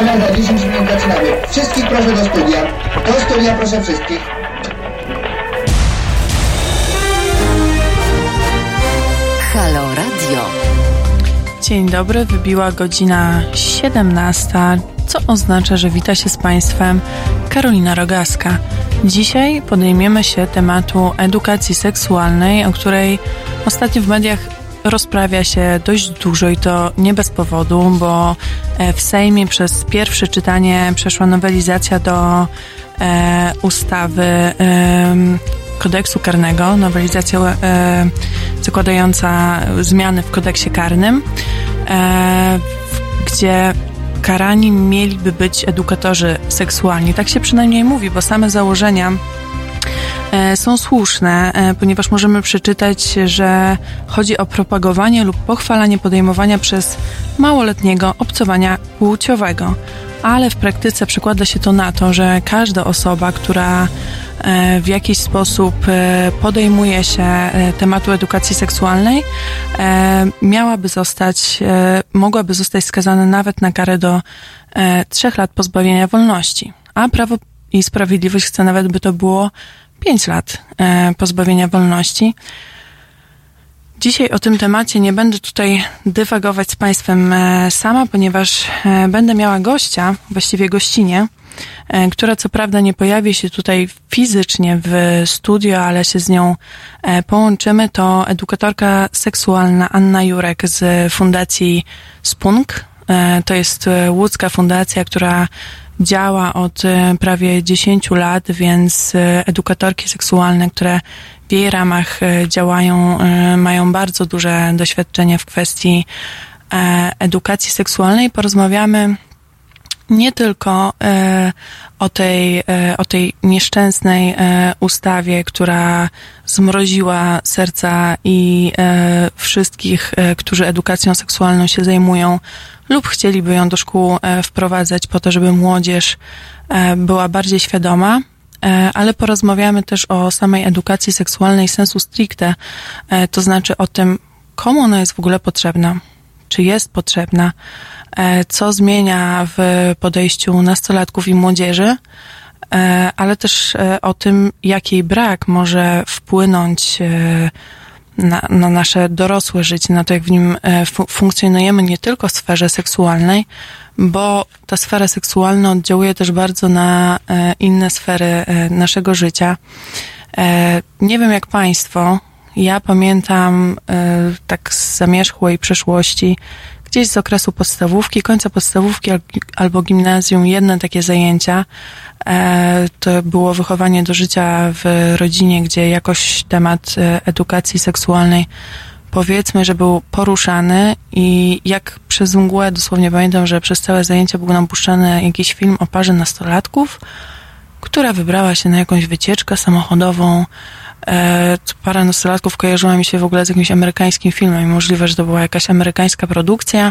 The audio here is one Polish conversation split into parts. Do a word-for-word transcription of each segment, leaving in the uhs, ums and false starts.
Godzina za dziesięć minut zaczynamy. Wszystkich proszę do studia. Do studia proszę wszystkich. Halo Radio. Dzień dobry, wybiła godzina siedemnasta, co oznacza, że wita się z Państwem Karolina Rogaska. Dzisiaj podejmiemy się tematu edukacji seksualnej, o której ostatnio w mediach rozprawia się dość dużo i to nie bez powodu, bo w Sejmie przez pierwsze czytanie przeszła nowelizacja do e, ustawy e, kodeksu karnego, nowelizacja e, zakładająca zmiany w kodeksie karnym, e, gdzie karani mieliby być edukatorzy seksualni. Tak się przynajmniej mówi, bo same założenia e, są słuszne, e, ponieważ możemy przeczytać, że chodzi o propagowanie lub pochwalanie podejmowania przez małoletniego obcowania płciowego. Ale w praktyce przekłada się to na to, że każda osoba, która w jakiś sposób podejmuje się tematu edukacji seksualnej, miałaby zostać, mogłaby zostać skazana nawet na karę do trzech lat pozbawienia wolności. A Prawo i Sprawiedliwość chce nawet, by to było pięć lat pozbawienia wolności. Dzisiaj o tym temacie nie będę tutaj dywagować z Państwem sama, ponieważ będę miała gościa, właściwie gościnię, która co prawda nie pojawi się tutaj fizycznie w studio, ale się z nią połączymy. To edukatorka seksualna Anna Jurek z Fundacji Spunk. To jest łódzka fundacja, która działa od prawie dziesięciu lat, więc edukatorki seksualne, które w jej ramach działają, mają bardzo duże doświadczenie w kwestii edukacji seksualnej. Porozmawiamy nie tylko o tej, o tej nieszczęsnej ustawie, która zmroziła serca i wszystkich, którzy edukacją seksualną się zajmują lub chcieliby ją do szkół wprowadzać po to, żeby młodzież była bardziej świadoma, ale porozmawiamy też o samej edukacji seksualnej sensu stricte, to znaczy o tym, komu ona jest w ogóle potrzebna, czy jest potrzebna, co zmienia w podejściu nastolatków i młodzieży, ale też o tym, jak jej brak może wpłynąć na, na nasze dorosłe życie, na to, jak w nim fu- funkcjonujemy nie tylko w sferze seksualnej, bo ta sfera seksualna oddziałuje też bardzo na inne sfery naszego życia. Nie wiem jak Państwo, ja pamiętam tak z zamierzchłej przeszłości, gdzieś z okresu podstawówki, końca podstawówki albo gimnazjum, jedne takie zajęcia. To było wychowanie do życia w rodzinie, gdzie jakoś temat edukacji seksualnej, powiedzmy, że był poruszany i jak przez mgłę, dosłownie pamiętam, że przez całe zajęcia był nam puszczany jakiś film o parze nastolatków, która wybrała się na jakąś wycieczkę samochodową. Para nastolatków kojarzyła mi się w ogóle z jakimś amerykańskim filmem i możliwe, że to była jakaś amerykańska produkcja.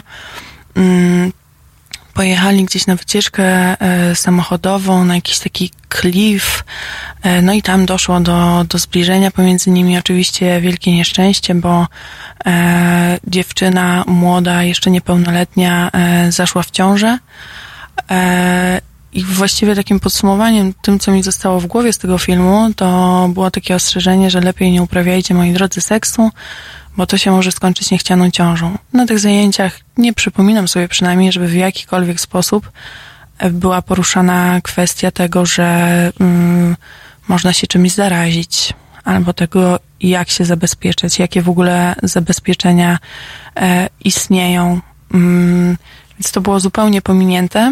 Pojechali gdzieś na wycieczkę samochodową, na jakiś taki klif, no i tam doszło do, do zbliżenia pomiędzy nimi. Oczywiście wielkie nieszczęście, bo e, dziewczyna młoda, jeszcze niepełnoletnia, e, zaszła w ciążę. E, I właściwie takim podsumowaniem, tym co mi zostało w głowie z tego filmu, to było takie ostrzeżenie, że lepiej nie uprawiajcie, moi drodzy, seksu, bo to się może skończyć niechcianą ciążą. Na tych zajęciach nie przypominam sobie przynajmniej, żeby w jakikolwiek sposób była poruszana kwestia tego, że mm, można się czymś zarazić, albo tego, jak się zabezpieczyć, jakie w ogóle zabezpieczenia e, istnieją. Mm, więc to było zupełnie pominięte.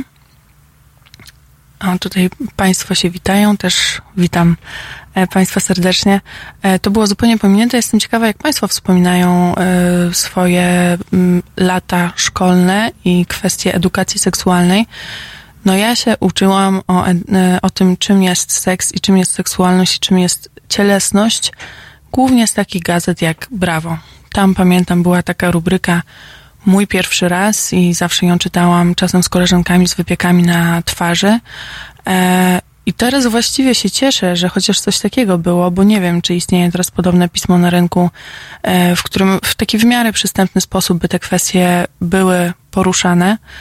O, tutaj Państwo się witają, też witam Państwa serdecznie. To było zupełnie pominięte. Jestem ciekawa, jak Państwo wspominają swoje lata szkolne i kwestie edukacji seksualnej. No ja się uczyłam o, o tym, czym jest seks i czym jest seksualność i czym jest cielesność, głównie z takich gazet jak Brawo. Tam, pamiętam, była taka rubryka Mój pierwszy raz i zawsze ją czytałam czasem z koleżankami z wypiekami na twarzy. E, I teraz właściwie się cieszę, że chociaż coś takiego było, bo nie wiem, czy istnieje teraz podobne pismo na rynku, e, w którym w taki w miarę przystępny sposób by te kwestie były poruszane.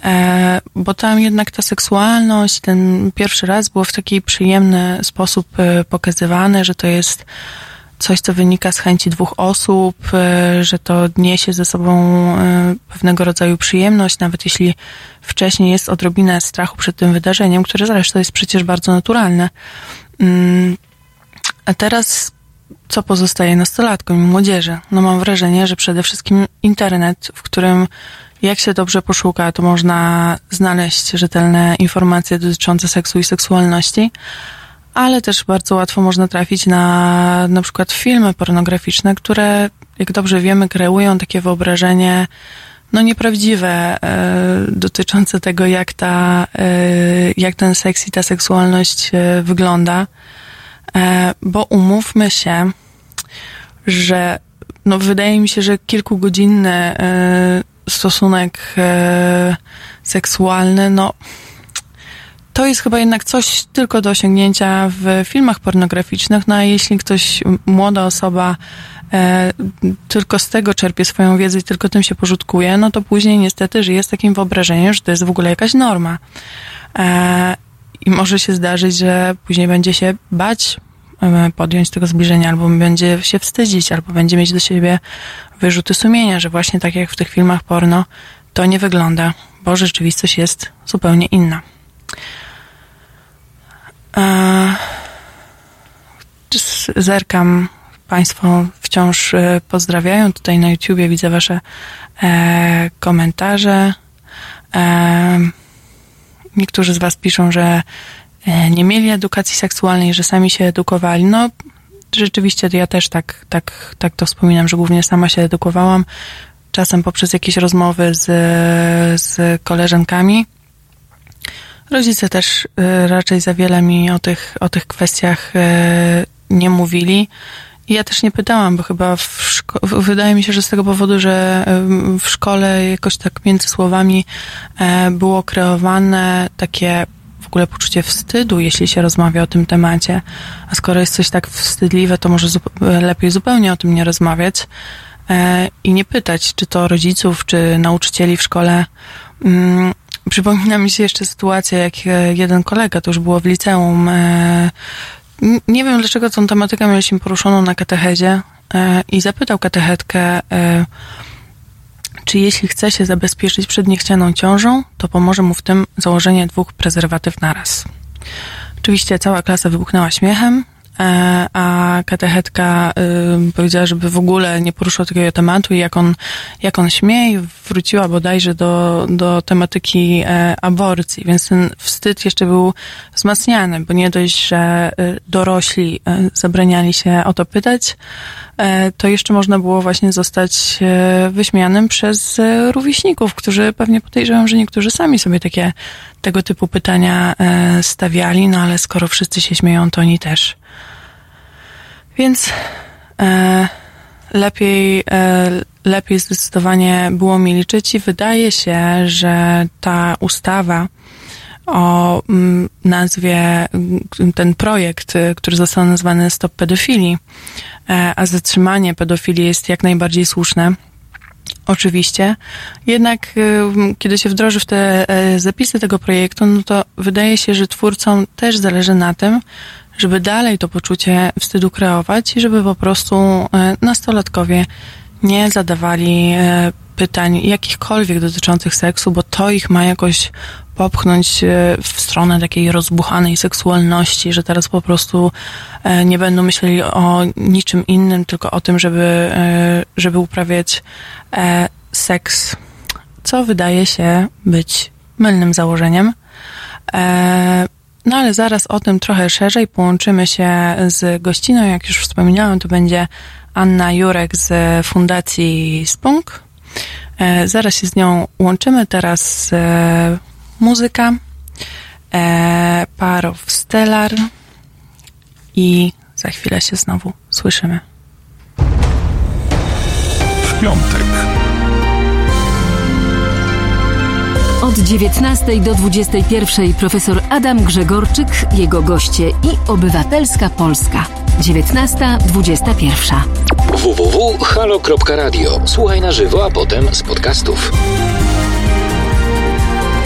e, bo tam jednak ta seksualność, ten pierwszy raz było w taki przyjemny sposób e, pokazywane, że to jest coś, co wynika z chęci dwóch osób, e, że to niesie ze sobą e, pewnego rodzaju przyjemność, nawet jeśli wcześniej jest odrobinę strachu przed tym wydarzeniem, które zresztą jest przecież bardzo naturalne. Mm, a teraz co pozostaje nastolatkom i młodzieży? No mam wrażenie, że przede wszystkim internet, w którym jak się dobrze poszuka, to można znaleźć rzetelne informacje dotyczące seksu i seksualności, ale też bardzo łatwo można trafić na na przykład filmy pornograficzne, które, jak dobrze wiemy, kreują takie wyobrażenie no nieprawdziwe, e, dotyczące tego, jak ta, e, jak ten seks i ta seksualność e, wygląda. E, bo umówmy się, że no wydaje mi się, że kilkugodzinny e, stosunek e, seksualny, no to jest chyba jednak coś tylko do osiągnięcia w filmach pornograficznych, no a jeśli ktoś, młoda osoba e, tylko z tego czerpie swoją wiedzę i tylko tym się pożytkuje, no to później niestety żyje z takim wyobrażeniem, że to jest w ogóle jakaś norma. E, I może się zdarzyć, że później będzie się bać e, podjąć tego zbliżenia, albo będzie się wstydzić, albo będzie mieć do siebie wyrzuty sumienia, że właśnie tak jak w tych filmach porno to nie wygląda, bo rzeczywistość jest zupełnie inna. E, zerkam, Państwo wciąż pozdrawiają. Tutaj na YouTubie widzę Wasze e, komentarze. E, niektórzy z Was piszą, że e, nie mieli edukacji seksualnej, że sami się edukowali. No, rzeczywiście ja też tak, tak, tak to wspominam, że głównie sama się edukowałam. Czasem poprzez jakieś rozmowy z, z koleżankami. Rodzice też y, raczej za wiele mi o tych, o tych kwestiach y, nie mówili. I ja też nie pytałam, bo chyba w szko- wydaje mi się, że z tego powodu, że y, w szkole jakoś tak między słowami y, było kreowane takie w ogóle poczucie wstydu, jeśli się rozmawia o tym temacie. A skoro jest coś tak wstydliwe, to może zup- lepiej zupełnie o tym nie rozmawiać y, i nie pytać, czy to rodziców, czy nauczycieli w szkole. Y, Przypomina mi się jeszcze sytuacja, jak jeden kolega, to już było w liceum, nie wiem dlaczego tą tematykę mieliśmy poruszoną na katechezie i zapytał katechetkę, czy jeśli chce się zabezpieczyć przed niechcianą ciążą, to pomoże mu w tym założenie dwóch prezerwatyw naraz. Oczywiście cała klasa wybuchnęła śmiechem, a katechetka y, powiedziała, żeby w ogóle nie poruszał takiego tematu i jak on, jak on śmie, i wróciła bodajże do, do tematyki e, aborcji, więc ten wstyd jeszcze był wzmacniany, bo nie dość, że y, dorośli y, zabraniali się o to pytać, y, to jeszcze można było właśnie zostać y, wyśmianym przez y, rówieśników, którzy pewnie podejrzewam, że niektórzy sami sobie takie tego typu pytania y, stawiali, no ale skoro wszyscy się śmieją, to oni też. Więc e, lepiej, e, lepiej zdecydowanie było mi liczyć i wydaje się, że ta ustawa o m, nazwie, ten projekt, który został nazwany Stop Pedofilii, e, a zatrzymanie pedofilii jest jak najbardziej słuszne. Oczywiście. Jednak e, kiedy się wdroży w te e, zapisy tego projektu, no to wydaje się, że twórcom też zależy na tym, żeby dalej to poczucie wstydu kreować i żeby po prostu nastolatkowie nie zadawali pytań jakichkolwiek dotyczących seksu, bo to ich ma jakoś popchnąć w stronę takiej rozbuchanej seksualności, że teraz po prostu nie będą myśleli o niczym innym, tylko o tym, żeby, żeby uprawiać seks, co wydaje się być mylnym założeniem. No ale zaraz o tym trochę szerzej połączymy się z gościną, jak już wspominałem, to będzie Anna Jurek z Fundacji Spunk. E, zaraz się z nią łączymy, teraz e, muzyka, e, Parow Stellar i za chwilę się znowu słyszymy. W piątek. Od dziewiętnastej do dwudziestej pierwszej profesor Adam Grzegorczyk, jego goście i Obywatelska Polska. dziewiętnasta dwudziesta pierwsza. w w w kropka halo kropka radio. Słuchaj na żywo, a potem z podcastów.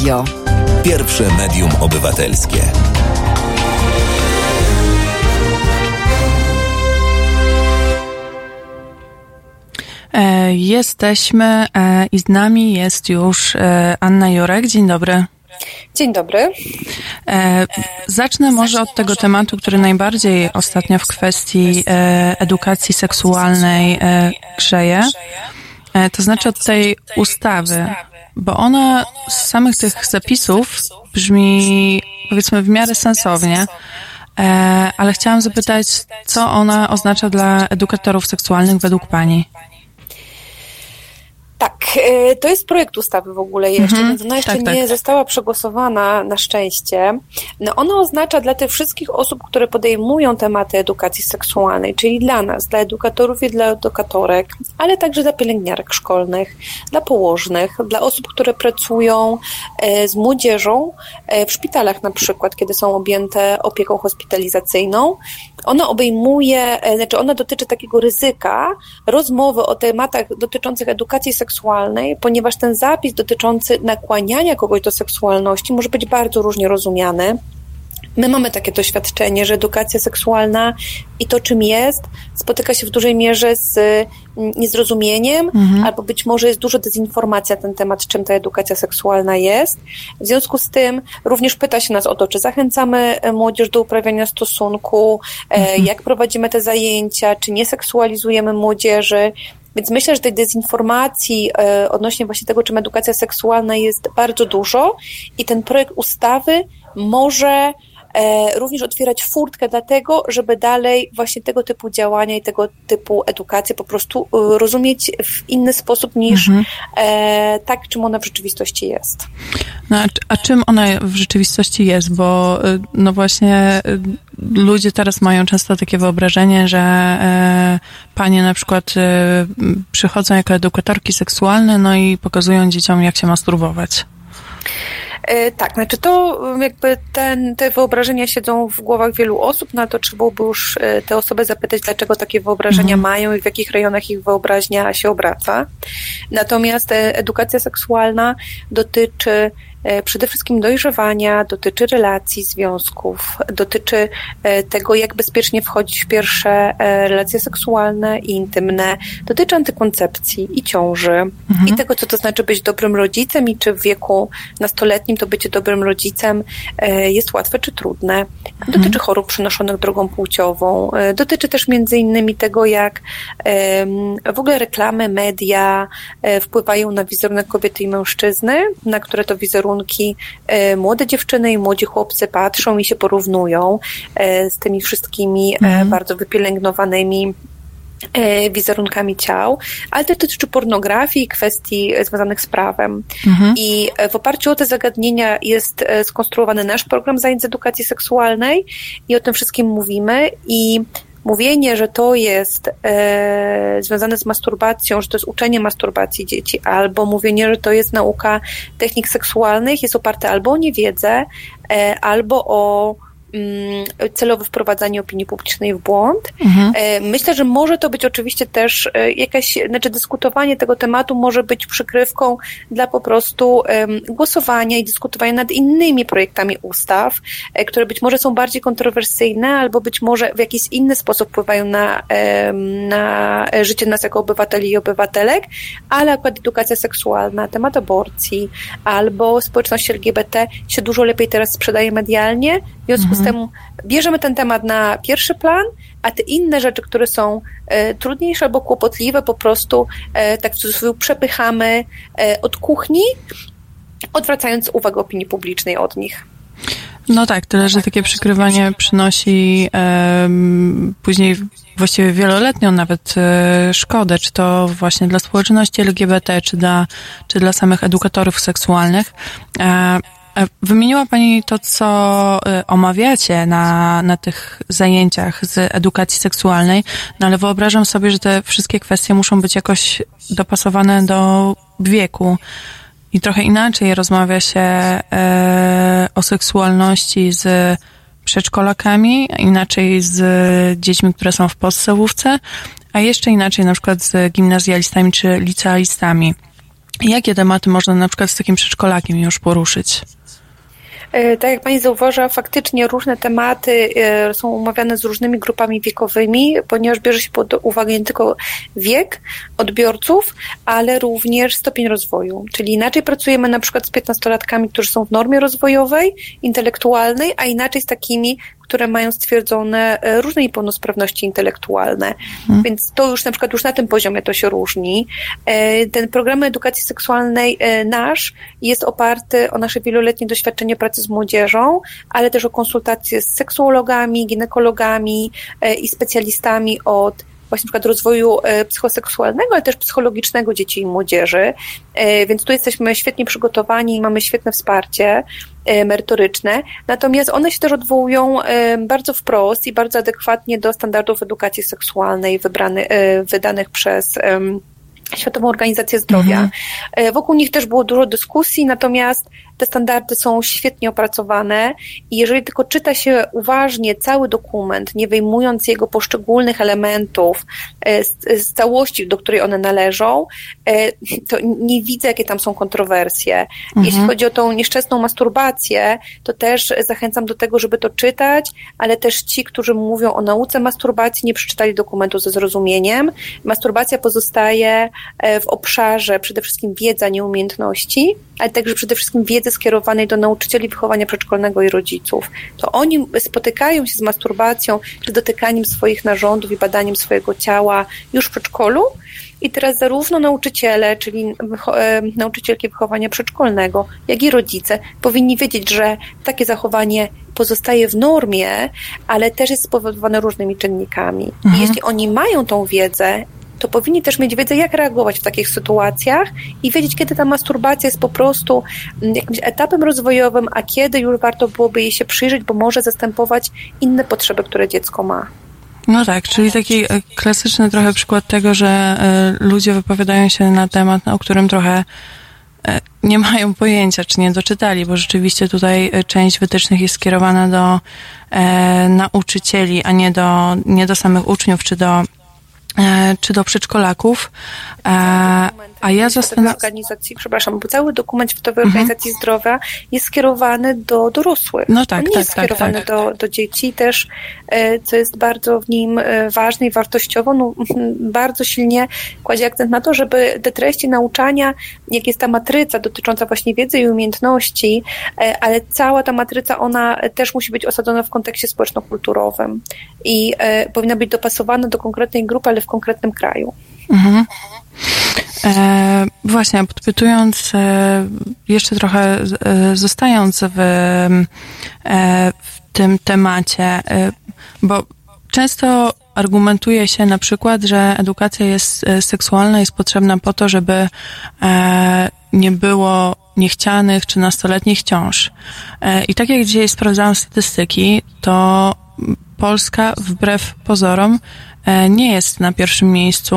Radio. Pierwsze medium obywatelskie. E, jesteśmy e, i z nami jest już e, Anna Jurek. Dzień dobry. Dzień dobry. E, zacznę może od tego tematu, który najbardziej ostatnio w kwestii e, edukacji seksualnej e, grzeje. E, to znaczy od tej ustawy, bo ona z samych tych zapisów brzmi, powiedzmy, w miarę sensownie, e, ale chciałam zapytać, co ona oznacza dla edukatorów seksualnych według Pani? Tak, to jest projekt ustawy w ogóle jeszcze, mm-hmm. więc ona jeszcze tak, nie tak. została przegłosowana na szczęście. No ona oznacza dla tych wszystkich osób, które podejmują tematy edukacji seksualnej, czyli dla nas, dla edukatorów i dla edukatorek, ale także dla pielęgniarek szkolnych, dla położnych, dla osób, które pracują z młodzieżą w szpitalach na przykład, kiedy są objęte opieką hospitalizacyjną. Ona obejmuje, znaczy ona dotyczy takiego ryzyka rozmowy o tematach dotyczących edukacji seksualnej, ponieważ ten zapis dotyczący nakłaniania kogoś do seksualności może być bardzo różnie rozumiany. My mamy takie doświadczenie, że edukacja seksualna i to, czym jest, spotyka się w dużej mierze z niezrozumieniem, mhm. albo być może jest dużo dezinformacji na ten temat, czym ta edukacja seksualna jest. W związku z tym również pyta się nas o to, czy zachęcamy młodzież do uprawiania stosunku, mhm. jak prowadzimy te zajęcia, czy nie seksualizujemy młodzieży. Więc myślę, że tej dezinformacji e, odnośnie właśnie tego, czym edukacja seksualna jest, bardzo dużo i ten projekt ustawy może e, również otwierać furtkę dla tego, żeby dalej właśnie tego typu działania i tego typu edukację po prostu e, rozumieć w inny sposób niż mhm. e, tak, czym ona w rzeczywistości jest. No, a, a czym ona w rzeczywistości jest? Bo no właśnie ludzie teraz mają często takie wyobrażenie, że e, panie na przykład e, przychodzą jako edukatorki seksualne, no i pokazują dzieciom, jak się masturbować. Tak, znaczy to jakby ten, te wyobrażenia siedzą w głowach wielu osób, no to trzeba byłoby już te osoby zapytać, dlaczego takie wyobrażenia mhm. mają i w jakich rejonach ich wyobraźnia się obraca. Natomiast edukacja seksualna dotyczy przede wszystkim dojrzewania, dotyczy relacji, związków, dotyczy tego, jak bezpiecznie wchodzić w pierwsze relacje seksualne i intymne, dotyczy antykoncepcji i ciąży mhm. i tego, co to znaczy być dobrym rodzicem i czy w wieku nastoletnim to bycie dobrym rodzicem jest łatwe czy trudne. Dotyczy mhm. chorób przenoszonych drogą płciową, dotyczy też między innymi tego, jak w ogóle reklamy, media wpływają na wizerunek kobiety i mężczyzny, na które to wizerunki młode dziewczyny i młodzi chłopcy patrzą i się porównują z tymi wszystkimi mhm. bardzo wypielęgnowanymi wizerunkami ciał, ale to dotyczy pornografii i kwestii związanych z prawem. Mhm. I w oparciu o te zagadnienia jest skonstruowany nasz program zajęć z edukacji seksualnej i o tym wszystkim mówimy i mówienie, że to jest e, związane z masturbacją, że to jest uczenie masturbacji dzieci, albo mówienie, że to jest nauka technik seksualnych, jest oparte albo o niewiedzę, e, albo o celowe wprowadzanie opinii publicznej w błąd. Mhm. Myślę, że może to być oczywiście też jakaś, znaczy dyskutowanie tego tematu może być przykrywką dla po prostu głosowania i dyskutowania nad innymi projektami ustaw, które być może są bardziej kontrowersyjne albo być może w jakiś inny sposób wpływają na, na życie nas jako obywateli i obywatelek, ale akurat edukacja seksualna, temat aborcji albo społeczność L G B T się dużo lepiej teraz sprzedaje medialnie. W związku z tym bierzemy ten temat na pierwszy plan, a te inne rzeczy, które są e, trudniejsze albo kłopotliwe, po prostu e, tak w cudzysłowie przepychamy e, od kuchni, odwracając uwagę opinii publicznej od nich. No tak, tyle, że takie przykrywanie przynosi e, później właściwie wieloletnią nawet e, szkodę, czy to właśnie dla społeczności L G B T, czy dla, czy dla samych edukatorów seksualnych. E, Wymieniła Pani to, co omawiacie na, na tych zajęciach z edukacji seksualnej, no ale wyobrażam sobie, że te wszystkie kwestie muszą być jakoś dopasowane do wieku i trochę inaczej rozmawia się e, o seksualności z przedszkolakami, inaczej z dziećmi, które są w podstawówce, a jeszcze inaczej na przykład z gimnazjalistami czy licealistami. Jakie tematy można na przykład z takim przedszkolakiem już poruszyć? Tak jak Pani zauważa, faktycznie różne tematy są omawiane z różnymi grupami wiekowymi, ponieważ bierze się pod uwagę nie tylko wiek odbiorców, ale również stopień rozwoju. Czyli inaczej pracujemy na przykład z piętnastolatkami, którzy są w normie rozwojowej, intelektualnej, a inaczej z takimi, które mają stwierdzone różne niepełnosprawności intelektualne. Hmm. Więc to już na przykład już na tym poziomie to się różni. Ten program edukacji seksualnej nasz jest oparty o nasze wieloletnie doświadczenie pracy z młodzieżą, ale też o konsultacje z seksuologami, ginekologami i specjalistami od właśnie na przykład rozwoju psychoseksualnego, ale też psychologicznego dzieci i młodzieży. Więc tu jesteśmy świetnie przygotowani i mamy świetne wsparcie merytoryczne. Natomiast one się też odwołują bardzo wprost i bardzo adekwatnie do standardów edukacji seksualnej wybrany, wydanych przez Światową Organizację Zdrowia. Mhm. Wokół nich też było dużo dyskusji, natomiast te standardy są świetnie opracowane i jeżeli tylko czyta się uważnie cały dokument, nie wyjmując jego poszczególnych elementów z, z całości, do której one należą, to nie widzę, jakie tam są kontrowersje. Mhm. Jeśli chodzi o tą nieszczęsną masturbację, to też zachęcam do tego, żeby to czytać, ale też ci, którzy mówią o nauce masturbacji, nie przeczytali dokumentu ze zrozumieniem. Masturbacja pozostaje w obszarze przede wszystkim wiedzy, a nie umiejętności, ale także przede wszystkim wiedzy skierowanej do nauczycieli wychowania przedszkolnego i rodziców. To oni spotykają się z masturbacją, z dotykaniem swoich narządów i badaniem swojego ciała już w przedszkolu i teraz zarówno nauczyciele, czyli nauczycielki wychowania przedszkolnego, jak i rodzice powinni wiedzieć, że takie zachowanie pozostaje w normie, ale też jest spowodowane różnymi czynnikami. Mhm. I jeśli oni mają tą wiedzę, to powinni też mieć wiedzę, jak reagować w takich sytuacjach i wiedzieć, kiedy ta masturbacja jest po prostu jakimś etapem rozwojowym, a kiedy już warto byłoby jej się przyjrzeć, bo może zastępować inne potrzeby, które dziecko ma. No tak, czyli taki klasyczny trochę przykład tego, że ludzie wypowiadają się na temat, o którym trochę nie mają pojęcia, czy nie doczytali, bo rzeczywiście tutaj część wytycznych jest skierowana do e, nauczycieli, a nie do, nie do samych uczniów, czy do czy do przedszkolaków, a, a ja zastanawiam organizacji, przepraszam, bo cały dokument Światowej Organizacji mhm. Zdrowia jest skierowany do dorosłych. No tak, On nie tak, jest skierowany tak, tak. Do, do dzieci też, co jest bardzo w nim ważne i wartościowo, no, bardzo silnie kładzie akcent na to, żeby te treści nauczania, jak jest ta matryca dotycząca właśnie wiedzy i umiejętności, ale cała ta matryca, ona też musi być osadzona w kontekście społeczno-kulturowym i powinna być dopasowana do konkretnej grupy, ale w konkretnym kraju. Mhm. E, właśnie, podpytując, e, jeszcze trochę e, zostając w, e, w tym temacie, e, bo często argumentuje się na przykład, że edukacja jest seksualna, jest potrzebna po to, żeby e, nie było niechcianych czy nastoletnich ciąż. E, I tak jak dzisiaj sprawdzałam statystyki, to Polska wbrew pozorom nie jest na pierwszym miejscu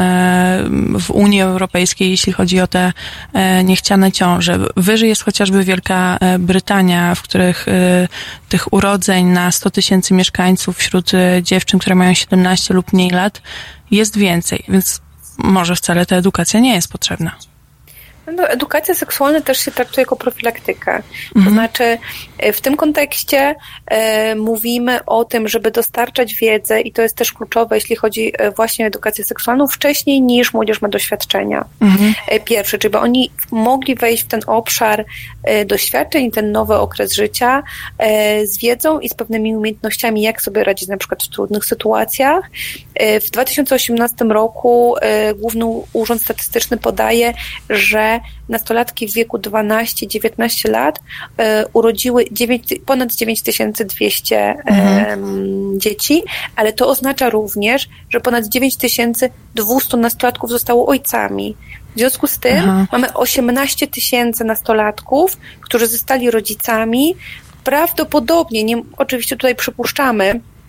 w Unii Europejskiej, jeśli chodzi o te niechciane ciąże. Wyżej jest chociażby Wielka Brytania, w których tych urodzeń na sto tysięcy mieszkańców wśród dziewczyn, które mają siedemnaście lub mniej lat, jest więcej, więc może wcale ta edukacja nie jest potrzebna. No, edukacja seksualna też się traktuje jako profilaktykę. Mhm. To znaczy w tym kontekście e, mówimy o tym, żeby dostarczać wiedzę i to jest też kluczowe, jeśli chodzi właśnie o edukację seksualną, wcześniej niż młodzież ma doświadczenia. Mhm. E, pierwsze, czyli by oni mogli wejść w ten obszar e, doświadczeń, ten nowy okres życia e, z wiedzą i z pewnymi umiejętnościami, jak sobie radzić na przykład w trudnych sytuacjach. E, w dwa tysiące osiemnastym roku e, Główny Urząd Statystyczny podaje, że nastolatki w wieku dwanaście dziewiętnaście lat e, urodziły dziewięć, ponad dziewięć tysięcy dwieście mhm. e, dzieci, ale to oznacza również, że ponad dziewięć tysięcy dwieście nastolatków zostało ojcami. W związku z tym Aha. mamy osiemnaście tysięcy nastolatków, którzy zostali rodzicami. Prawdopodobnie, nie, oczywiście tutaj przypuszczamy,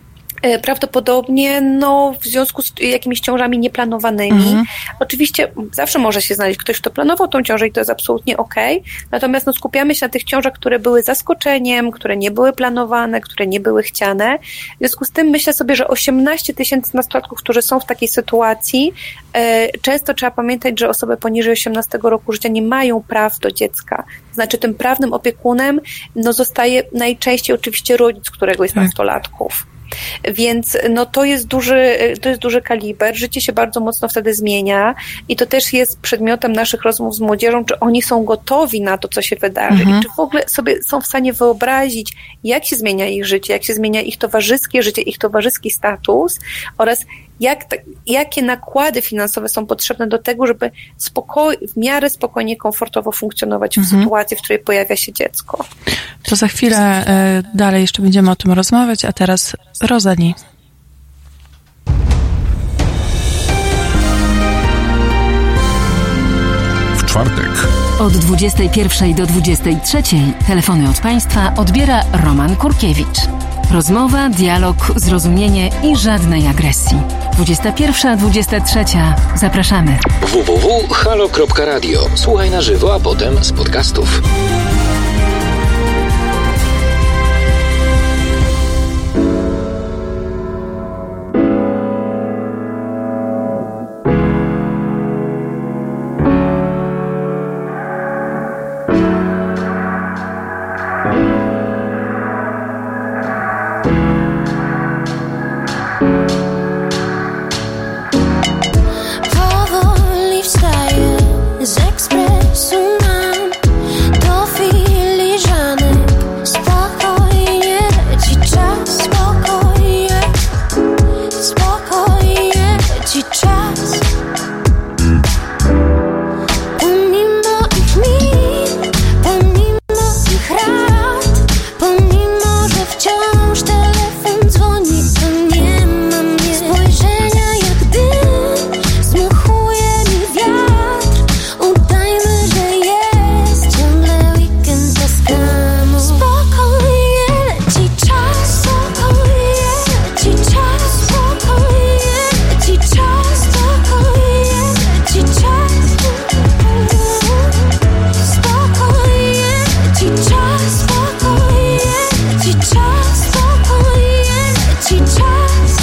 Prawdopodobnie no, w związku z jakimiś ciążami nieplanowanymi. Mhm. Oczywiście zawsze może się znaleźć ktoś, kto planował tą ciążę i to jest absolutnie okej. Natomiast no, skupiamy się na tych ciążach, które były zaskoczeniem, które nie były planowane, które nie były chciane. W związku z tym myślę sobie, że osiemnaście tysięcy nastolatków, którzy są w takiej sytuacji, często trzeba pamiętać, że osoby poniżej osiemnastego roku życia nie mają praw do dziecka. Znaczy tym prawnym opiekunem no, zostaje najczęściej oczywiście rodzic któregoś z nastolatków. Więc no to jest duży, to jest duży kaliber, życie się bardzo mocno wtedy zmienia i to też jest przedmiotem naszych rozmów z młodzieżą, czy oni są gotowi na to, co się wydarzy mhm. i czy w ogóle sobie są w stanie wyobrazić, jak się zmienia ich życie, jak się zmienia ich towarzyskie życie, ich towarzyski status oraz jak, jakie nakłady finansowe są potrzebne do tego, żeby spokoj, w miarę spokojnie, komfortowo funkcjonować mhm. w sytuacji, w której pojawia się dziecko. To za chwilę y, dalej jeszcze będziemy o tym rozmawiać, a teraz Rosalie. W czwartek od dwudziestej pierwszej do dwudziestej trzeciej telefony od Państwa odbiera Roman Kurkiewicz. Rozmowa, dialog, zrozumienie i żadnej agresji. dwudziesta pierwsza, dwudziesta trzecia. Zapraszamy. w w w kropka halo kropka radio. Słuchaj na żywo, a potem z podcastów. Powoli wstaję z ekspresu mam do filiżanek. Spokojnie leci czas, spokojnie, spokojnie leci czas. Pomimo ich min, pomimo ich rad, pomimo, że wciąż telefon dzwoni, to nie ma mnie. Spojrzenia jak dym zmuchuje mi wiatr. Udajmy, że jest ciągle weekend bez kamu. Spokojnie leci czas, spokojnie leci czas, spokojnie leci czas, spokojnie leci czas. Spokojnie leci czas, spokojnie leci czas, spokojnie leci czas.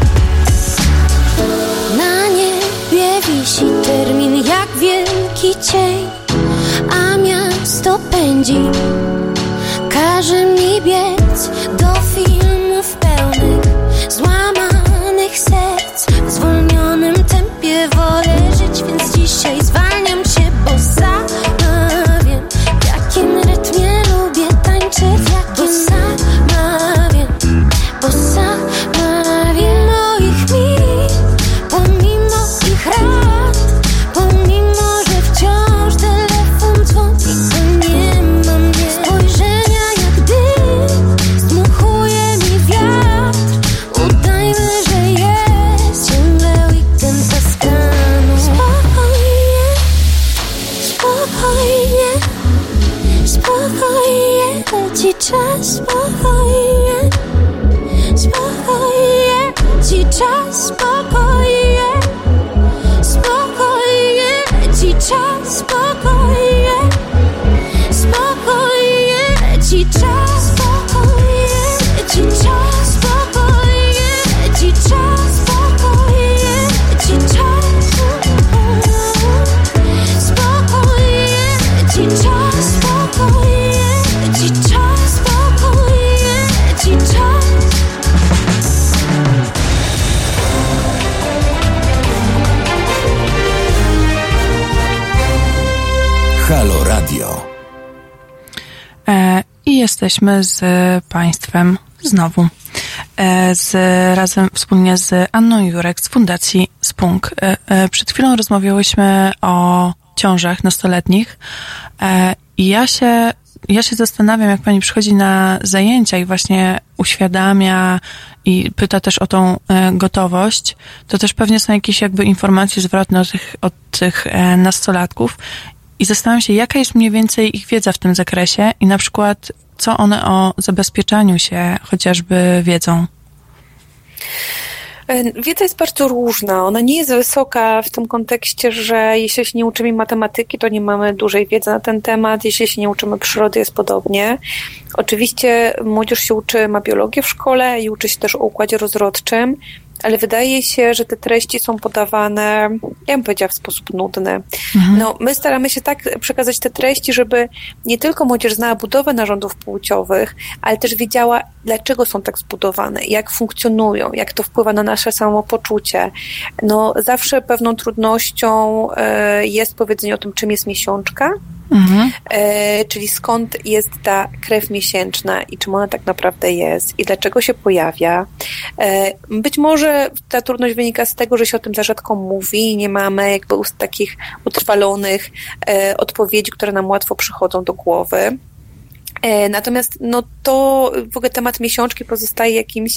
Na niebie wisi termin jak wielki cień, a miasto pędzi. Każe mi biec do filmów pełnych złamanych serc. W zwolnionym tempie wolę żyć, więc dzisiaj zwalniam się, bo sama wiem, w jakim rytmie lubię tańczyć, w jakim sama wiem, bo sama wiem moich min, pomimo ich rad, pomimo, że wciąż telefon dzwoni, to nie ma mnie. Spojrzenia jak dym zdmuchuje mi wiatr. Udajmy, że jest ciągle weekend bez planu. Spokojnie, spokojnie, spokojnie leci czas, spokojnie, spokojnie leci czas, spokojnie, spokojnie leci czas, spokojnie, spokojnie leci czas, spokojnie leci czas, spokojnie leci czas, spokojnie leci czas, spokojnie leci czas, spokojnie leci czas, spokojnie leci czas. Halo Radio. E, I jesteśmy z Państwem znowu. E, z, razem wspólnie z Anną Jurek z Fundacji Spunk. E, e, przed chwilą rozmawiałyśmy o ciążach nastoletnich e, i ja się, ja się zastanawiam, jak Pani przychodzi na zajęcia i właśnie uświadamia i pyta też o tą e, gotowość, to też pewnie są jakieś jakby informacje zwrotne od tych, od tych e, nastolatków. I zastanawiam się, jaka jest mniej więcej ich wiedza w tym zakresie i na przykład, co one o zabezpieczaniu się chociażby wiedzą. Wiedza jest bardzo różna. Ona nie jest wysoka w tym kontekście, że jeśli się nie uczymy matematyki, to nie mamy dużej wiedzy na ten temat. Jeśli się nie uczymy przyrody, jest podobnie. Oczywiście młodzież się uczy, ma biologię w szkole i uczy się też o układzie rozrodczym, ale wydaje się, że te treści są podawane, ja bym powiedziała, w sposób nudny. Mhm. No, my staramy się tak przekazać te treści, żeby nie tylko młodzież znała budowę narządów płciowych, ale też wiedziała, dlaczego są tak zbudowane, jak funkcjonują, jak to wpływa na nasze samopoczucie. No, zawsze pewną trudnością y, jest powiedzenie o tym, czym jest miesiączka, Mhm. E, czyli skąd jest ta krew miesięczna i czym ona tak naprawdę jest i dlaczego się pojawia. E, być może ta trudność wynika z tego, że się o tym za rzadko mówi i nie mamy jakby ust takich utrwalonych e, odpowiedzi, które nam łatwo przychodzą do głowy. E, natomiast no to w ogóle temat miesiączki pozostaje jakimś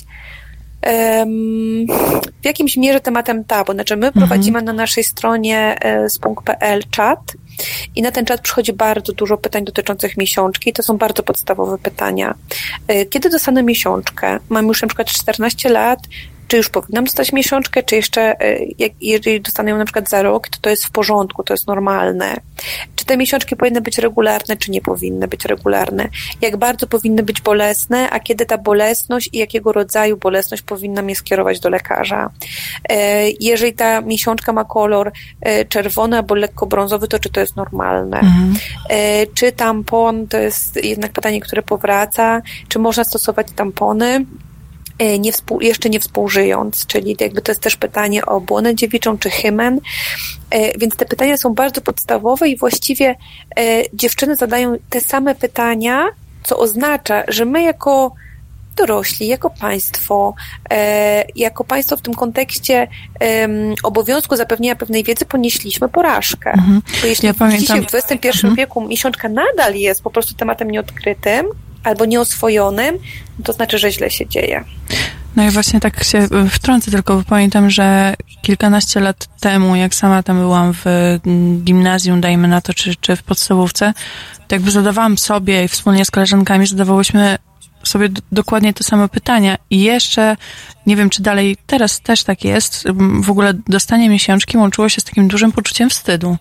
w jakimś mierze tematem tabu. Znaczy my mhm. prowadzimy na naszej stronie spunk kropka p l czat i na ten czat przychodzi bardzo dużo pytań dotyczących miesiączki. To są bardzo podstawowe pytania. Kiedy dostanę miesiączkę? Mam już na przykład czternaście lat, czy już powinnam dostać miesiączkę, czy jeszcze, jak, jeżeli dostanę ją na przykład za rok, to to jest w porządku, to jest normalne. Czy te miesiączki powinny być regularne, czy nie powinny być regularne? Jak bardzo powinny być bolesne, a kiedy ta bolesność i jakiego rodzaju bolesność powinna mnie skierować do lekarza? Jeżeli ta miesiączka ma kolor czerwony albo lekko brązowy, to czy to jest normalne? Mhm. Czy tampon, to jest jednak pytanie, które powraca, czy można stosować tampony? Nie współ, jeszcze nie współżyjąc, czyli jakby to jest też pytanie o błonę dziewiczą czy hymen, więc te pytania są bardzo podstawowe i właściwie dziewczyny zadają te same pytania, co oznacza, że my jako dorośli, jako państwo, jako państwo w tym kontekście obowiązku zapewnienia pewnej wiedzy ponieśliśmy porażkę. Mhm. Bo jeśli ja pamiętam. dzisiaj w dwudziestym pierwszym mhm. wieku miesiączka nadal jest po prostu tematem nieodkrytym, albo nieoswojonym, to znaczy, że źle się dzieje. No i właśnie tak się wtrącę, tylko pamiętam, że kilkanaście lat temu, jak sama tam byłam w gimnazjum, dajmy na to, czy, czy w podstawówce, to jakby zadawałam sobie i wspólnie z koleżankami zadawałyśmy sobie d- dokładnie te same pytania i jeszcze, nie wiem, czy dalej teraz też tak jest, w ogóle dostanie miesiączki łączyło się z takim dużym poczuciem wstydu.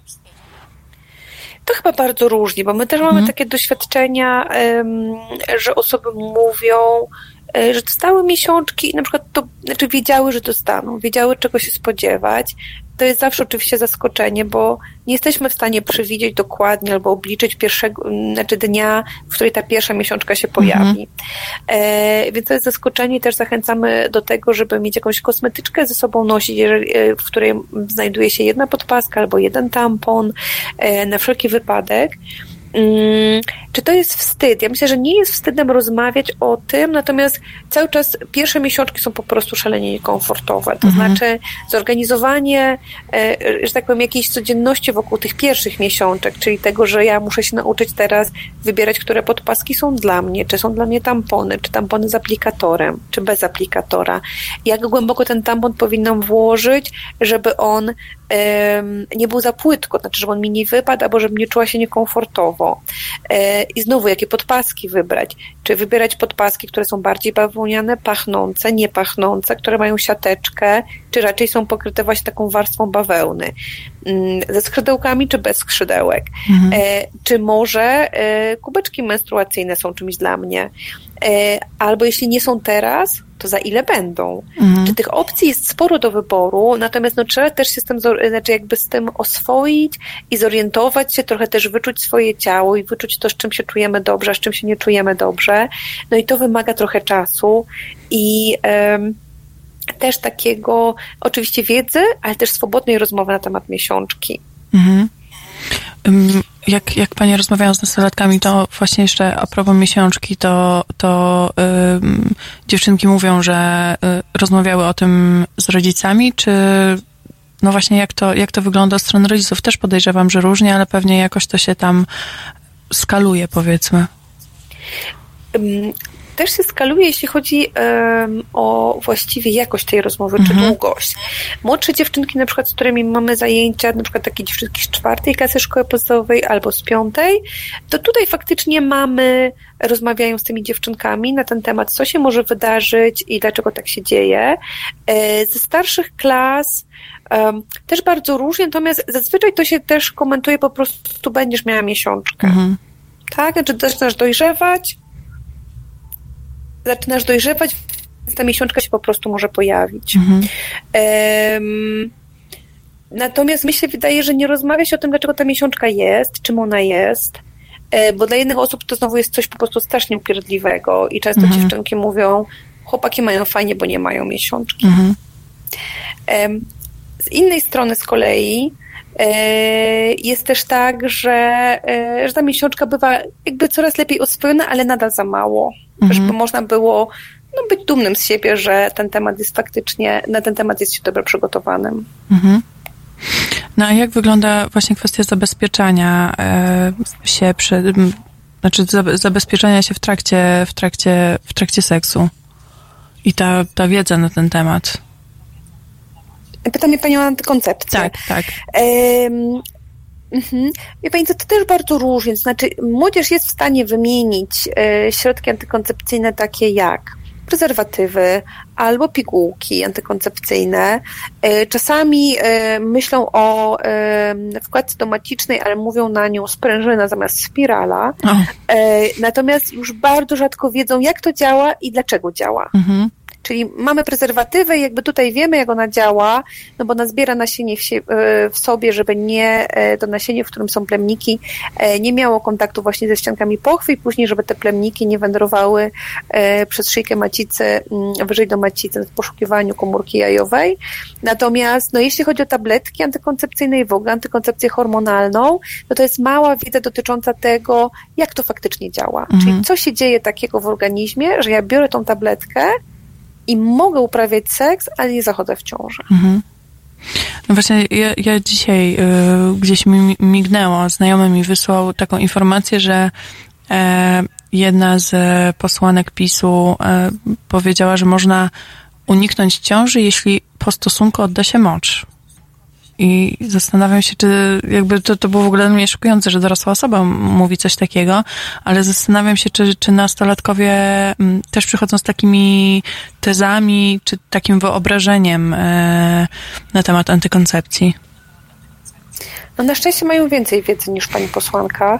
To chyba bardzo różni, bo my też mamy hmm. takie doświadczenia, um, że osoby mówią, że dostały miesiączki i na przykład to, znaczy wiedziały, że dostaną, wiedziały, czego się spodziewać. To jest zawsze oczywiście zaskoczenie, bo nie jesteśmy w stanie przewidzieć dokładnie albo obliczyć pierwszego, znaczy dnia, w której ta pierwsza miesiączka się pojawi. Mm-hmm. E, więc to jest zaskoczenie i też zachęcamy do tego, żeby mieć jakąś kosmetyczkę ze sobą nosić, jeżeli, w której znajduje się jedna podpaska albo jeden tampon, e, na wszelki wypadek. Hmm, czy to jest wstyd? Ja myślę, że nie jest wstydem rozmawiać o tym, natomiast cały czas pierwsze miesiączki są po prostu szalenie niekomfortowe. To mhm. znaczy zorganizowanie, e, że tak powiem, jakiejś codzienności wokół tych pierwszych miesiączek, czyli tego, że ja muszę się nauczyć teraz wybierać, które podpaski są dla mnie, czy są dla mnie tampony, czy tampony z aplikatorem, czy bez aplikatora. Jak głęboko ten tampon powinnam włożyć, żeby on e, nie był za płytko, znaczy, żeby on mi nie wypadł, albo żebym nie czuła się niekomfortowo. I znowu, jakie podpaski wybrać? Czy wybierać podpaski, które są bardziej bawełniane, pachnące, niepachnące, które mają siateczkę, czy raczej są pokryte właśnie taką warstwą bawełny? Ze skrzydełkami, czy bez skrzydełek? Mhm. Czy może kubeczki menstruacyjne są czymś dla mnie? Albo jeśli nie są teraz, to za ile będą? Mhm. Czy tych opcji jest sporo do wyboru, natomiast no, trzeba też się z tym, znaczy jakby z tym oswoić i zorientować się, trochę też wyczuć swoje ciało i wyczuć to, z czym się czujemy dobrze, a z czym się nie czujemy dobrze. No i to wymaga trochę czasu i um, też takiego oczywiście wiedzy, ale też swobodnej rozmowy na temat miesiączki. Mhm. Um. Jak, jak panie rozmawiają z nastolatkami, to właśnie jeszcze a propos miesiączki, to, to yy, dziewczynki mówią, że yy, rozmawiały o tym z rodzicami, czy no właśnie jak to, jak to wygląda od strony rodziców? Też podejrzewam, że różnie, ale pewnie jakoś to się tam skaluje, powiedzmy. też się skaluje, jeśli chodzi um, o właściwie jakość tej rozmowy, mhm. czy długość. Młodsze dziewczynki, na przykład, z którymi mamy zajęcia, na przykład takie dziewczynki z czwartej klasy szkoły podstawowej albo z piątej, to tutaj faktycznie mamy, rozmawiają z tymi dziewczynkami na ten temat, co się może wydarzyć i dlaczego tak się dzieje. Ze starszych klas um, też bardzo różnie, natomiast zazwyczaj to się też komentuje po prostu, będziesz miała miesiączkę. Mhm. Tak? Znaczy zaczynasz dojrzewać, zaczynasz dojrzewać, więc ta miesiączka się po prostu może pojawić. Mhm. Um, natomiast mi się wydaje, że nie rozmawia się o tym, dlaczego ta miesiączka jest, czym ona jest, bo dla jednych osób to znowu jest coś po prostu strasznie upierdliwego i często mhm. dziewczynki mówią, chłopaki mają fajnie, bo nie mają miesiączki. Mhm. Um, z innej strony z kolei jest też tak, że, że ta miesiączka bywa jakby coraz lepiej oswojona, ale nadal za mało. Mhm. Żeby można było no, być dumnym z siebie, że ten temat jest faktycznie, na ten temat jest się dobrze przygotowanym. Mhm. No a jak wygląda właśnie kwestia zabezpieczania e, się przed, znaczy zabezpieczania się w trakcie, w trakcie, w trakcie seksu i ta, ta wiedza na ten temat? Pyta mnie Pani o antykoncepcję. Tak, tak. Um, mhm. Wie Pani, to, to też bardzo różnie. Znaczy, młodzież jest w stanie wymienić e, środki antykoncepcyjne takie jak prezerwatywy albo pigułki antykoncepcyjne. E, czasami e, myślą o e, wkładce domacicznej, ale mówią na nią sprężyna zamiast spirala. E, natomiast już bardzo rzadko wiedzą, jak to działa i dlaczego działa. Mhm. Czyli mamy prezerwatywę i jakby tutaj wiemy, jak ona działa, no bo ona zbiera nasienie w, sie, w sobie, żeby nie, to nasienie, w którym są plemniki, nie miało kontaktu właśnie ze ściankami pochwy i później, żeby te plemniki nie wędrowały przez szyjkę macicy wyżej do macicy w poszukiwaniu komórki jajowej. Natomiast no, jeśli chodzi o tabletki antykoncepcyjne i w ogóle antykoncepcję hormonalną, no to jest mała wiedza dotycząca tego, jak to faktycznie działa. Mhm. Czyli co się dzieje takiego w organizmie, że ja biorę tą tabletkę i mogę uprawiać seks, ale nie zachodzę w ciążę. Mhm. No właśnie, ja, ja dzisiaj y, gdzieś mi mignęło, znajomy mi wysłał taką informację, że e, jedna z posłanek PiSu e, powiedziała, że można uniknąć ciąży, jeśli po stosunku odda się mocz. I zastanawiam się, czy jakby to, to było w ogóle dla mnie szokujące, że dorosła osoba mówi coś takiego, ale zastanawiam się, czy, czy nastolatkowie też przychodzą z takimi tezami, czy takim wyobrażeniem e, na temat antykoncepcji. No na szczęście mają więcej wiedzy niż pani posłanka.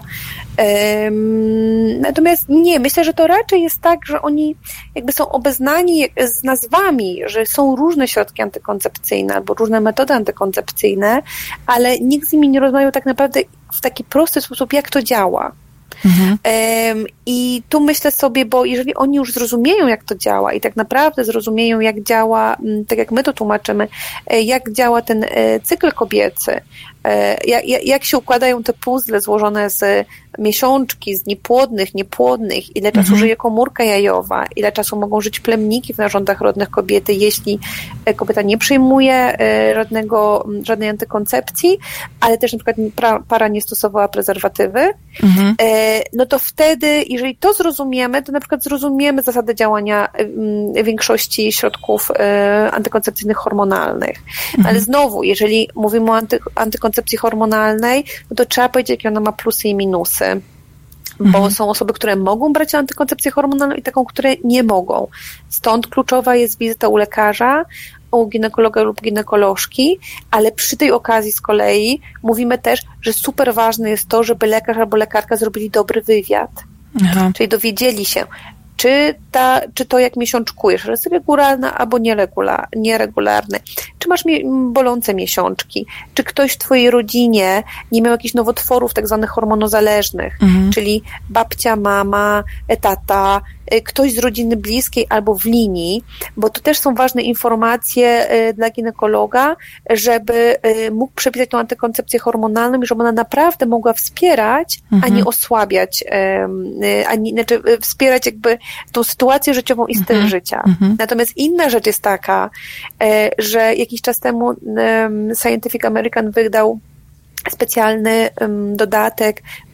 Um, natomiast nie, myślę, że to raczej jest tak, że oni jakby są obeznani z nazwami, że są różne środki antykoncepcyjne albo różne metody antykoncepcyjne, ale nikt z nimi nie rozmawiał tak naprawdę w taki prosty sposób, jak to działa. Mhm. Um, I tu myślę sobie, bo jeżeli oni już zrozumieją, jak to działa i tak naprawdę zrozumieją, jak działa, tak jak my to tłumaczymy, jak działa ten cykl kobiecy, jak, jak się układają te puzzle złożone z miesiączki, z dni płodnych, niepłodnych, ile czasu mhm. żyje komórka jajowa, ile czasu mogą żyć plemniki w narządach rodnych kobiety, jeśli kobieta nie przyjmuje żadnego, żadnej antykoncepcji, ale też na przykład para nie stosowała prezerwatywy, mhm. no to wtedy, jeżeli to zrozumiemy, to na przykład zrozumiemy zasadę działania większości środków antykoncepcyjnych hormonalnych. Mhm. Ale znowu, jeżeli mówimy o anty, antykoncepcji hormonalnej, no to trzeba powiedzieć, jakie ona ma plusy i minusy. Bo mhm. są osoby, które mogą brać antykoncepcję hormonalną i taką, które nie mogą. Stąd kluczowa jest wizyta u lekarza, u ginekologa lub ginekolożki, ale przy tej okazji z kolei mówimy też, że super ważne jest to, żeby lekarz albo lekarka zrobili dobry wywiad. Aha. Czyli dowiedzieli się, czy, ta, czy to jak miesiączkujesz, że jest regularna albo nieregula, nieregularny, czy masz mi, bolące miesiączki, czy ktoś w twojej rodzinie nie miał jakichś nowotworów tak zwanych hormonozależnych, mhm. czyli babcia, mama, tata, ktoś z rodziny bliskiej albo w linii, bo to też są ważne informacje dla ginekologa, żeby mógł przepisać tą antykoncepcję hormonalną i żeby ona naprawdę mogła wspierać, mhm. a nie osłabiać, a nie, znaczy wspierać jakby tą sytuację życiową i styl mhm. życia. Mhm. Natomiast inna rzecz jest taka, że jakiś czas temu Scientific American wydał specjalny um, dodatek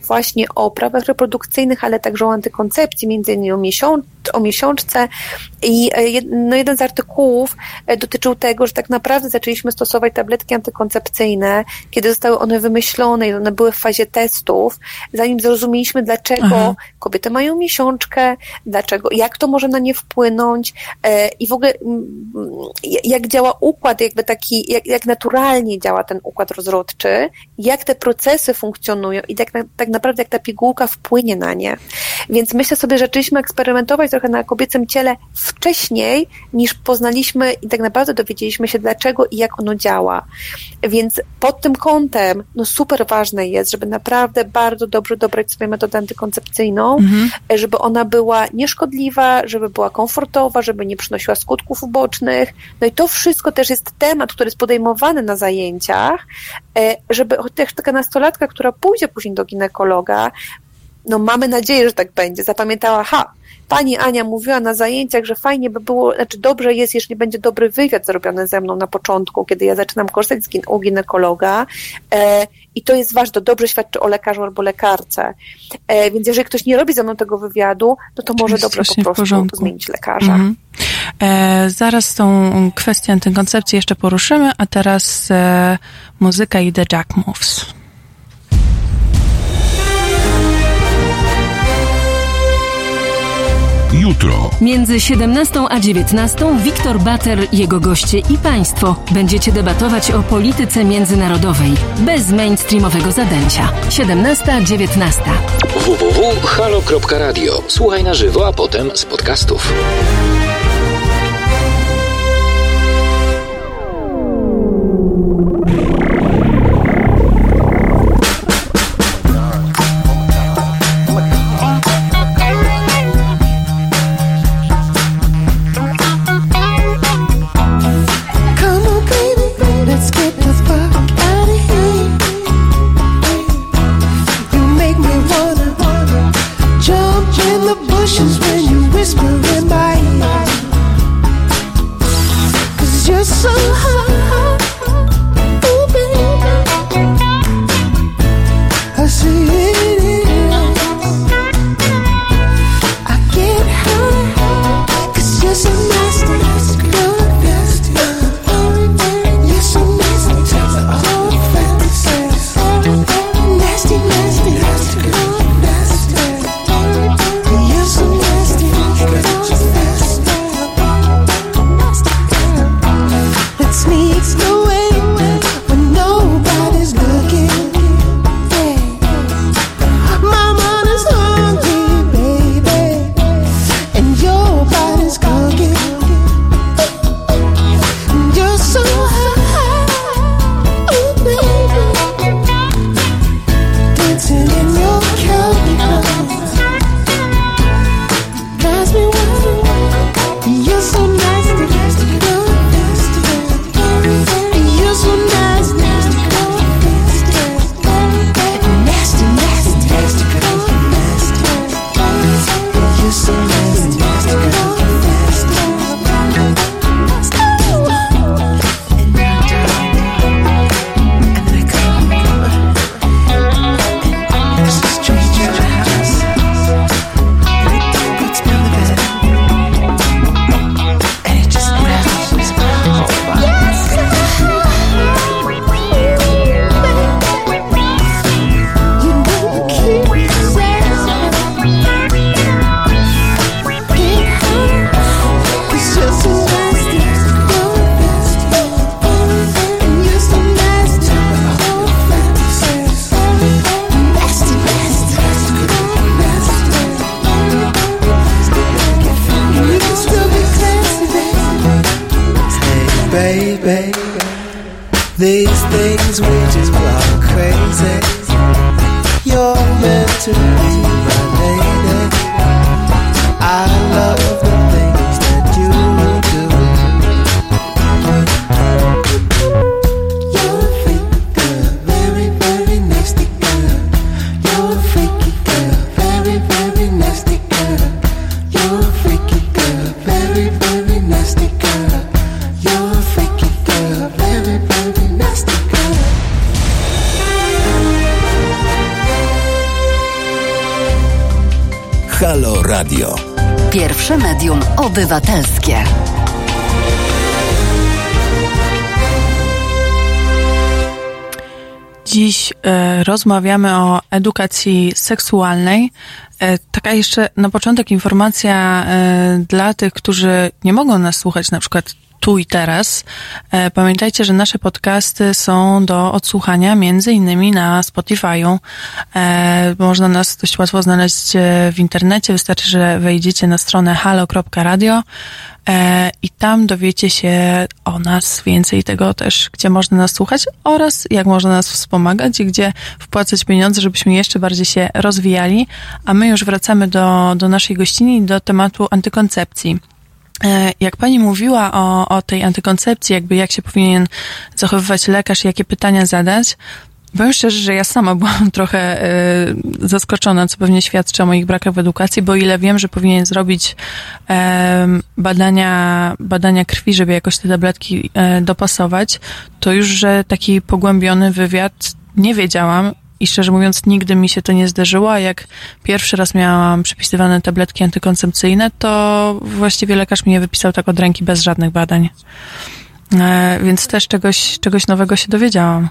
właśnie o prawach reprodukcyjnych, ale także o antykoncepcji, między innymi o, miesiąc, o miesiączce i no, jeden z artykułów dotyczył tego, że tak naprawdę zaczęliśmy stosować tabletki antykoncepcyjne, kiedy zostały one wymyślone i one były w fazie testów, zanim zrozumieliśmy, dlaczego Aha. kobiety mają miesiączkę, dlaczego, jak to może na nie wpłynąć i w ogóle jak działa układ, jakby taki, jak, jak naturalnie działa ten układ rozrodczy, jak te procesy funkcjonują i tak, tak naprawdę jak ta pigułka wpłynie na nie. Więc myślę sobie, że zaczęliśmy eksperymentować trochę na kobiecym ciele wcześniej, niż poznaliśmy i tak naprawdę dowiedzieliśmy się, dlaczego i jak ono działa. Więc pod tym kątem no super ważne jest, żeby naprawdę bardzo dobrze dobrać sobie metodę antykoncepcyjną, mhm. żeby ona była nieszkodliwa, żeby była komfortowa, żeby nie przynosiła skutków ubocznych. No i to wszystko też jest temat, który jest podejmowany na zajęciach, żeby chociaż taka nastolatka, która pójdzie później do ginekologa, no mamy nadzieję, że tak będzie, zapamiętała, ha, pani Ania mówiła na zajęciach, że fajnie by było, znaczy dobrze jest, jeśli będzie dobry wywiad zrobiony ze mną na początku, kiedy ja zaczynam korzystać z gin- u ginekologa e, i to jest ważne, to dobrze świadczy o lekarzu albo lekarce. E, więc jeżeli ktoś nie robi ze mną tego wywiadu, no to może dobrze po prostu zmienić lekarza. Mhm. E, zaraz tą kwestię antykoncepcji jeszcze poruszymy, a teraz e, muzyka i The Jack Moves. Jutro. Między siedemnastą a dziewiętnastą Wiktor Bater, jego goście i państwo będziecie debatować o polityce międzynarodowej bez mainstreamowego zadęcia. siedemnasta dziewiętnasta. w w w kropka halo kropka radio. Słuchaj na żywo, a potem z podcastów. When you whisper in my ear, 'cause you're so hot, ooh baby, I see it in I get high, 'cause you're so nasty, you're nasty, you're so nasty, oh fantasy, nasty, nasty, nasty, sneaks away when nobody's looking. Yeah. My mind is hungry, baby, and your body's cooking. You're so high, oh baby, dancing in your Calvin clothes. Got me wondering, you're so nasty, nasty, nasty. You're so nasty, nasty, nasty, nasty, nasty, you're so nasty, nasty, and then I and then I come, and there's a stranger in the house, and it puts me on the bed, and it just rattles my whole body. Baby, these things we just go crazy. You're meant to be my lady. I love the things that you do. You're a freaky girl, very, very nasty girl. You're a freaky girl, very, very nasty girl. You're a freaky girl, very, very nasty girl. You're a freaky girl, very, very nasty girl. Pierwsze medium obywatelskie. Dziś e, rozmawiamy o edukacji seksualnej. E, taka jeszcze na początek informacja e, dla tych, którzy nie mogą nas słuchać na przykład tu i teraz. E, pamiętajcie, że nasze podcasty są do odsłuchania między innymi na Spotify'u. E, można nas dość łatwo znaleźć w internecie. Wystarczy, że wejdziecie na stronę halo kropka radio e, i tam dowiecie się o nas więcej tego też, gdzie można nas słuchać oraz jak można nas wspomagać i gdzie wpłacać pieniądze, żebyśmy jeszcze bardziej się rozwijali. A my już wracamy do, do naszej gościni, do tematu antykoncepcji. Jak pani mówiła o, o tej antykoncepcji, jakby jak się powinien zachowywać lekarz i jakie pytania zadać, powiem szczerze, że ja sama byłam trochę y, zaskoczona, co pewnie świadczy o moich brakach w edukacji, bo ile wiem, że powinien zrobić y, badania, badania krwi, żeby jakoś te tabletki y, dopasować, to już, że taki pogłębiony wywiad nie wiedziałam. I szczerze mówiąc, nigdy mi się to nie zdarzyło, a jak pierwszy raz miałam przepisywane tabletki antykoncepcyjne, to właściwie lekarz mi je wypisał tak od ręki, bez żadnych badań. E, więc też czegoś, czegoś nowego się dowiedziałam.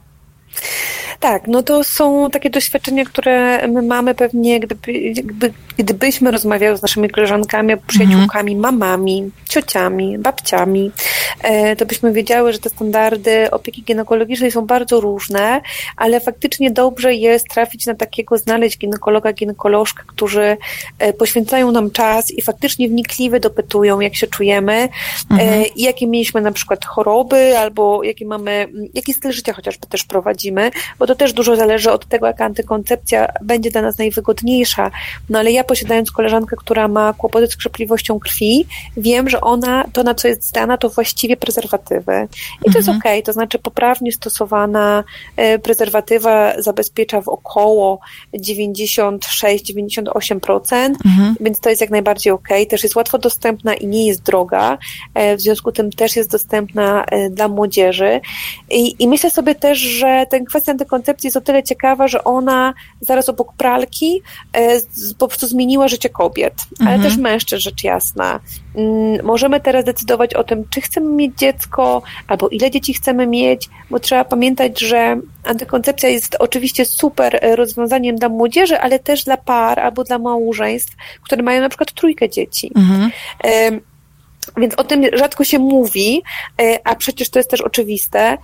Tak, no to są takie doświadczenia, które my mamy pewnie, gdyby, gdyby, gdybyśmy rozmawiały z naszymi koleżankami, przyjaciółkami, mamami, ciociami, babciami, e, to byśmy wiedziały, że te standardy opieki ginekologicznej są bardzo różne, ale faktycznie dobrze jest trafić na takiego, znaleźć ginekologa, ginekolożkę, którzy e, poświęcają nam czas i faktycznie wnikliwie dopytują, jak się czujemy, mhm. e, jakie mieliśmy na przykład choroby, albo jakie mamy, jaki styl życia chociażby też prowadzimy, bo to też dużo zależy od tego, jaka antykoncepcja będzie dla nas najwygodniejsza. No ale ja, posiadając koleżankę, która ma kłopoty z krzepliwością krwi, wiem, że ona, to na co jest zdana, to właściwie prezerwatywy. I mhm. to jest okej, okay. To znaczy poprawnie stosowana e, prezerwatywa zabezpiecza w około dziewięćdziesiąt sześć do dziewięćdziesięciu ośmiu procent, mhm. więc to jest jak najbardziej okej. Okay. Też jest łatwo dostępna i nie jest droga. E, w związku z tym też jest dostępna e, dla młodzieży. I, I myślę sobie też, że ten kwestia antykoncepcji jest o tyle ciekawa, że ona zaraz obok pralki e, z, po prostu zmieniła życie kobiet, ale mhm. też mężczyzn, rzecz jasna. Mm, możemy teraz decydować o tym, czy chcemy mieć dziecko, albo ile dzieci chcemy mieć, bo trzeba pamiętać, że antykoncepcja jest oczywiście super rozwiązaniem dla młodzieży, ale też dla par albo dla małżeństw, które mają na przykład trójkę dzieci. Mhm. E, więc o tym rzadko się mówi, e, a przecież to jest też oczywiste.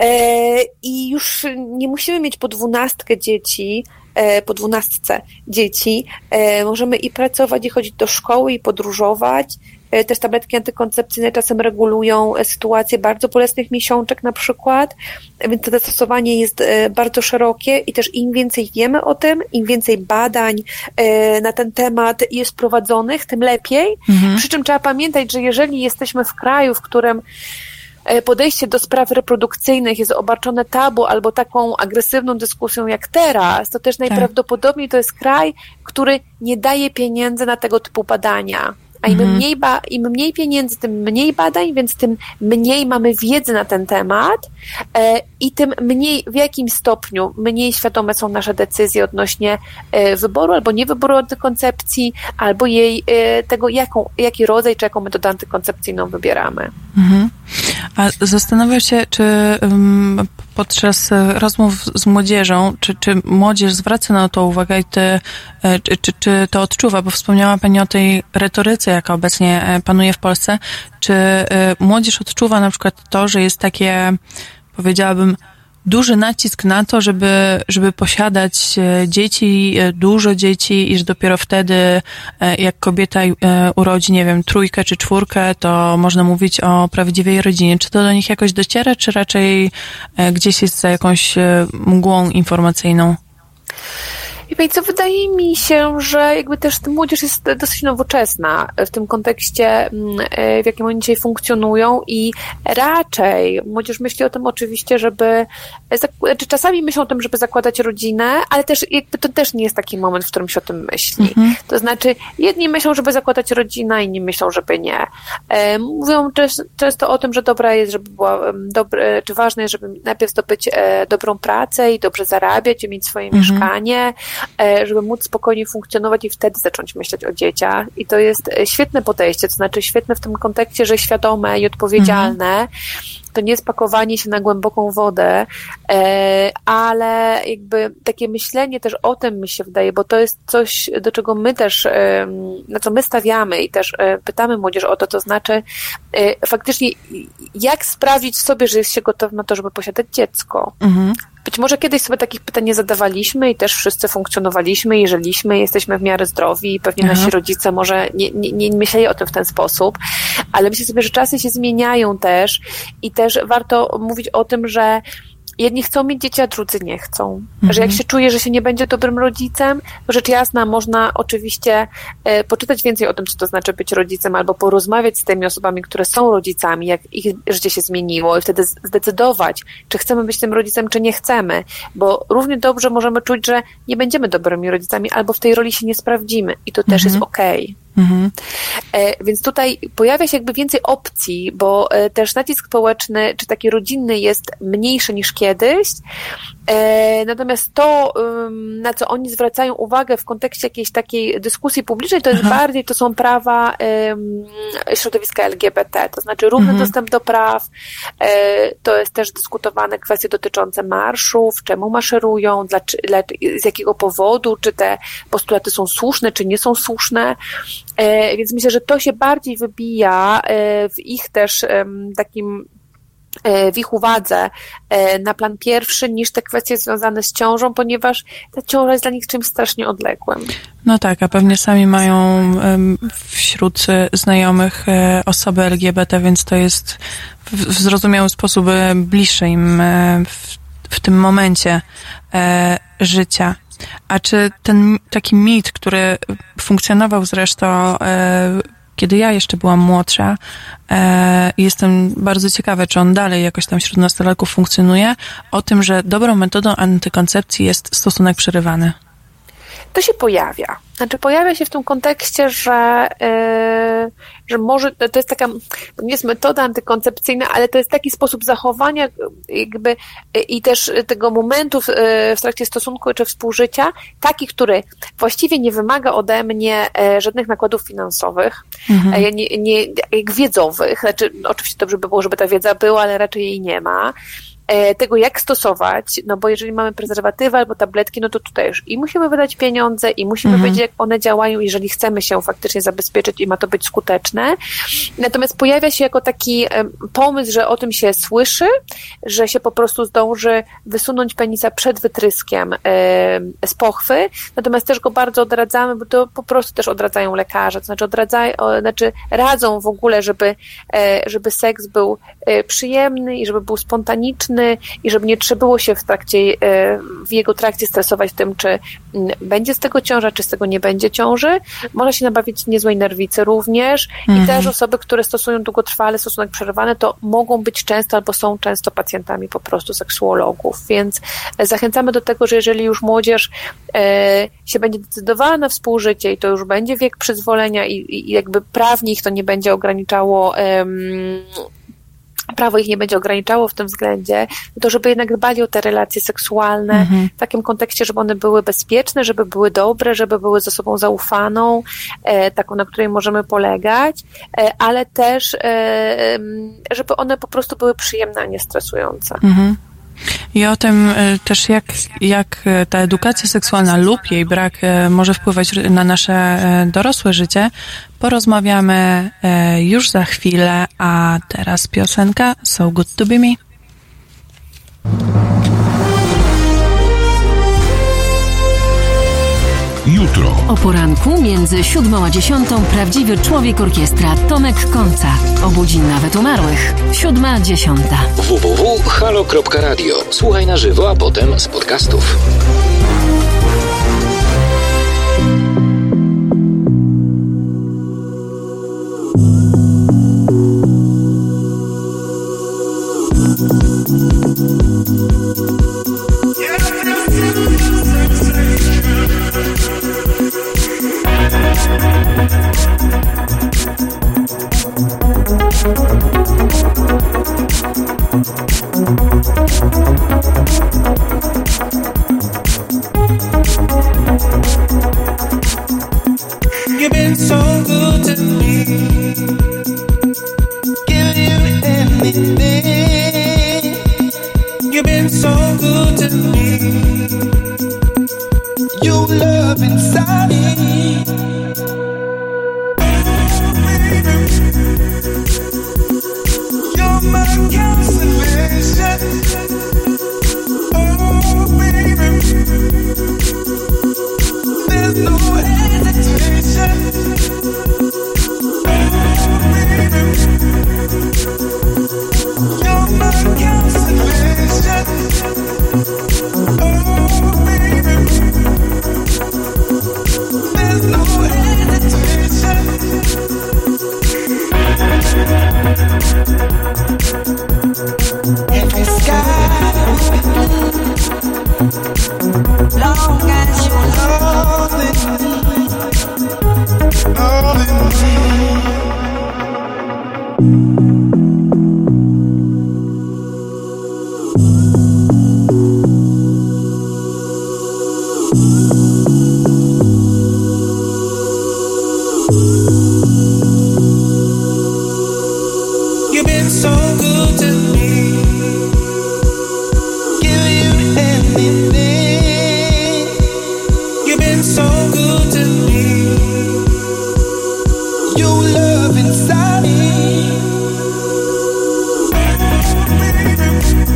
I już nie musimy mieć po dwunastkę dzieci, po dwunastce dzieci. Możemy i pracować, i chodzić do szkoły, i podróżować. Też tabletki antykoncepcyjne czasem regulują sytuację bardzo bolesnych miesiączek na przykład, więc to zastosowanie jest bardzo szerokie i też im więcej wiemy o tym, im więcej badań na ten temat jest prowadzonych, tym lepiej. Mhm. Przy czym trzeba pamiętać, że jeżeli jesteśmy w kraju, w którym podejście do spraw reprodukcyjnych jest obarczone tabu albo taką agresywną dyskusją jak teraz, to też tak. najprawdopodobniej to jest kraj, który nie daje pieniędzy na tego typu badania. A im, mhm. mniej ba- im mniej pieniędzy, tym mniej badań, więc tym mniej mamy wiedzy na ten temat e, i tym mniej, w jakim stopniu mniej świadome są nasze decyzje odnośnie e, wyboru albo niewyboru antykoncepcji, albo jej, e, tego, jaką, jaki rodzaj czy jaką metodę antykoncepcyjną wybieramy. Mhm. A zastanawiam się, czy um, podczas rozmów z młodzieżą, czy, czy młodzież zwraca na to uwagę i ty, czy, czy, czy to odczuwa, bo wspomniała pani o tej retoryce, jaka obecnie panuje w Polsce. Czy młodzież odczuwa na przykład to, że jest takie, powiedziałabym, duży nacisk na to, żeby, żeby posiadać dzieci, dużo dzieci i że dopiero wtedy, jak kobieta urodzi, nie wiem, trójkę czy czwórkę, to można mówić o prawdziwej rodzinie. Czy to do nich jakoś dociera, czy raczej gdzieś jest za jakąś mgłą informacyjną? I pani co, wydaje mi się, że jakby też młodzież jest dosyć nowoczesna w tym kontekście, w jakim oni dzisiaj funkcjonują i raczej młodzież myśli o tym oczywiście, żeby, czy czasami myślą o tym, żeby zakładać rodzinę, ale też jakby to też nie jest taki moment, w którym się o tym myśli. Mhm. To znaczy, jedni myślą, żeby zakładać rodzinę, inni myślą, żeby nie. Mówią często o tym, że dobra jest, żeby była dobre, czy ważne jest, żeby najpierw zdobyć dobrą pracę i dobrze zarabiać i mieć swoje mhm. mieszkanie, żeby móc spokojnie funkcjonować i wtedy zacząć myśleć o dzieciach. I to jest świetne podejście, to znaczy świetne w tym kontekście, że świadome i odpowiedzialne. Mhm. To nie jest pakowanie się na głęboką wodę, ale jakby takie myślenie też o tym mi się wydaje, bo to jest coś, do czego my też, na co my stawiamy i też pytamy młodzież o to, to znaczy faktycznie jak sprawdzić w sobie, że jest się gotowy na to, żeby posiadać dziecko. Mhm. Być może kiedyś sobie takich pytań nie zadawaliśmy i też wszyscy funkcjonowaliśmy i żyliśmy, jesteśmy w miarę zdrowi i pewnie Aha. nasi rodzice może nie, nie, nie myśleli o tym w ten sposób, ale myślę sobie, że czasy się zmieniają też i też warto mówić o tym, że jedni chcą mieć dzieci, a drudzy nie chcą. Mhm. Że jak się czuje, że się nie będzie dobrym rodzicem, to rzecz jasna, można oczywiście e, poczytać więcej o tym, co to znaczy być rodzicem, albo porozmawiać z tymi osobami, które są rodzicami, jak ich życie się zmieniło i wtedy zdecydować, czy chcemy być tym rodzicem, czy nie chcemy. Bo równie dobrze możemy czuć, że nie będziemy dobrymi rodzicami, albo w tej roli się nie sprawdzimy i to mhm. też jest okej. Okay. Mhm. E, więc tutaj pojawia się jakby więcej opcji, bo e, też nacisk społeczny, czy taki rodzinny jest mniejszy niż kiedyś, e, natomiast to, um, na co oni zwracają uwagę w kontekście jakiejś takiej dyskusji publicznej, to jest Aha. bardziej, to są prawa um, środowiska L G B T, to znaczy równy mhm. dostęp do praw, e, to jest też dyskutowane kwestie dotyczące marszów, czemu maszerują, dla, dla, z jakiego powodu, czy te postulaty są słuszne, czy nie są słuszne. E, więc myślę, że to się bardziej wybija e, w ich też e, takim w ich uwadze na plan pierwszy niż te kwestie związane z ciążą, ponieważ ta ciąża jest dla nich czymś strasznie odległym. No tak, a pewnie sami mają wśród znajomych osoby L G B T, więc to jest w zrozumiały sposób bliższe im w, w tym momencie życia. A czy ten taki mit, który funkcjonował zresztą kiedy ja jeszcze byłam młodsza, e, jestem bardzo ciekawa, czy on dalej jakoś tam wśród nastolatków funkcjonuje, o tym, że dobrą metodą antykoncepcji jest stosunek przerywany. To się pojawia. Znaczy pojawia się w tym kontekście, że, yy, że może to jest taka, to nie jest metoda antykoncepcyjna, ale to jest taki sposób zachowania jakby yy, i też tego momentu w, yy, w trakcie stosunku czy współżycia, taki, który właściwie nie wymaga ode mnie yy, żadnych nakładów finansowych, mhm. yy, nie, nie, jak wiedzowych. Znaczy, oczywiście dobrze by było, żeby ta wiedza była, ale raczej jej nie ma. Tego, jak stosować, no bo jeżeli mamy prezerwatywy albo tabletki, no to tutaj już i musimy wydać pieniądze i musimy mhm. wiedzieć, jak one działają, jeżeli chcemy się faktycznie zabezpieczyć i ma to być skuteczne. Natomiast pojawia się jako taki pomysł, że o tym się słyszy, że się po prostu zdąży wysunąć penisa przed wytryskiem z pochwy, natomiast też go bardzo odradzamy, bo to po prostu też odradzają lekarze, to znaczy odradzają, znaczy radzą w ogóle, żeby, żeby seks był przyjemny i żeby był spontaniczny, i żeby nie trzeba było się w trakcie, w jego trakcie stresować tym, czy będzie z tego ciąża, czy z tego nie będzie ciąży. Można się nabawić niezłej nerwicy również mhm. i też osoby, które stosują długotrwale stosunek przerywany, to mogą być często albo są często pacjentami po prostu seksuologów, więc zachęcamy do tego, że jeżeli już młodzież się będzie decydowała na współżycie i to już będzie wiek przyzwolenia i, i jakby prawnie ich to nie będzie ograniczało prawo ich nie będzie ograniczało w tym względzie, to żeby jednak dbali o te relacje seksualne mhm. w takim kontekście, żeby one były bezpieczne, żeby były dobre, żeby były ze sobą zaufaną, e, taką, na której możemy polegać, e, ale też e, żeby one po prostu były przyjemne, a nie stresujące. Mhm. I o tym też, jak, jak ta edukacja seksualna lub jej brak może wpływać na nasze dorosłe życie, porozmawiamy już za chwilę, a teraz piosenka So Good To Be Me. Jutro. O poranku między siódmą a dziesiątą prawdziwy człowiek orkiestra Tomek Końca. Obudzi nawet umarłych. Siódma, dziesiąta. w w w kropka halo kropka radio. Słuchaj na żywo, a potem z podcastów. We'll be right back. anything. You've been so good to me. Your love inside me. Oh, baby. You're my consolation. Oh, baby. There's no hesitation. Oh, baby. You're my consolation. Oh, baby. There's no hesitation. Every sky will be blue, long as you're loving me, loving me. You've been so good to me. Give you anything. You've been so good to me. Your love inside me. Oh, baby.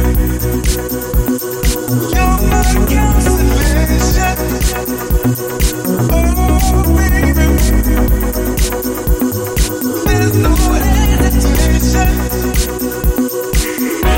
You're my consolation. Oh, baby. There's no hesitation.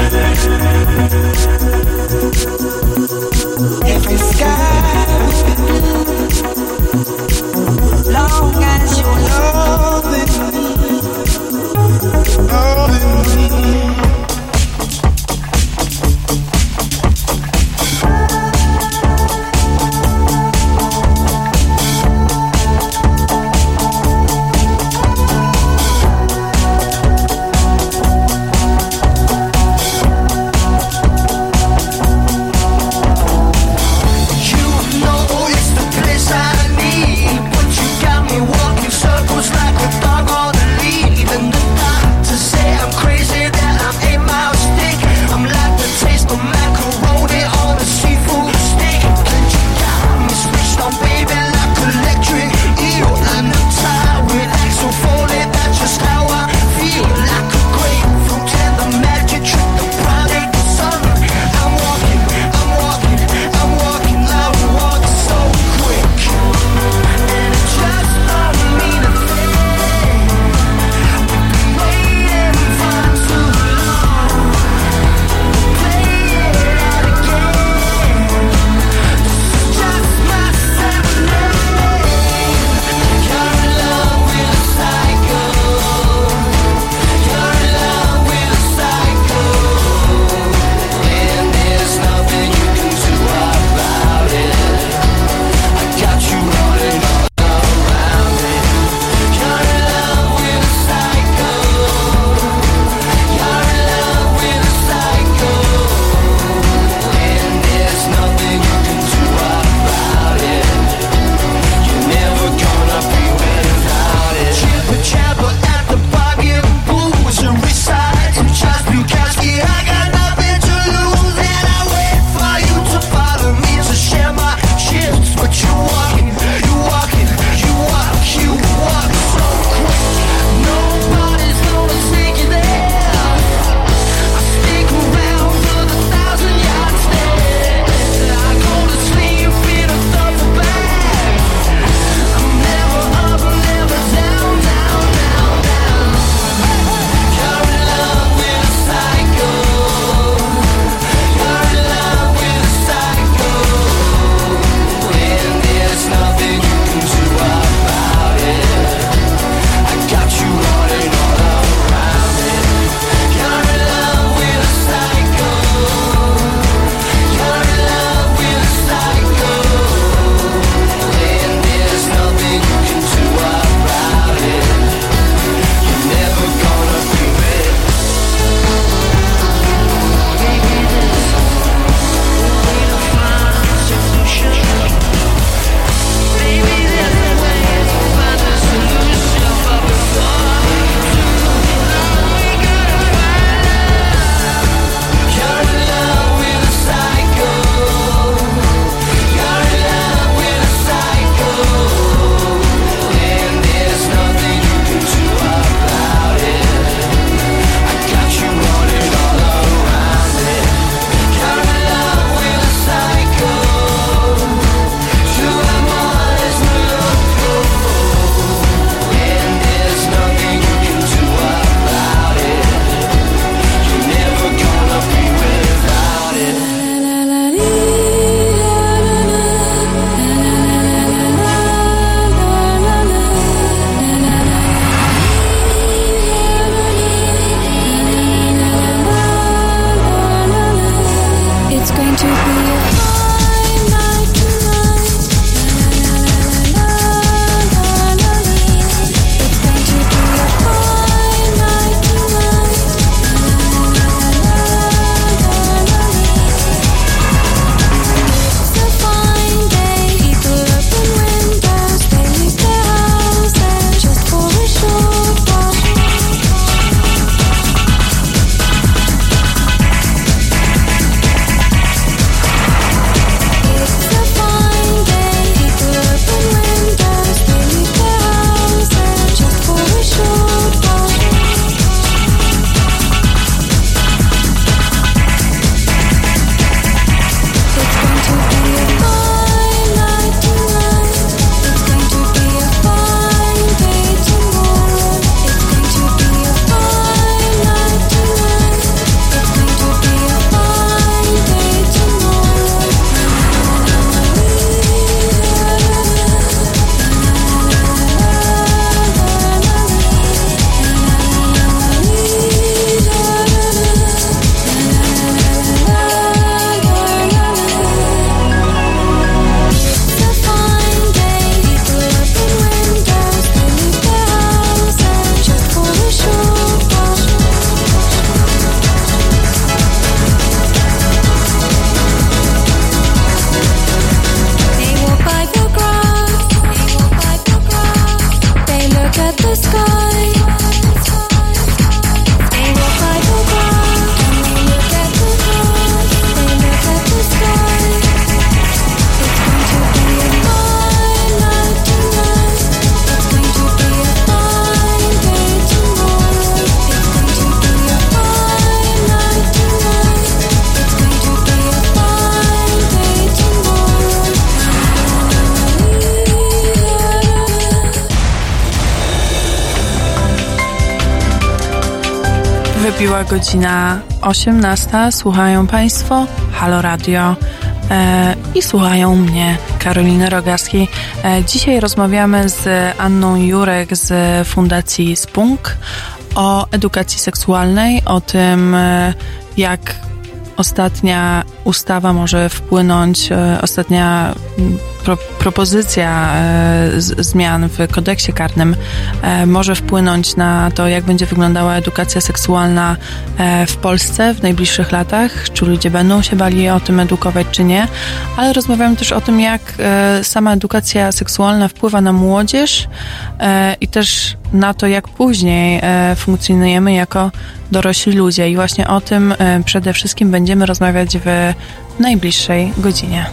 Wybiła godzina osiemnasta. Słuchają Państwo Halo Radio e, i słuchają mnie, Karoliny Rogaskiej. E, dzisiaj rozmawiamy z Anną Jurek z Fundacji Spunk o edukacji seksualnej, o tym, e, jak ostatnia ustawa może wpłynąć, e, ostatnia pro, propozycja e, z, zmian w kodeksie karnym e, może wpłynąć na to, jak będzie wyglądała edukacja seksualna e, w Polsce w najbliższych latach, czy ludzie będą się bali o tym edukować, czy nie, ale rozmawiamy też o tym, jak e, sama edukacja seksualna wpływa na młodzież e, i też na to, jak później e, funkcjonujemy jako dorośli ludzie i właśnie o tym e, przede wszystkim będziemy rozmawiać w najbliższej godzinie.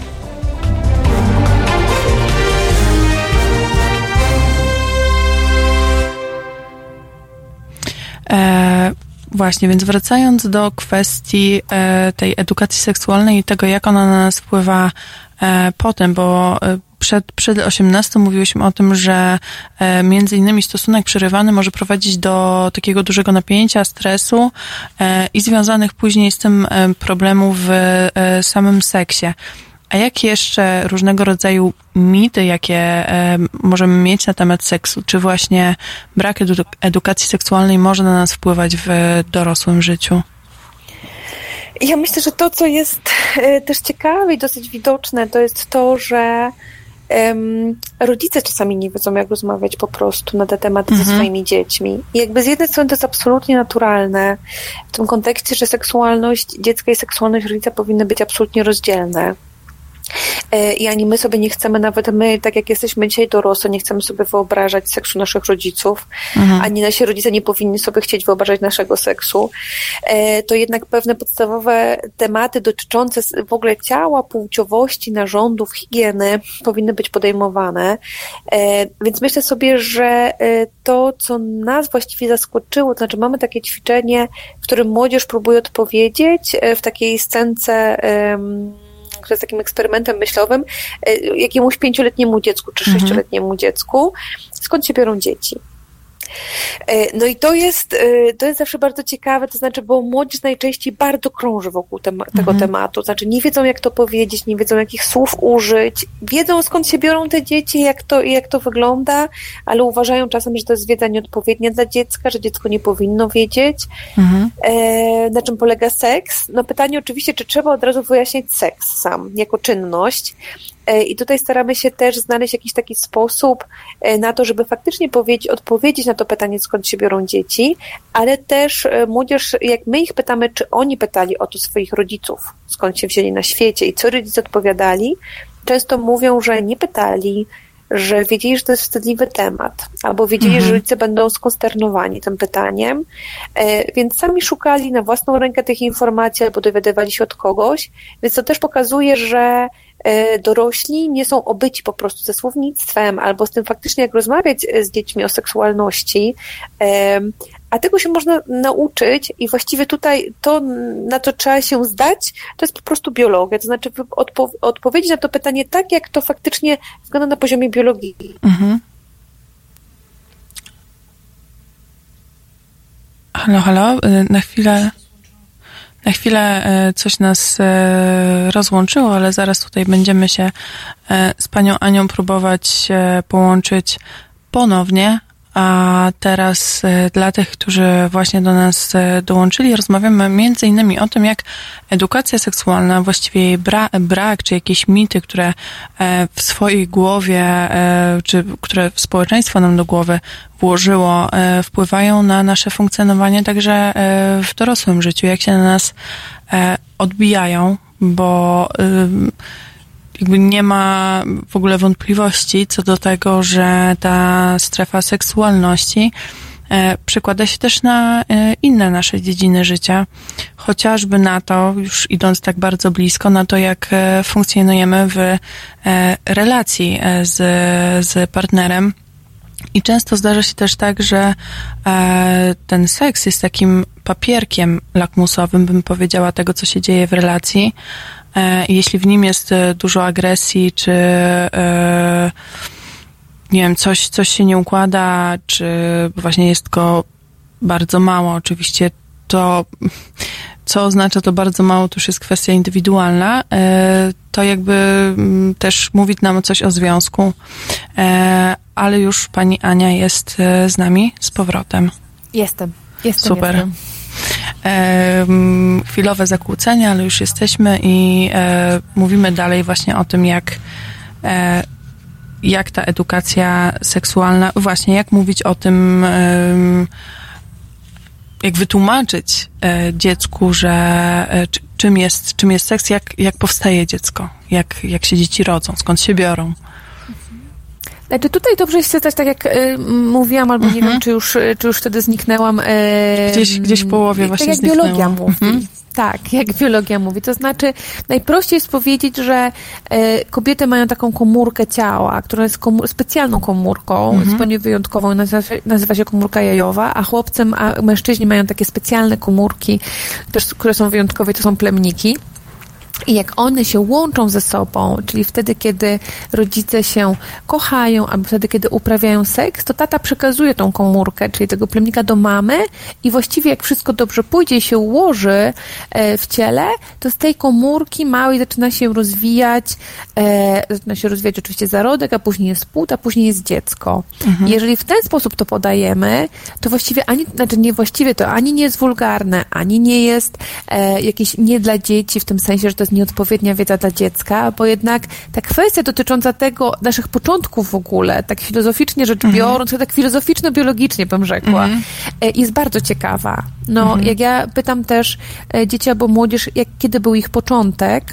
E, właśnie, więc wracając do kwestii e, tej edukacji seksualnej i tego, jak ona na nas wpływa e, potem, bo e, Przed, przed osiemnastą mówiłyśmy o tym, że e, między innymi stosunek przerywany może prowadzić do takiego dużego napięcia, stresu e, i związanych później z tym e, problemów w e, samym seksie. A jakie jeszcze różnego rodzaju mity, jakie e, możemy mieć na temat seksu? Czy właśnie brak edu- edukacji seksualnej może na nas wpływać w dorosłym życiu? Ja myślę, że to, co jest e, też ciekawe i dosyć widoczne, to jest to, że Um, rodzice czasami nie wiedzą, jak rozmawiać po prostu na te tematy mhm. ze swoimi dziećmi. I jakby z jednej strony to jest absolutnie naturalne w tym kontekście, że seksualność dziecka i seksualność rodzica powinny być absolutnie rozdzielne. I ani my sobie nie chcemy, nawet my, tak jak jesteśmy dzisiaj dorosłe, nie chcemy sobie wyobrażać seksu naszych rodziców, mhm. ani nasi rodzice nie powinni sobie chcieć wyobrażać naszego seksu. To jednak pewne podstawowe tematy dotyczące w ogóle ciała, płciowości, narządów, higieny powinny być podejmowane. Więc myślę sobie, że to, co nas właściwie zaskoczyło, to znaczy mamy takie ćwiczenie, w którym młodzież próbuje odpowiedzieć w takiej scence, które jest takim eksperymentem myślowym, jakiemuś pięcioletniemu dziecku czy sześcioletniemu dziecku, skąd się biorą dzieci. No i to jest, to jest zawsze bardzo ciekawe, to znaczy, bo młodzież najczęściej bardzo krąży wokół tema, tego mhm. tematu, to znaczy nie wiedzą, jak to powiedzieć, nie wiedzą, jakich słów użyć, wiedzą, skąd się biorą te dzieci, jak to, jak to wygląda, ale uważają czasem, że to jest wiedza nieodpowiednia dla dziecka, że dziecko nie powinno wiedzieć, mhm. e, na czym polega seks. No pytanie oczywiście, czy trzeba od razu wyjaśniać seks sam, jako czynność. I tutaj staramy się też znaleźć jakiś taki sposób na to, żeby faktycznie powiedzieć, odpowiedzieć na to pytanie, skąd się biorą dzieci, ale też młodzież, jak my ich pytamy, czy oni pytali o to swoich rodziców, skąd się wzięli na świecie i co rodzice odpowiadali, często mówią, że nie pytali, że wiedzieli, że to jest wstydliwy temat, albo wiedzieli, mhm. że rodzice będą skonsternowani tym pytaniem, więc sami szukali na własną rękę tych informacji albo dowiadywali się od kogoś, więc to też pokazuje, że dorośli nie są obyci po prostu ze słownictwem albo z tym faktycznie, jak rozmawiać z dziećmi o seksualności, a tego się można nauczyć i właściwie tutaj to, na co trzeba się zdać, to jest po prostu biologia, to znaczy odpo- odpowiedzieć na to pytanie tak, jak to faktycznie wygląda na poziomie biologii. Mhm. Halo, halo, na chwilę Na chwilę coś nas rozłączyło, ale zaraz tutaj będziemy się z panią Anią próbować połączyć ponownie. A teraz dla tych, którzy właśnie do nas dołączyli, rozmawiamy między innymi o tym, jak edukacja seksualna, właściwie jej bra- brak, czy jakieś mity, które w swojej głowie, czy które społeczeństwo nam do głowy włożyło, wpływają na nasze funkcjonowanie także w dorosłym życiu, jak się na nas odbijają, bo jakby nie ma w ogóle wątpliwości co do tego, że ta strefa seksualności e, przekłada się też na e, inne nasze dziedziny życia, chociażby na to, już idąc tak bardzo blisko, na to, jak e, funkcjonujemy w e, relacji e, z, z partnerem. I często zdarza się też tak, że e, ten seks jest takim papierkiem lakmusowym, bym powiedziała, tego, co się dzieje w relacji. Jeśli w nim jest dużo agresji, czy nie wiem, coś, coś się nie układa, czy właśnie jest go bardzo mało, oczywiście to co oznacza to bardzo mało, to już jest kwestia indywidualna, to jakby też mówić nam coś o związku, ale już pani Ania jest z nami z powrotem. Jestem, jestem. Super. Jestem. E, chwilowe zakłócenia, ale już jesteśmy i e, mówimy dalej właśnie o tym, jak e, jak ta edukacja seksualna, właśnie jak mówić o tym, e, jak wytłumaczyć e, dziecku, że e, czy, czym jest, czym jest seks, jak, jak powstaje dziecko, jak, jak się dzieci rodzą, skąd się biorą. Znaczy tutaj dobrze jest też, tak jak y, mówiłam, albo mhm. nie wiem, czy już, czy już wtedy zniknęłam. Y, gdzieś, gdzieś w połowie właśnie tak jak zniknęło. biologia mówi. Mhm. Tak, jak biologia mówi. To znaczy, najprościej jest powiedzieć, że y, kobiety mają taką komórkę ciała, która jest komór- specjalną komórką, mhm. zupełnie wyjątkową, nazywa, nazywa się komórka jajowa, a chłopcy, a mężczyźni mają takie specjalne komórki, też, które są wyjątkowe, to są plemniki. I jak one się łączą ze sobą, czyli wtedy, kiedy rodzice się kochają, albo wtedy, kiedy uprawiają seks, to tata przekazuje tą komórkę, czyli tego plemnika do mamy i właściwie jak wszystko dobrze pójdzie i się ułoży w ciele, to z tej komórki małej zaczyna się rozwijać, e, zaczyna się rozwijać oczywiście zarodek, a później jest płód, a później jest dziecko. Mhm. Jeżeli w ten sposób to podajemy, to właściwie ani, znaczy nie właściwie to ani nie jest wulgarne, ani nie jest e, jakieś nie dla dzieci, w tym sensie, że to jest nieodpowiednia wiedza dla dziecka, bo jednak ta kwestia dotycząca tego, naszych początków w ogóle, tak filozoficznie rzecz mhm. biorąc, tak filozoficzno-biologicznie bym rzekła, mhm. jest bardzo ciekawa. No, mhm. jak ja pytam też dzieci albo młodzież, jak, kiedy był ich początek,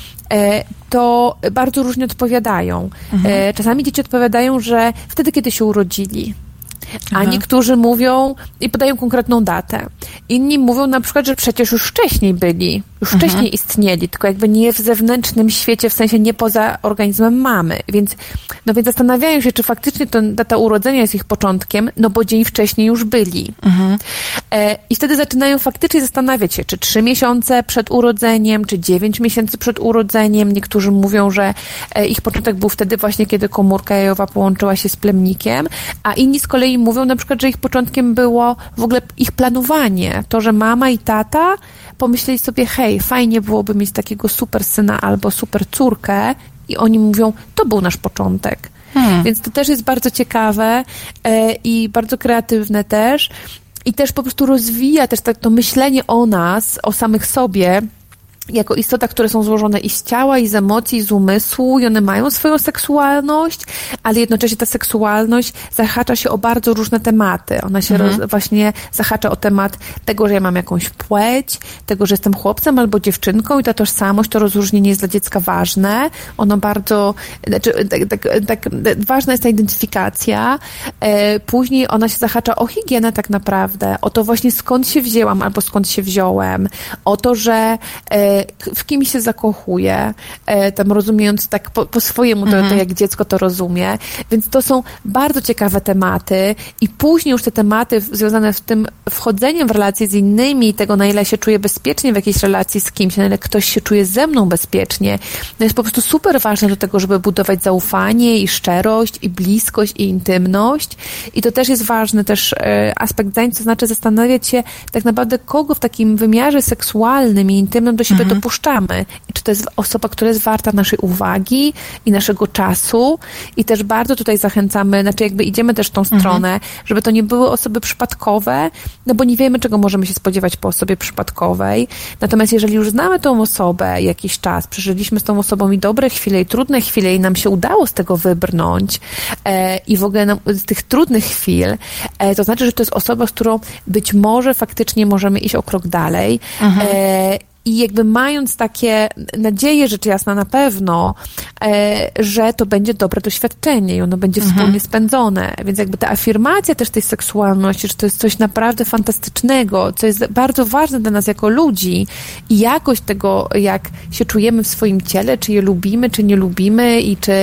to bardzo różnie odpowiadają. Mhm. Czasami dzieci odpowiadają, że wtedy, kiedy się urodzili. A Aha. niektórzy mówią i podają konkretną datę. Inni mówią na przykład, że przecież już wcześniej byli, już mhm. wcześniej istnieli, tylko jakby nie w zewnętrznym świecie, w sensie nie poza organizmem mamy. Więc, no więc zastanawiają się, czy faktycznie to data urodzenia jest ich początkiem, no bo dzień wcześniej już byli. Mhm. E, I wtedy zaczynają faktycznie zastanawiać się, czy trzy miesiące przed urodzeniem, czy dziewięć miesięcy przed urodzeniem. Niektórzy mówią, że e, ich początek był wtedy właśnie, kiedy komórka jajowa połączyła się z plemnikiem, a inni z kolei mówią na przykład, że ich początkiem było w ogóle ich planowanie. To, że mama i tata pomyśleli sobie, hej, fajnie byłoby mieć takiego super syna albo super córkę i oni mówią, to był nasz początek. Hmm. Więc to też jest bardzo ciekawe e, i bardzo kreatywne też i też po prostu rozwija też tak to myślenie o nas, o samych sobie, jako istotach, które są złożone i z ciała, i z emocji, i z umysłu, i one mają swoją seksualność, ale jednocześnie ta seksualność zahacza się o bardzo różne tematy. Ona się mhm. roz, właśnie zahacza o temat tego, że ja mam jakąś płeć, tego, że jestem chłopcem albo dziewczynką i ta tożsamość, to rozróżnienie jest dla dziecka ważne. Ono bardzo, znaczy, tak, tak, tak, ważna jest ta identyfikacja. E, później ona się zahacza o higienę tak naprawdę, o to właśnie skąd się wzięłam albo skąd się wziąłem, o to, że e, w kim się zakochuje, tam rozumiejąc tak po, po swojemu, to, to jak dziecko to rozumie. Więc to są bardzo ciekawe tematy i później już te tematy związane z tym wchodzeniem w relacje z innymi, tego na ile się czuję bezpiecznie w jakiejś relacji z kimś, na ile ktoś się czuje ze mną bezpiecznie, no jest po prostu super ważne do tego, żeby budować zaufanie i szczerość i bliskość i intymność i to też jest ważny też aspekt zdań, to znaczy zastanawiać się tak naprawdę, kogo w takim wymiarze seksualnym i intymnym do siebie mhm. dopuszczamy. I czy to jest osoba, która jest warta naszej uwagi i naszego czasu. I też bardzo tutaj zachęcamy, znaczy jakby idziemy też w tą mhm. stronę, żeby to nie były osoby przypadkowe, no bo nie wiemy, czego możemy się spodziewać po osobie przypadkowej. Natomiast jeżeli już znamy tą osobę jakiś czas, przeżyliśmy z tą osobą i dobre chwile, i trudne chwile, i nam się udało z tego wybrnąć e, i w ogóle nam, z tych trudnych chwil, e, to znaczy, że to jest osoba, z którą być może faktycznie możemy iść o krok dalej. Mhm. E, I jakby mając takie nadzieję, rzecz jasna na pewno, e, że to będzie dobre doświadczenie i ono będzie mhm. wspólnie spędzone. Więc jakby ta afirmacja też tej seksualności, że to jest coś naprawdę fantastycznego, co jest bardzo ważne dla nas jako ludzi i jakość tego, jak się czujemy w swoim ciele, czy je lubimy, czy nie lubimy i czy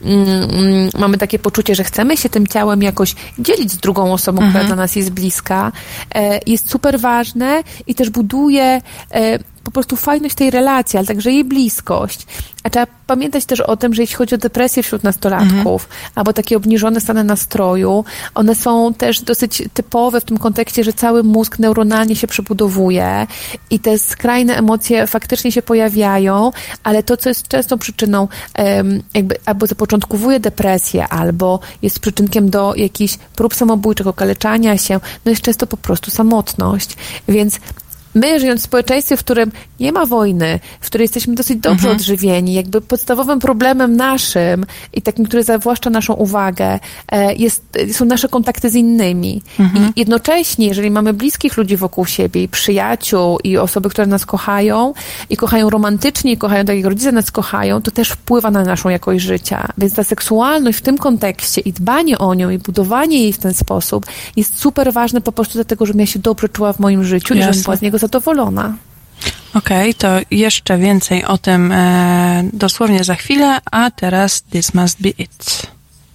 mm, mamy takie poczucie, że chcemy się tym ciałem jakoś dzielić z drugą osobą, mhm. która dla nas jest bliska, e, jest super ważne i też buduje e, po prostu fajność tej relacji, ale także jej bliskość. A trzeba pamiętać też o tym, że jeśli chodzi o depresję wśród nastolatków, mhm. albo takie obniżone stany nastroju, one są też dosyć typowe w tym kontekście, że cały mózg neuronalnie się przebudowuje i te skrajne emocje faktycznie się pojawiają, ale to, co jest częstą przyczyną, jakby albo zapoczątkowuje depresję, albo jest przyczynkiem do jakichś prób samobójczych, okaleczania się, no jest często po prostu samotność. Więc my, żyjąc w społeczeństwie, w którym nie ma wojny, w której jesteśmy dosyć dobrze mhm. odżywieni, jakby podstawowym problemem naszym i takim, który zawłaszcza naszą uwagę, jest, są nasze kontakty z innymi. Mhm. I jednocześnie, jeżeli mamy bliskich ludzi wokół siebie, i przyjaciół, i osoby, które nas kochają, i kochają romantycznie, i kochają tak jak rodzice nas kochają, to też wpływa na naszą jakość życia. Więc ta seksualność w tym kontekście i dbanie o nią, i budowanie jej w ten sposób jest super ważne po prostu dlatego, żebym ja się dobrze czuła w moim życiu, Jasne. I żebym była z niego zadowolona. Okej, okay, to jeszcze więcej o tym e, dosłownie za chwilę, a teraz This Must Be It.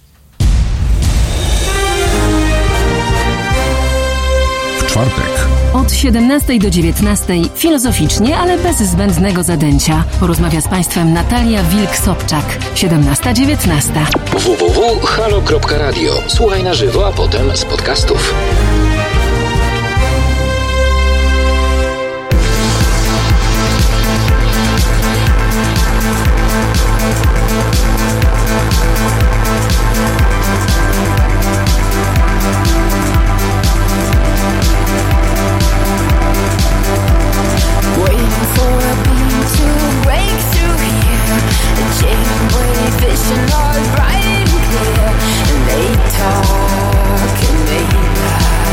W czwartek. Od siedemnastej do dziewiętnastej filozoficznie, ale bez zbędnego zadęcia. Porozmawia z Państwem Natalia Wilk-Sobczak. siedemnasta dziewiętnasta. w w w kropka halo kropka radio. Słuchaj na żywo, a potem z podcastów. Vision all bright and clear, and they talk and they lie.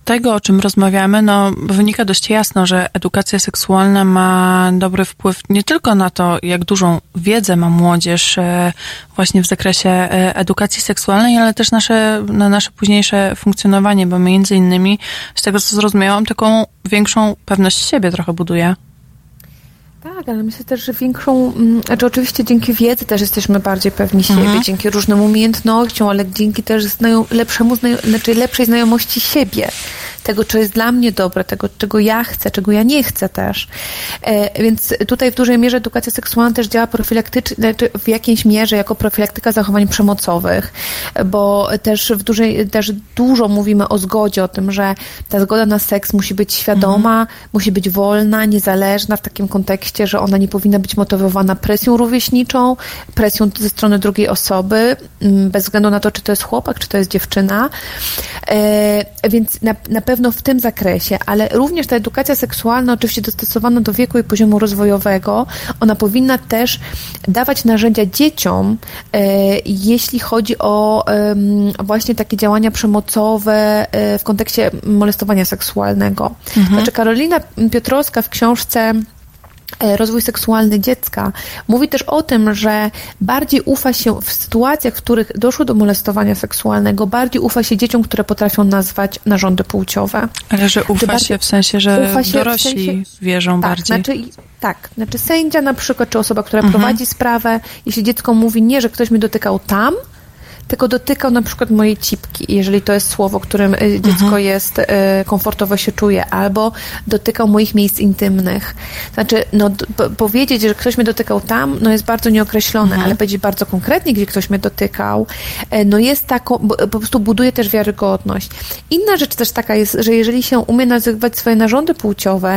tego, o czym rozmawiamy, no, wynika dość jasno, że edukacja seksualna ma dobry wpływ nie tylko na to, jak dużą wiedzę ma młodzież właśnie w zakresie edukacji seksualnej, ale też nasze, na nasze późniejsze funkcjonowanie, bo między innymi, z tego co zrozumiałam, taką większą pewność siebie trochę buduje. Tak, ale myślę też, że większą, znaczy oczywiście dzięki wiedzy też jesteśmy bardziej pewni siebie, mhm. dzięki różnym umiejętnościom, ale dzięki też znają, lepszemu, znaczy lepszej znajomości siebie, tego, co jest dla mnie dobre, tego, czego ja chcę, czego ja nie chcę też. E, więc tutaj w dużej mierze edukacja seksualna też działa profilaktycznie, znaczy w jakiejś mierze jako profilaktyka zachowań przemocowych, bo też w dużej, też dużo mówimy o zgodzie, o tym, że ta zgoda na seks musi być świadoma, mhm. musi być wolna, niezależna w takim kontekście, że ona nie powinna być motywowana presją rówieśniczą, presją ze strony drugiej osoby, bez względu na to, czy to jest chłopak, czy to jest dziewczyna. E, więc na, na pewno w tym zakresie, ale również ta edukacja seksualna, oczywiście dostosowana do wieku i poziomu rozwojowego, ona powinna też dawać narzędzia dzieciom, e, jeśli chodzi o e, właśnie takie działania przemocowe e, w kontekście molestowania seksualnego. Mhm. Znaczy Karolina Piotrowska w książce Rozwój seksualny dziecka mówi też o tym, że bardziej ufa się w sytuacjach, w których doszło do molestowania seksualnego, bardziej ufa się dzieciom, które potrafią nazwać narządy płciowe. Ale że ufa bardziej, się w sensie, że ufa się dorośli w sensie, tak, wierzą bardziej. Znaczy, tak, znaczy sędzia na przykład, czy osoba, która mhm. prowadzi sprawę, jeśli dziecko mówi nie, że ktoś mnie dotykał tam, tylko dotykał na przykład mojej cipki, jeżeli to jest słowo, którym dziecko mhm. jest, y, komfortowo się czuje, albo dotykał moich miejsc intymnych. Znaczy, no, p- powiedzieć, że ktoś mnie dotykał tam, no jest bardzo nieokreślone, mhm. ale powiedzieć bardzo konkretnie, gdzie ktoś mnie dotykał, y, no jest taką, bo, po prostu buduje też wiarygodność. Inna rzecz też taka jest, że jeżeli się umie nazywać swoje narządy płciowe,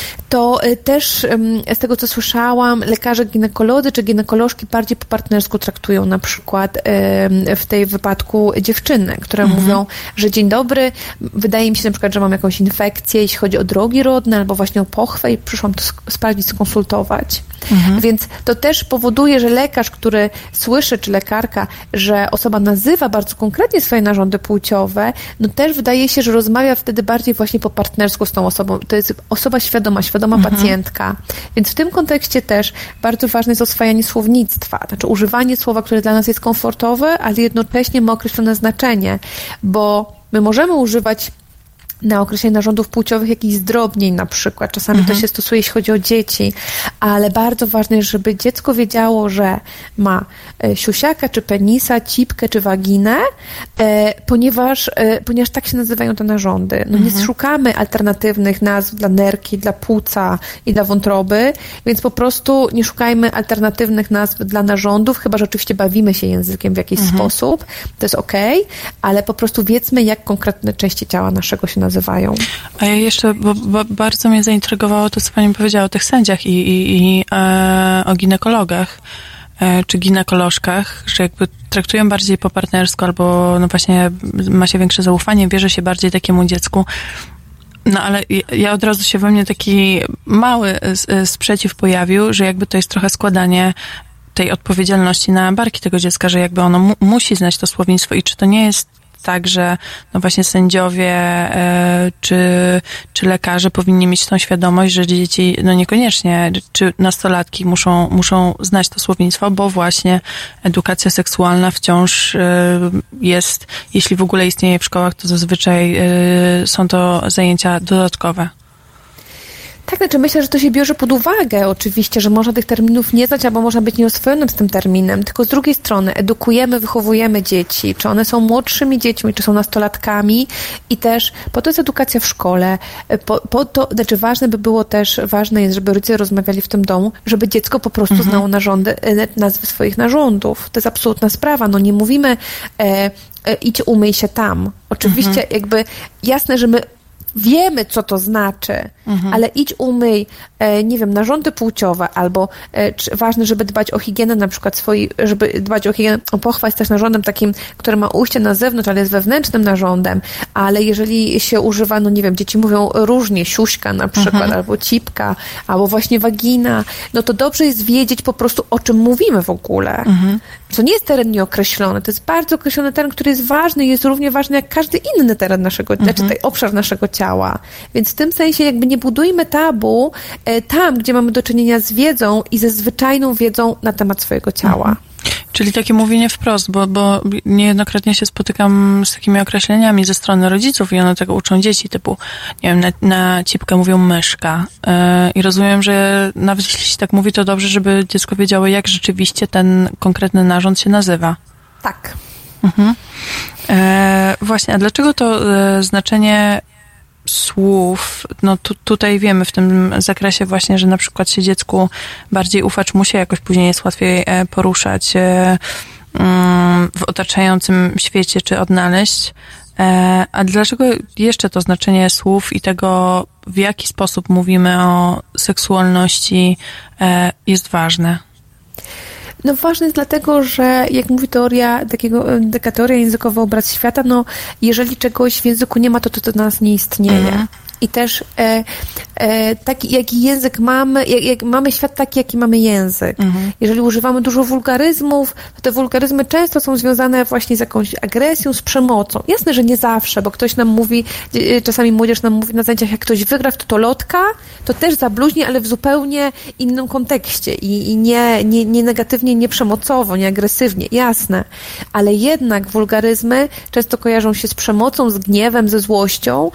to y, też y, z tego, co słyszałam, lekarze ginekolodzy czy ginekolożki bardziej po partnersku traktują na przykład y, w tej wypadku dziewczyny, które mhm. mówią, że dzień dobry, wydaje mi się na przykład, że mam jakąś infekcję, jeśli chodzi o drogi rodne, albo właśnie o pochwę i przyszłam to sprawdzić, skonsultować. Mhm. Więc to też powoduje, że lekarz, który słyszy, czy lekarka, że osoba nazywa bardzo konkretnie swoje narządy płciowe, no też wydaje się, że rozmawia wtedy bardziej właśnie po partnersku z tą osobą. To jest osoba świadoma, świadoma mhm. pacjentka. Więc w tym kontekście też bardzo ważne jest oswajanie słownictwa, znaczy używanie słowa, które dla nas jest komfortowe, ale jednocześnie ma określone znaczenie, bo my możemy używać na określenie narządów płciowych jakichś zdrobnień na przykład. Czasami mhm. to się stosuje, jeśli chodzi o dzieci, ale bardzo ważne jest, żeby dziecko wiedziało, że ma siusiaka, czy penisa, cipkę, czy waginę, e, ponieważ, e, ponieważ tak się nazywają te narządy. No mhm. nie szukamy alternatywnych nazw dla nerki, dla płuca i dla wątroby, więc po prostu nie szukajmy alternatywnych nazw dla narządów, chyba że oczywiście bawimy się językiem w jakiś mhm. sposób, to jest okej, okay, ale po prostu wiedzmy, jak konkretne części ciała naszego się nazywają. A ja jeszcze, bo, bo bardzo mnie zaintrygowało to, co pani powiedziała o tych sędziach i, i, i e, o ginekologach e, czy ginekolożkach, że jakby traktują bardziej po partnersku albo no właśnie ma się większe zaufanie, wierzy się bardziej takiemu dziecku. No ale ja od razu się we mnie taki mały sprzeciw pojawił, że jakby to jest trochę składanie tej odpowiedzialności na barki tego dziecka, że jakby ono mu, musi znać to słownictwo i czy to nie jest tak, że no właśnie sędziowie e, czy, czy lekarze powinni mieć tą świadomość, że dzieci, no niekoniecznie, czy nastolatki muszą, muszą znać to słownictwo, bo właśnie edukacja seksualna wciąż e, jest, jeśli w ogóle istnieje w szkołach, to zazwyczaj e, są to zajęcia dodatkowe. Tak, znaczy myślę, że to się bierze pod uwagę oczywiście, że można tych terminów nie znać, albo można być nieoswojonym z tym terminem, tylko z drugiej strony edukujemy, wychowujemy dzieci, czy one są młodszymi dziećmi, czy są nastolatkami i też po to jest edukacja w szkole, po, po to, znaczy ważne by było też, ważne jest, żeby rodzice rozmawiali w tym domu, żeby dziecko po prostu mhm. znało narządy, nazwy swoich narządów. To jest absolutna sprawa, no nie mówimy e, e, idź umyj się tam. Oczywiście mhm. jakby jasne, że my wiemy, co to znaczy, mhm. ale idź umyj, e, nie wiem, narządy płciowe, albo e, czy, ważne, żeby dbać o higienę na przykład swojej, żeby dbać o higienę, o pochwa jest też narządem takim, które ma ujście na zewnątrz, ale jest wewnętrznym narządem, ale jeżeli się używa, no nie wiem, dzieci mówią różnie, siuśka na przykład, mhm. albo cipka, albo właśnie wagina, no to dobrze jest wiedzieć po prostu, o czym mówimy w ogóle. Mhm. To nie jest teren nieokreślony, to jest bardzo określony teren, który jest ważny i jest równie ważny jak każdy inny teren naszego, mhm. znaczy obszar naszego ciała. Więc w tym sensie jakby nie budujmy tabu e, tam, gdzie mamy do czynienia z wiedzą i ze zwyczajną wiedzą na temat swojego ciała. Mhm. Czyli takie mówienie wprost, bo, bo niejednokrotnie się spotykam z takimi określeniami ze strony rodziców i one tego uczą dzieci, typu, nie wiem, na, na cipkę mówią myszka. Yy, I rozumiem, że nawet jeśli się tak mówi, to dobrze, żeby dziecko wiedziało, jak rzeczywiście ten konkretny narząd się nazywa. Tak. Mhm. Yy, właśnie, a dlaczego to yy, znaczenie słów, no tu, tutaj wiemy w tym zakresie właśnie, że na przykład się dziecku bardziej ufa, czy mu się jakoś później jest łatwiej poruszać w otaczającym świecie, czy odnaleźć. A dlaczego jeszcze to znaczenie słów i tego, w jaki sposób mówimy o seksualności, jest ważne? No ważne jest dlatego, że jak mówi teoria, takiego, taka teoria językowa, obraz świata, no jeżeli czegoś w języku nie ma, to to, to dla nas nie istnieje. Mhm. I też e, e, taki, jaki język mamy, jak, jak mamy świat taki, jaki mamy język. Mhm. Jeżeli używamy dużo wulgaryzmów, to te wulgaryzmy często są związane właśnie z jakąś agresją, z przemocą. Jasne, że nie zawsze, bo ktoś nam mówi, czasami młodzież nam mówi na zajęciach, jak ktoś wygra w totolotka, to też zabluźni, ale w zupełnie innym kontekście i, i nie, nie, nie negatywnie, nie przemocowo, nie agresywnie, jasne. Ale jednak wulgaryzmy często kojarzą się z przemocą, z gniewem, ze złością,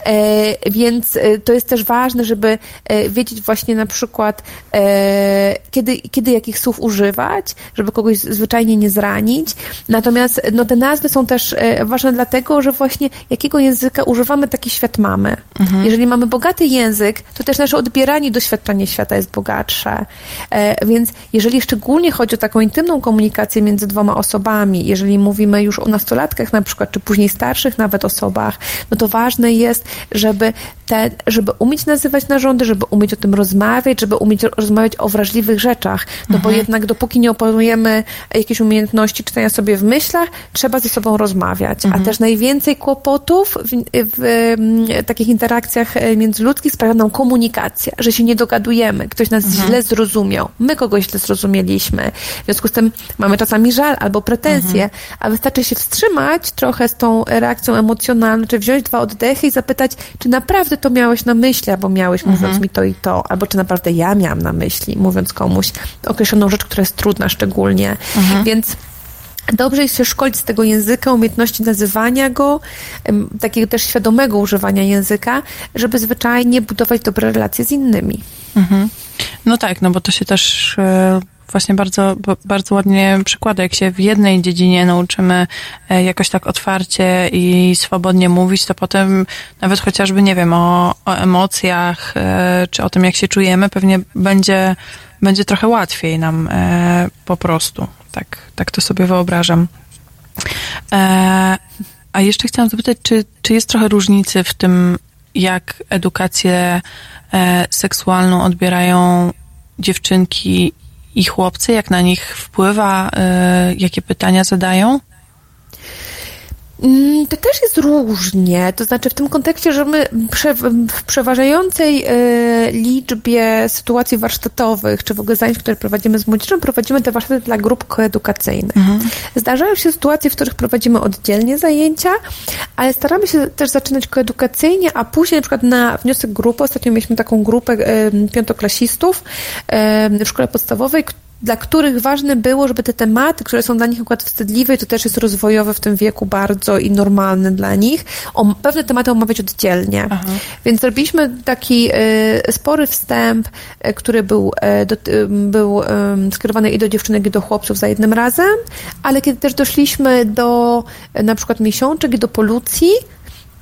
e, więc to jest też ważne, żeby wiedzieć właśnie na przykład, kiedy, kiedy jakich słów używać, żeby kogoś zwyczajnie nie zranić. Natomiast no, te nazwy są też ważne dlatego, że właśnie jakiego języka używamy, taki świat mamy. Mhm. Jeżeli mamy bogaty język, to też nasze odbieranie, doświadczenie świata jest bogatsze. Więc jeżeli szczególnie chodzi o taką intymną komunikację między dwoma osobami, jeżeli mówimy już o nastolatkach na przykład, czy później starszych nawet osobach, no to ważne jest, żeby Te, żeby umieć nazywać narządy, żeby umieć o tym rozmawiać, żeby umieć rozmawiać o wrażliwych rzeczach. No mhm. bo jednak dopóki nie opanujemy jakiejś umiejętności czytania sobie w myślach, trzeba ze sobą rozmawiać. Mhm. A też najwięcej kłopotów w, w, w takich interakcjach międzyludzkich sprawia nam komunikacja, że się nie dogadujemy. Ktoś nas mhm. źle zrozumiał. My kogoś źle zrozumieliśmy. W związku z tym mamy czasami żal albo pretensje, mhm. a wystarczy się wstrzymać trochę z tą reakcją emocjonalną, czy wziąć dwa oddechy i zapytać, czy naprawdę to miałeś na myśli, albo miałeś mówiąc mhm. mi to i to, albo czy naprawdę ja miałam na myśli, mówiąc komuś określoną rzecz, która jest trudna szczególnie. Mhm. Więc dobrze jest się szkolić z tego języka, umiejętności nazywania go, takiego też świadomego używania języka, żeby zwyczajnie budować dobre relacje z innymi. Mhm. No tak, no bo to się też właśnie bardzo, bardzo ładnie przykłada, jak się w jednej dziedzinie nauczymy jakoś tak otwarcie i swobodnie mówić, to potem nawet chociażby, nie wiem, o, o emocjach, czy o tym, jak się czujemy, pewnie będzie, będzie trochę łatwiej nam po prostu. Tak, tak to sobie wyobrażam. A jeszcze chciałam zapytać, czy, czy jest trochę różnicy w tym, jak edukację seksualną odbierają dziewczynki i chłopcy, jak na nich wpływa, y, jakie pytania zadają? To też jest różnie, to znaczy w tym kontekście, że my prze, w przeważającej y, liczbie sytuacji warsztatowych, czy w ogóle zajęć, które prowadzimy z młodzieżą, prowadzimy te warsztaty dla grup koedukacyjnych. Mhm. Zdarzają się sytuacje, w których prowadzimy oddzielnie zajęcia, ale staramy się też zaczynać koedukacyjnie, a później na przykład na wniosek grupy, ostatnio mieliśmy taką grupę y, piątoklasistów y, w szkole podstawowej, dla których ważne było, żeby te tematy, które są dla nich akurat wstydliwe, i to też jest rozwojowe w tym wieku bardzo i normalne dla nich, o, pewne tematy omawiać oddzielnie. Aha. Więc zrobiliśmy taki y, spory wstęp, y, który był, y, do, y, był y, skierowany i do dziewczynek, i do chłopców za jednym razem, ale kiedy też doszliśmy do y, na przykład miesiączek i do polucji,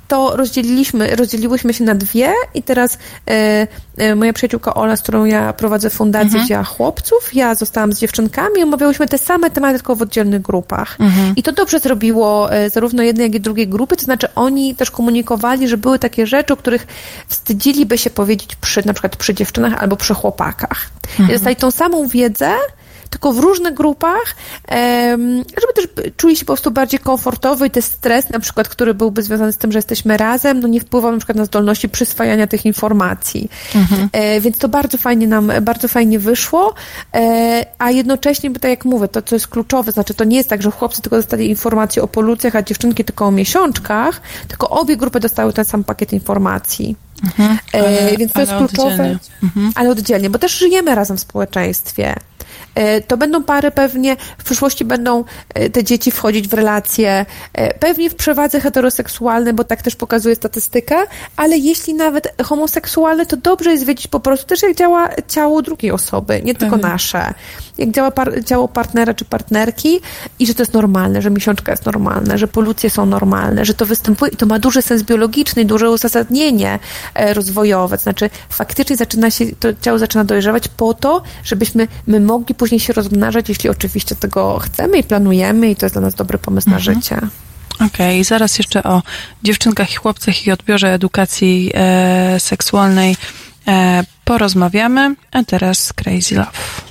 to rozdzieliliśmy, rozdzieliłyśmy się na dwie i teraz e, e, moja przyjaciółka Ola, z którą ja prowadzę fundację, mhm. wzięła chłopców, ja zostałam z dziewczynkami i omawiałyśmy te same tematy, tylko w oddzielnych grupach. Mhm. I to dobrze zrobiło e, zarówno jednej, jak i drugiej grupy, to znaczy oni też komunikowali, że były takie rzeczy, o których wstydziliby się powiedzieć przy, na przykład przy dziewczynach albo przy chłopakach. Mhm. I dostali tą samą wiedzę, tylko w różnych grupach, żeby też czuli się po prostu bardziej komfortowo i ten stres, na przykład, który byłby związany z tym, że jesteśmy razem, no nie wpływał na przykład na zdolności przyswajania tych informacji. Mhm. Więc to bardzo fajnie nam, bardzo fajnie wyszło, a jednocześnie, tak jak mówię, to, co jest kluczowe, znaczy to nie jest tak, że chłopcy tylko dostali informacje o polucjach, a dziewczynki tylko o miesiączkach, tylko obie grupy dostały ten sam pakiet informacji. Mhm. Ale, Więc to jest kluczowe, mhm. ale oddzielnie, bo też żyjemy razem w społeczeństwie. To będą pary pewnie, w przyszłości będą te dzieci wchodzić w relacje, pewnie w przewadze heteroseksualnej, bo tak też pokazuje statystyka, ale jeśli nawet homoseksualne, to dobrze jest wiedzieć po prostu też, jak działa ciało drugiej osoby, nie tylko mhm. nasze. Jak działa par- ciało partnera czy partnerki i że to jest normalne, że miesiączka jest normalna, że polucje są normalne, że to występuje i to ma duży sens biologiczny, duże uzasadnienie rozwojowe. Znaczy faktycznie zaczyna się, to ciało zaczyna dojrzewać po to, żebyśmy my mogli później się rozmnażać, jeśli oczywiście tego chcemy i planujemy i to jest dla nas dobry pomysł mhm. na życie. Okej, okay, zaraz jeszcze o dziewczynkach i chłopcach i odbiorze edukacji e, seksualnej e, porozmawiamy, a teraz Crazy Love.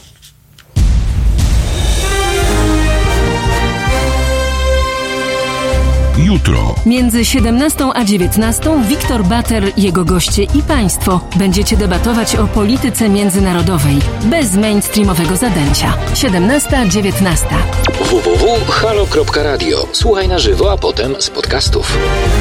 Jutro. Między siedemnastą a dziewiętnastą Wiktor Bater, jego goście i państwo będziecie debatować o polityce międzynarodowej bez mainstreamowego zadęcia. siedemnasta dziewiętnasta. w w w kropka halo kropka radio. Słuchaj na żywo, a potem z podcastów.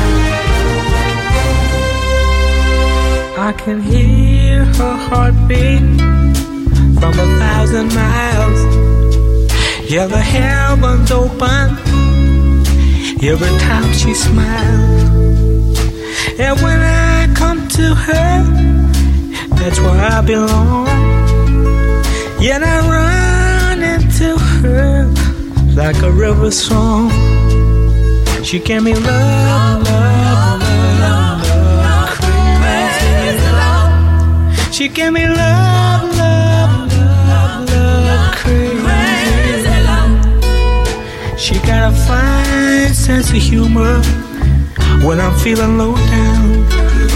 I can hear her heartbeat from a thousand miles. Yeah, the heavens open every time she smiles. And when I come to her, that's where I belong. Yet I run into her like a river song. She gave me love, love, love, love, crazy love. She gave me love, love, love, love, crazy love. She got a fine sense of humor when I'm feeling low down.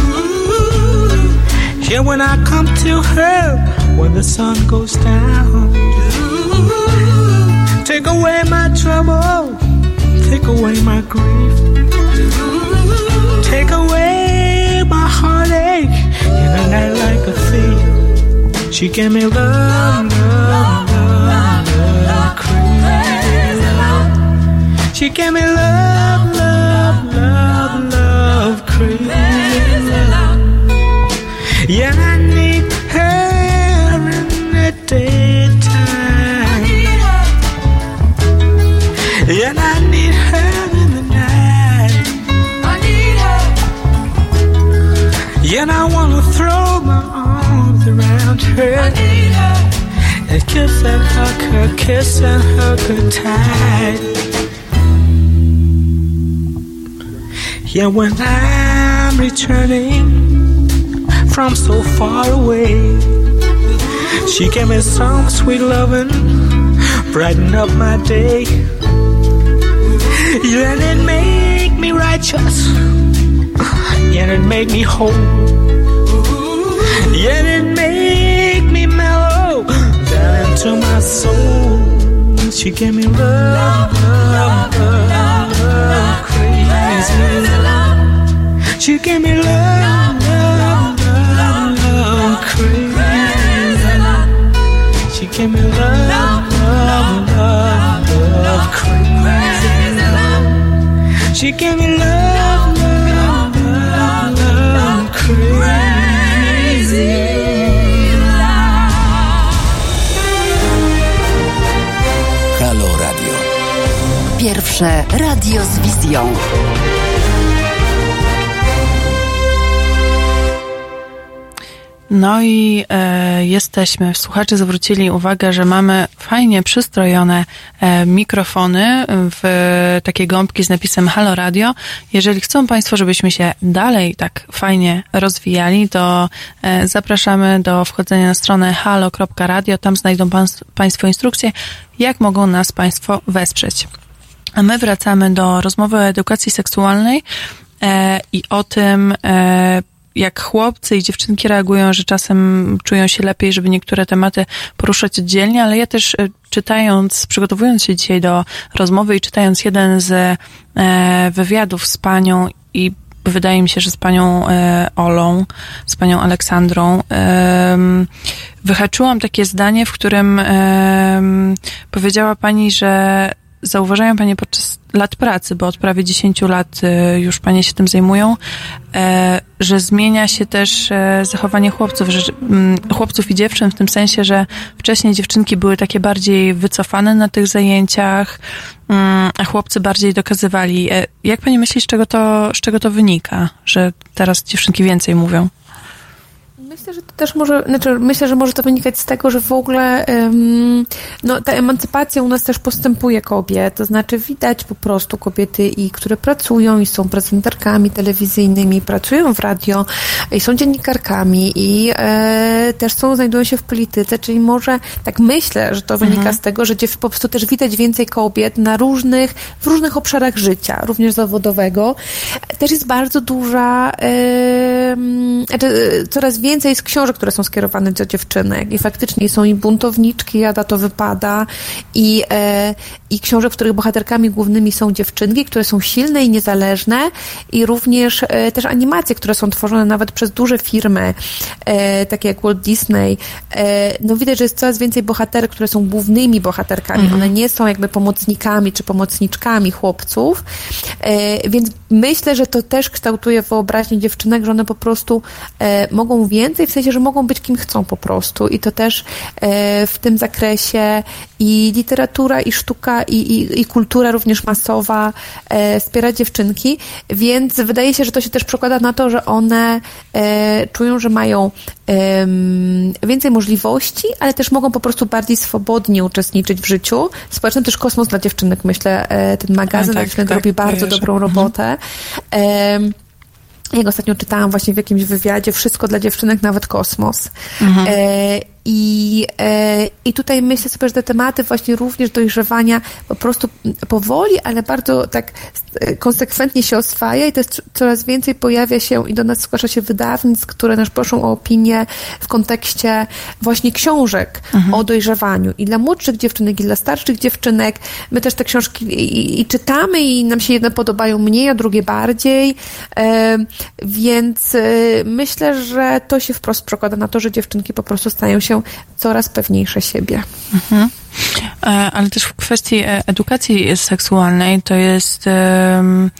Yeah, when I come to her when the sun goes down. Take away my trouble, take away my grief, take away my heartache in a night like a thief. She gave me love, love, love, love, crazy love. She gave me love, love, love, love, crazy love. Yeah, I need her in the daytime. Yeah, I need her in the night. I need her. Yeah, and I wanna throw my arms around her. I need her. And kiss and hug her, kiss and hug her tight. Yeah, when I'm returning from so far away, she gave me some sweet loving, brighten up my day. Yeah, and it make me righteous, yeah, it make me whole, yeah, it make me mellow down into my soul. She gave me love, love, love, love, crazy love. She gave me love, love, love, love, crazy love. She gave me love, love, love, love, crazy love. She gave me love, love, love, love, crazy love. Halo Radio. Pierwsze radio z wizją. No i e, jesteśmy. Słuchacze zwrócili uwagę, że mamy fajnie przystrojone e, mikrofony w takie gąbki z napisem Halo Radio. Jeżeli chcą Państwo, żebyśmy się dalej tak fajnie rozwijali, to e, zapraszamy do wchodzenia na stronę halo kropka radio. Tam znajdą pan, Państwo instrukcje, jak mogą nas Państwo wesprzeć. A my wracamy do rozmowy o edukacji seksualnej e, i o tym, e, jak chłopcy i dziewczynki reagują, że czasem czują się lepiej, żeby niektóre tematy poruszać oddzielnie, ale ja też czytając, przygotowując się dzisiaj do rozmowy i czytając jeden z e, wywiadów z panią i wydaje mi się, że z panią e, Olą, z panią Aleksandrą, e, wyhaczyłam takie zdanie, w którym e, powiedziała pani, że zauważają panie podczas lat pracy, bo od prawie dziesięciu lat już panie się tym zajmują, że zmienia się też zachowanie chłopców, że, chłopców i dziewczyn w tym sensie, że wcześniej dziewczynki były takie bardziej wycofane na tych zajęciach, a chłopcy bardziej dokazywali. Jak pani myśli, z czego to, z czego to wynika, że teraz dziewczynki więcej mówią? Myślę, że to też może, znaczy myślę, że może to wynikać z tego, że w ogóle um, no, ta emancypacja u nas też postępuje kobiet, to znaczy widać po prostu kobiety, i które pracują i są prezenterkami telewizyjnymi, pracują w radio i są dziennikarkami i e, też są, znajdują się w polityce, czyli może tak myślę, że to wynika mhm. z tego, że po prostu też widać więcej kobiet na różnych, w różnych obszarach życia, również zawodowego. Też jest bardzo duża e, znaczy, coraz więcej jest książek, które są skierowane do dziewczynek i faktycznie są i buntowniczki, Jada to wypada, i, e, i książek, w których bohaterkami głównymi są dziewczynki, które są silne i niezależne, i również e, też animacje, które są tworzone nawet przez duże firmy, e, takie jak Walt Disney. E, no widać, że jest coraz więcej bohaterek, które są głównymi bohaterkami. Mhm. One nie są jakby pomocnikami czy pomocniczkami chłopców, e, więc myślę, że to też kształtuje wyobraźnię dziewczynek, że one po prostu e, mogą więcej, w sensie, że mogą być kim chcą po prostu, i to też e, w tym zakresie i literatura, i sztuka, i, i, i kultura również masowa e, wspiera dziewczynki, więc wydaje się, że to się też przekłada na to, że one e, czują, że mają e, więcej możliwości, ale też mogą po prostu bardziej swobodnie uczestniczyć w życiu społecznym. Też Kosmos dla dziewczynek, myślę, e, ten magazyn dla dziewczynek robi bardzo dobrą robotę. E, Jak ostatnio czytałam właśnie w jakimś wywiadzie, wszystko dla dziewczynek, nawet kosmos. Mhm. E, i, e, I tutaj myślę sobie, że te tematy właśnie również dojrzewania po prostu powoli, ale bardzo tak konsekwentnie się oswaja, i to jest coraz więcej pojawia się i do nas zgłasza się wydawnictw, które nas proszą o opinię w kontekście właśnie książek mhm. o dojrzewaniu. I dla młodszych dziewczynek, i dla starszych dziewczynek. My też te książki i, i czytamy, i nam się jedne podobają mniej, a drugie bardziej. E, więc e, myślę, że to się wprost przekłada na to, że dziewczynki po prostu stają się coraz pewniejsze siebie. Mhm. Ale też w kwestii edukacji seksualnej to jest um,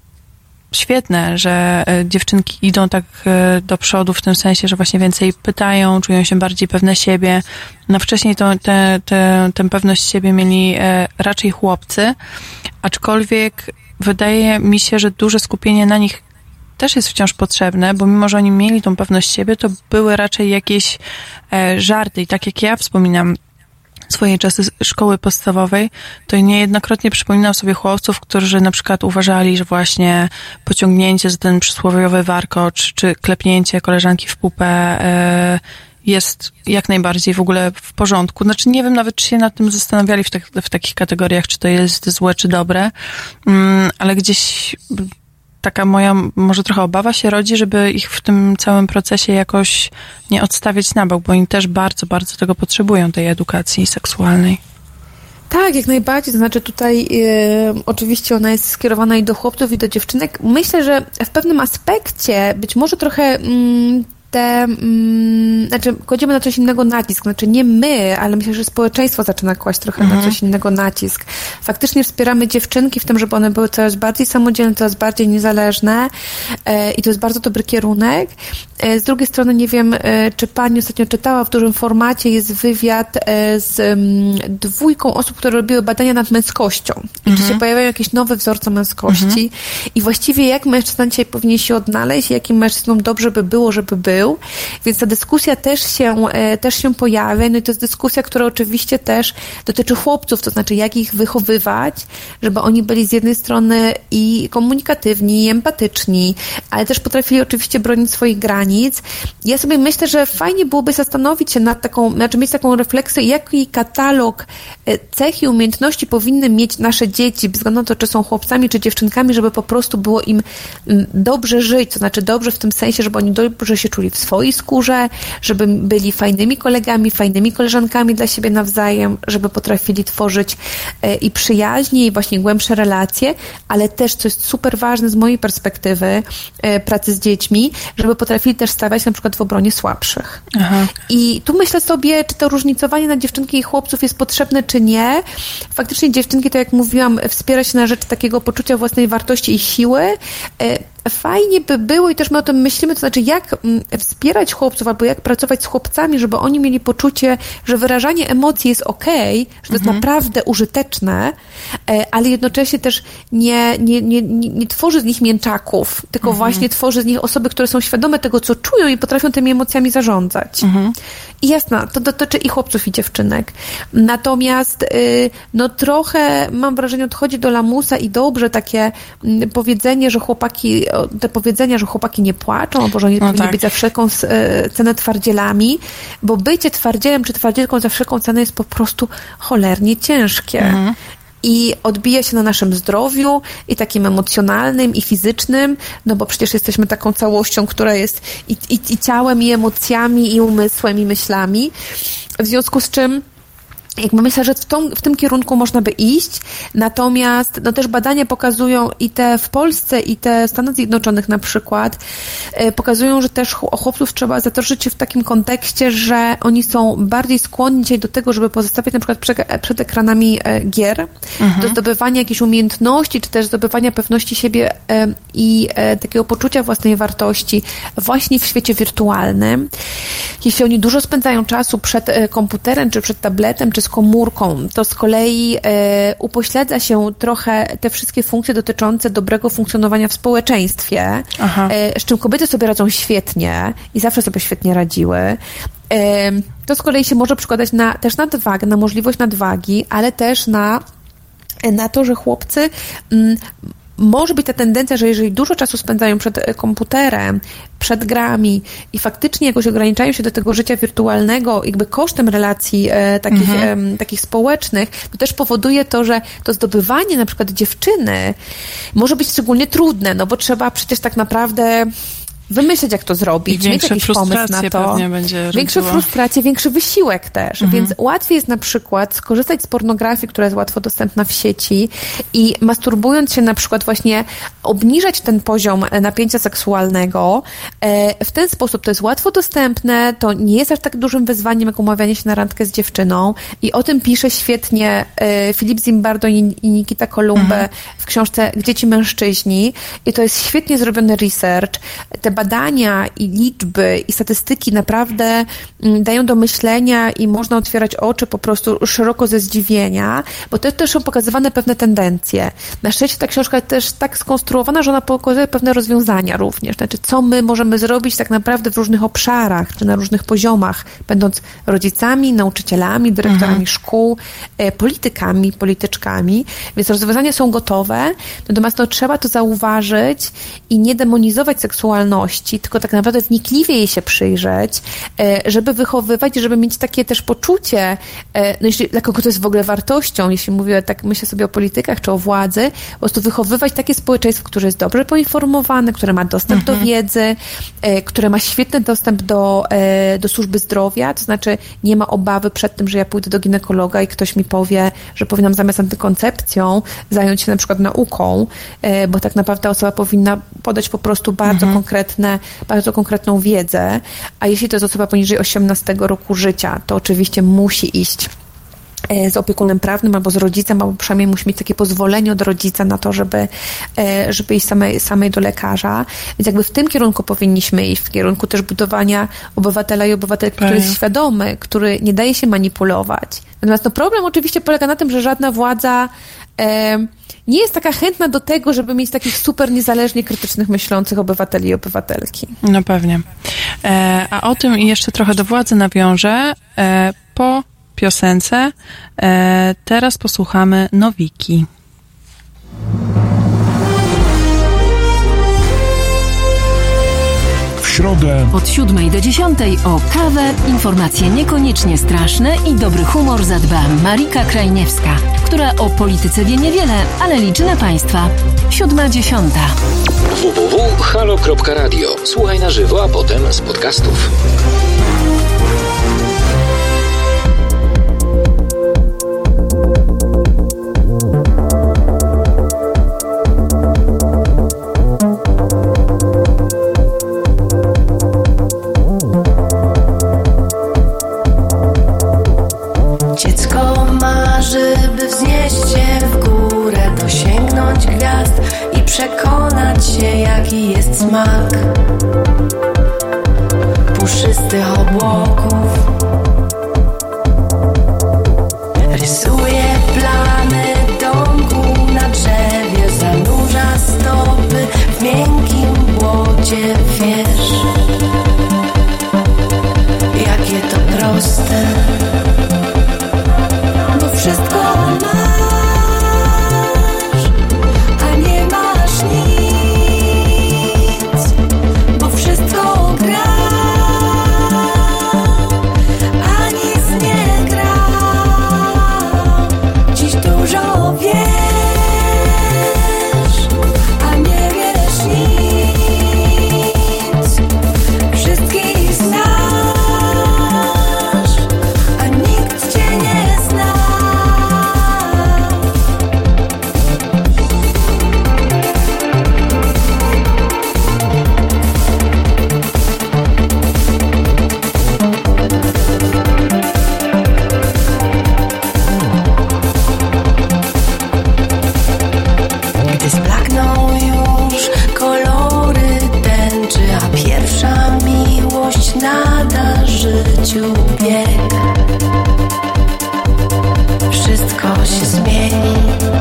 świetne, że dziewczynki idą tak do przodu w tym sensie, że właśnie więcej pytają, czują się bardziej pewne siebie. No wcześniej to, te, te, tę pewność siebie mieli raczej chłopcy, aczkolwiek wydaje mi się, że duże skupienie na nich też jest wciąż potrzebne, bo mimo, że oni mieli tą pewność siebie, to były raczej jakieś e, żarty. I tak jak ja wspominam swoje czasy szkoły podstawowej, to niejednokrotnie przypominam sobie chłopców, którzy na przykład uważali, że właśnie pociągnięcie za ten przysłowiowy warkocz, czy klepnięcie koleżanki w pupę e, jest jak najbardziej w ogóle w porządku. Znaczy nie wiem nawet, czy się nad tym zastanawiali w, tak, w takich kategoriach, czy to jest złe, czy dobre, mm, ale gdzieś taka moja może trochę obawa się rodzi, żeby ich w tym całym procesie jakoś nie odstawiać na bok, bo oni też bardzo, bardzo tego potrzebują, tej edukacji seksualnej. Tak, jak najbardziej. To znaczy tutaj y, oczywiście ona jest skierowana i do chłopców, i do dziewczynek. Myślę, że w pewnym aspekcie być może trochę mm, te, mm, znaczy kładziemy na coś innego nacisk, znaczy nie my, ale myślę, że społeczeństwo zaczyna kłaść trochę mhm. na coś innego nacisk. Faktycznie wspieramy dziewczynki w tym, żeby one były coraz bardziej samodzielne, coraz bardziej niezależne e, i to jest bardzo dobry kierunek, z drugiej strony nie wiem, czy pani ostatnio czytała, w dużym formacie jest wywiad z dwójką osób, które robiły badania nad męskością. I mhm. czy się pojawiają jakieś nowe wzorce męskości mhm. i właściwie jak mężczyzna dzisiaj powinien się odnaleźć, jakim mężczyzną dobrze by było, żeby był. Więc ta dyskusja też się, też się pojawia. No i to jest dyskusja, która oczywiście też dotyczy chłopców, to znaczy jak ich wychowywać, żeby oni byli z jednej strony i komunikatywni, i empatyczni, ale też potrafili oczywiście bronić swoich granic. Ja sobie myślę, że fajnie byłoby zastanowić się nad taką, znaczy mieć taką refleksję, jaki katalog cech i umiejętności powinny mieć nasze dzieci, bez względu na to, czy są chłopcami, czy dziewczynkami, żeby po prostu było im dobrze żyć, to znaczy dobrze w tym sensie, żeby oni dobrze się czuli w swojej skórze, żeby byli fajnymi kolegami, fajnymi koleżankami dla siebie nawzajem, żeby potrafili tworzyć i przyjaźnie, i właśnie głębsze relacje, ale też, co jest super ważne z mojej perspektywy pracy z dziećmi, żeby potrafili też stawiać na przykład w obronie słabszych. Aha. I tu myślę sobie, czy to różnicowanie na dziewczynki i chłopców jest potrzebne, czy nie. Faktycznie dziewczynki, tak jak mówiłam, wspiera się na rzecz takiego poczucia własnej wartości i siły. Fajnie by było i też my o tym myślimy, to znaczy jak wspierać chłopców albo jak pracować z chłopcami, żeby oni mieli poczucie, że wyrażanie emocji jest okej, że to jest mhm. naprawdę użyteczne, ale jednocześnie też nie, nie, nie, nie, nie tworzy z nich mięczaków, tylko mhm. właśnie tworzy z nich osoby, które są świadome tego, co czują i potrafią tymi emocjami zarządzać. Mhm. I jasne, to dotyczy i chłopców, i dziewczynek. Natomiast no trochę mam wrażenie, odchodzi do lamusa i dobrze takie powiedzenie, że chłopaki te powiedzenia, że chłopaki nie płaczą, albo że oni no powinni tak. być za wszelką cenę twardzielami, bo bycie twardzielem czy twardzielką za wszelką cenę jest po prostu cholernie ciężkie. Mhm. I odbija się na naszym zdrowiu i takim emocjonalnym, i fizycznym, no bo przecież jesteśmy taką całością, która jest i, i, i ciałem, i emocjami, i umysłem, i myślami. W związku z czym jakby myślę, że w, tą, w tym kierunku można by iść, natomiast no też badania pokazują i te w Polsce, i te w Stanach Zjednoczonych na przykład, e, pokazują, że też o chłopców trzeba zatroszczyć się w takim kontekście, że oni są bardziej skłonni dzisiaj do tego, żeby pozostawiać na przykład przed, przed ekranami e, gier, mhm. do zdobywania jakichś umiejętności, czy też zdobywania pewności siebie e, i e, takiego poczucia własnej wartości właśnie w świecie wirtualnym. Jeśli oni dużo spędzają czasu przed e, komputerem, czy przed tabletem, czy z komórką, to z kolei e, upośledza się trochę te wszystkie funkcje dotyczące dobrego funkcjonowania w społeczeństwie, e, z czym kobiety sobie radzą świetnie i zawsze sobie świetnie radziły. E, to z kolei się może przekładać na, też na nadwagę, na możliwość nadwagi, ale też na, na to, że chłopcy mm, może być ta tendencja, że jeżeli dużo czasu spędzają przed komputerem, przed grami i faktycznie jakoś ograniczają się do tego życia wirtualnego, jakby kosztem relacji e, takich, mhm. e, takich społecznych, to też powoduje to, że to zdobywanie na przykład dziewczyny może być szczególnie trudne, no bo trzeba przecież tak naprawdę wymyśleć, jak to zrobić, mieć jakiś pomysł na to. Większe frustracje, większy wysiłek też. Mhm. Więc łatwiej jest na przykład skorzystać z pornografii, która jest łatwo dostępna w sieci i masturbując się na przykład właśnie obniżać ten poziom napięcia seksualnego. W ten sposób to jest łatwo dostępne, to nie jest aż tak dużym wyzwaniem, jak umawianie się na randkę z dziewczyną i o tym pisze świetnie Filip Zimbardo i Nikita Kolumbe mhm. w książce Gdzie ci mężczyźni i to jest świetnie zrobiony research. Te badania i liczby i statystyki naprawdę dają do myślenia i można otwierać oczy po prostu szeroko ze zdziwienia, bo to też są pokazywane pewne tendencje. Na szczęście ta książka jest też tak skonstruowana, że ona pokazuje pewne rozwiązania również. Znaczy, co my możemy zrobić tak naprawdę w różnych obszarach, czy na różnych poziomach, będąc rodzicami, nauczycielami, dyrektorami mhm. szkół, politykami, polityczkami. Więc rozwiązania są gotowe, natomiast no, trzeba to zauważyć i nie demonizować seksualności, tylko tak naprawdę wnikliwie jej się przyjrzeć, żeby wychowywać, żeby mieć takie też poczucie, no jeśli, dla kogo to jest w ogóle wartością, jeśli mówię, tak myślę sobie o politykach czy o władzy, po prostu wychowywać takie społeczeństwo, które jest dobrze poinformowane, które ma dostęp mhm. do wiedzy, które ma świetny dostęp do, do służby zdrowia, to znaczy nie ma obawy przed tym, że ja pójdę do ginekologa i ktoś mi powie, że powinnam zamiast antykoncepcją zająć się na przykład nauką, bo tak naprawdę osoba powinna podać po prostu bardzo mhm. konkretne bardzo konkretną wiedzę, a jeśli to jest osoba poniżej osiemnastego roku życia, to oczywiście musi iść z opiekunem prawnym albo z rodzicem, albo przynajmniej musi mieć takie pozwolenie od rodzica na to, żeby, żeby iść samej, samej do lekarza. Więc jakby w tym kierunku powinniśmy iść, w kierunku też budowania obywatela i obywatelki, który jest świadomy, który nie daje się manipulować. Natomiast no, problem oczywiście polega na tym, że żadna władza e, nie jest taka chętna do tego, żeby mieć takich super niezależnie krytycznych, myślących obywateli i obywatelki. No pewnie. E, a o tym i jeszcze trochę do władzy nawiążę e, po piosence. E, teraz posłuchamy Nowiki. W środę od siódmej do dziesiątej o kawę, informacje niekoniecznie straszne i dobry humor zadba Marika Krajniewska, która o polityce wie niewiele, ale liczy na Państwa. Siódma, dziesiąta. w w w kropka halo kropka radio. Słuchaj na żywo, a potem z podcastów. Dziecko marzy, by wznieść się w górę, dosięgnąć gwiazd i przekonać się, jaki jest smak puszystych obłoków. Rysuje plany domku na drzewie, zanurza stopy w miękkim błocie. Wiesz, jakie to proste, bo wszystko masz, a nie masz nic, bo wszystko gra, a nic nie gra. Dziś dużo wiesz, a nie wiesz nic. Wszystkich znasz, a nikt cię nie zna. Gdy zblakną już kolory tęczy, a pierwsza miłość nada życiu bieg, wszystko się zmieni.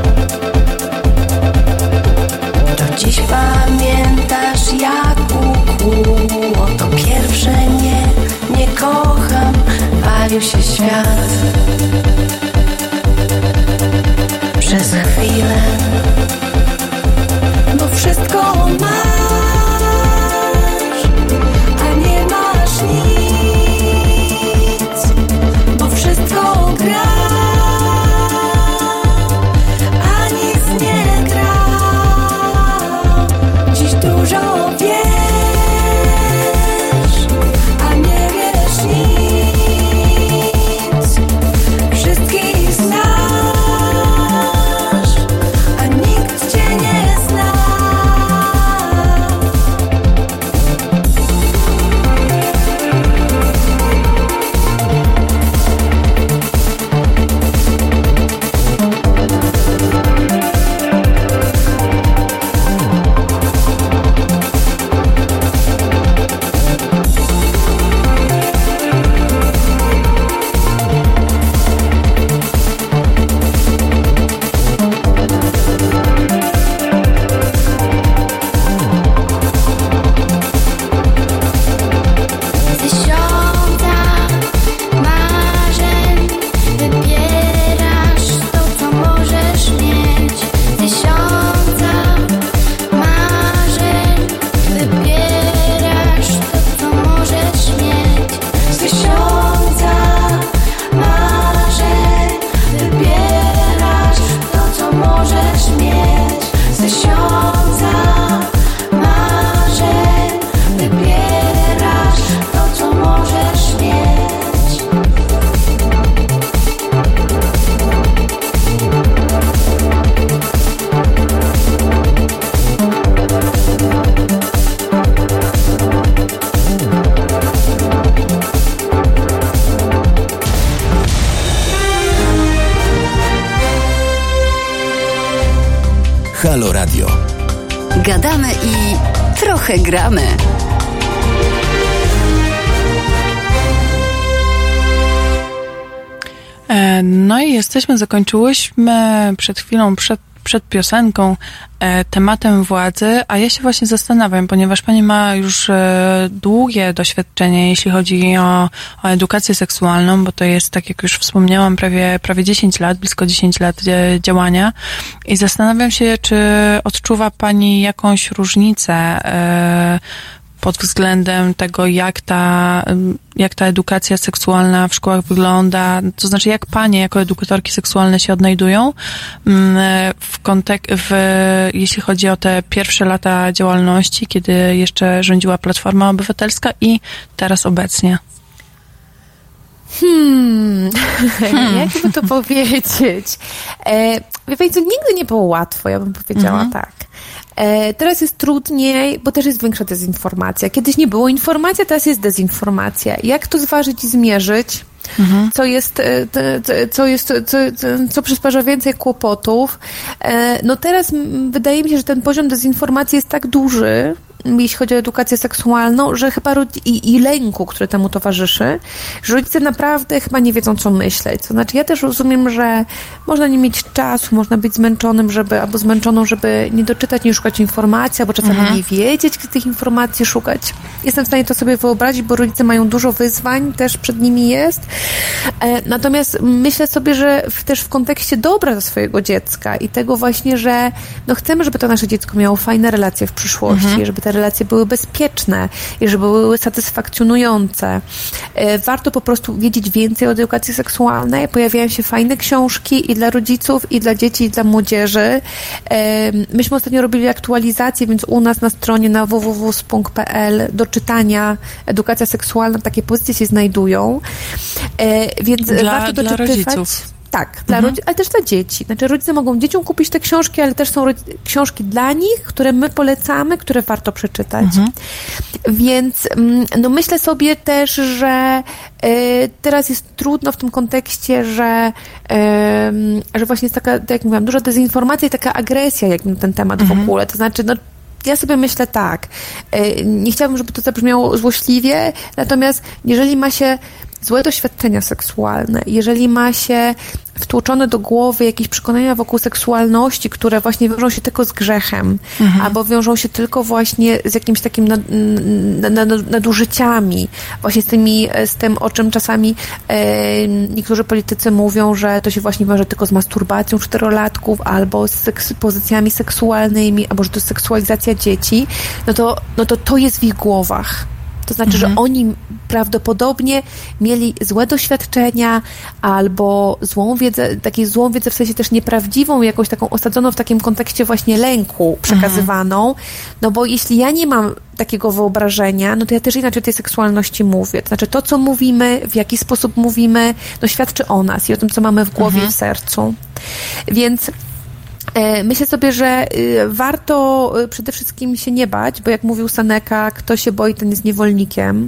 Do dziś pamiętasz, jak ukłuło to pierwsze nie, nie kocham, walił się świat przez chwilę, bo wszystko masz, a nie masz nic, bo wszystko gra, a nic nie gra. Dziś dużo wiesz, a nie wiesz nic. Halo Radio. Gadamy i trochę gramy. No i jesteśmy, zakończyłyśmy przed chwilą, przed, przed piosenką e, tematem władzy, a ja się właśnie zastanawiam, ponieważ pani ma już e, długie doświadczenie, jeśli chodzi o, o edukację seksualną, bo to jest, tak jak już wspomniałam, prawie, prawie dziesięć lat, blisko dziesięć lat e, działania i zastanawiam się, czy odczuwa pani jakąś różnicę e, pod względem tego, jak ta, jak ta edukacja seksualna w szkołach wygląda, to znaczy jak panie jako edukatorki seksualne się odnajdują w kontek- w, jeśli chodzi o te pierwsze lata działalności, kiedy jeszcze rządziła Platforma Obywatelska i teraz obecnie. Hmm, hmm. jak by to powiedzieć? E, wie pani co, nigdy nie było łatwo, ja bym powiedziała mhm. tak. E, teraz jest trudniej, bo też jest większa dezinformacja. Kiedyś nie było informacji, teraz jest dezinformacja. Jak to zważyć i zmierzyć? Mhm. Co jest, co jest, co, co przysparza więcej kłopotów. No teraz wydaje mi się, że ten poziom dezinformacji jest tak duży, jeśli chodzi o edukację seksualną, że chyba i, i lęku, który temu towarzyszy, że rodzice naprawdę chyba nie wiedzą, co myśleć. To znaczy, ja też rozumiem, że można nie mieć czasu, można być zmęczonym, żeby, albo zmęczoną, żeby nie doczytać, nie szukać informacji, albo czasami mhm. nie wiedzieć, gdzie tych informacji szukać. Jestem w stanie to sobie wyobrazić, bo rodzice mają dużo wyzwań, też przed nimi jest. Natomiast myślę sobie, że w, też w kontekście dobra dla swojego dziecka i tego właśnie, że no chcemy, żeby to nasze dziecko miało fajne relacje w przyszłości, mhm. żeby te relacje były bezpieczne i żeby były satysfakcjonujące. Warto po prostu wiedzieć więcej o edukacji seksualnej. Pojawiają się fajne książki i dla rodziców, i dla dzieci, i dla młodzieży. Myśmy ostatnio robili aktualizację, więc u nas na stronie na w w w kropka s p u n k kropka p l do czytania edukacja seksualna, takie pozycje się znajdują. Więc dla, warto doczytywać. Dla rodziców. Tak, dla mhm. rodzi- ale też dla dzieci. Znaczy rodzice mogą dzieciom kupić te książki, ale też są rodzi- książki dla nich, które my polecamy, które warto przeczytać. Mhm. Więc no myślę sobie też, że y, teraz jest trudno w tym kontekście, że, y, że właśnie jest taka, tak jak mówiłam, duża dezinformacja i taka agresja jak na ten temat mhm. w ogóle. To znaczy, no ja sobie myślę tak, y, nie chciałabym, żeby to zabrzmiało złośliwie, natomiast jeżeli ma się złe doświadczenia seksualne, jeżeli ma się wtłoczone do głowy jakieś przekonania wokół seksualności, które właśnie wiążą się tylko z grzechem, mhm. albo wiążą się tylko właśnie z jakimś takim nad, nad, nad, nadużyciami, właśnie z tymi, z tym, o czym czasami e, niektórzy politycy mówią, że to się właśnie wiąże tylko z masturbacją czterolatków, albo z seks, pozycjami seksualnymi, albo że to jest seksualizacja dzieci, no to, no to to jest w ich głowach. To znaczy, mhm. że oni prawdopodobnie mieli złe doświadczenia albo złą wiedzę, taką złą wiedzę w sensie też nieprawdziwą, jakąś taką osadzoną w takim kontekście właśnie lęku przekazywaną. Mhm. No bo jeśli ja nie mam takiego wyobrażenia, no to ja też inaczej o tej seksualności mówię. To znaczy to, co mówimy, w jaki sposób mówimy, no świadczy o nas i o tym, co mamy w głowie mhm. i w sercu. Więc myślę sobie, że warto przede wszystkim się nie bać, bo jak mówił Seneca, kto się boi, ten jest niewolnikiem.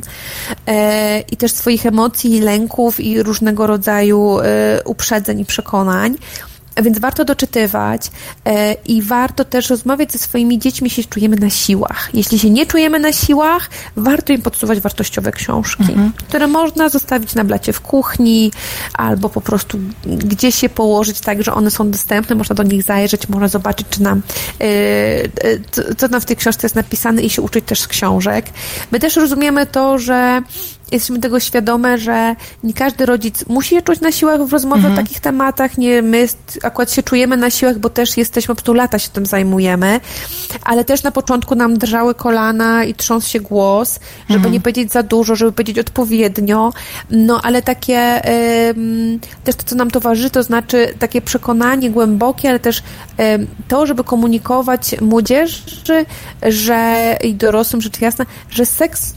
I też swoich emocji, lęków i różnego rodzaju uprzedzeń i przekonań. Więc warto doczytywać e, i warto też rozmawiać ze swoimi dziećmi, jeśli się czujemy na siłach. Jeśli się nie czujemy na siłach, warto im podsuwać wartościowe książki, mhm. które można zostawić na blacie w kuchni albo po prostu gdzieś je położyć tak, że one są dostępne, można do nich zajrzeć, można zobaczyć, czy nam, e, e, co nam w tej książce jest napisane i się uczyć też z książek. My też rozumiemy to, że jesteśmy tego świadome, że nie każdy rodzic musi się czuć na siłach w rozmowie mhm. o takich tematach. Nie, my akurat się czujemy na siłach, bo też jesteśmy, po prostu lata się tym zajmujemy, ale też na początku nam drżały kolana i trząsł się głos, żeby mhm. nie powiedzieć za dużo, żeby powiedzieć odpowiednio, no ale takie ym, też to, co nam towarzyszy, to znaczy takie przekonanie głębokie, ale też ym, to, żeby komunikować młodzieży, że i dorosłym, rzecz jasna, że seks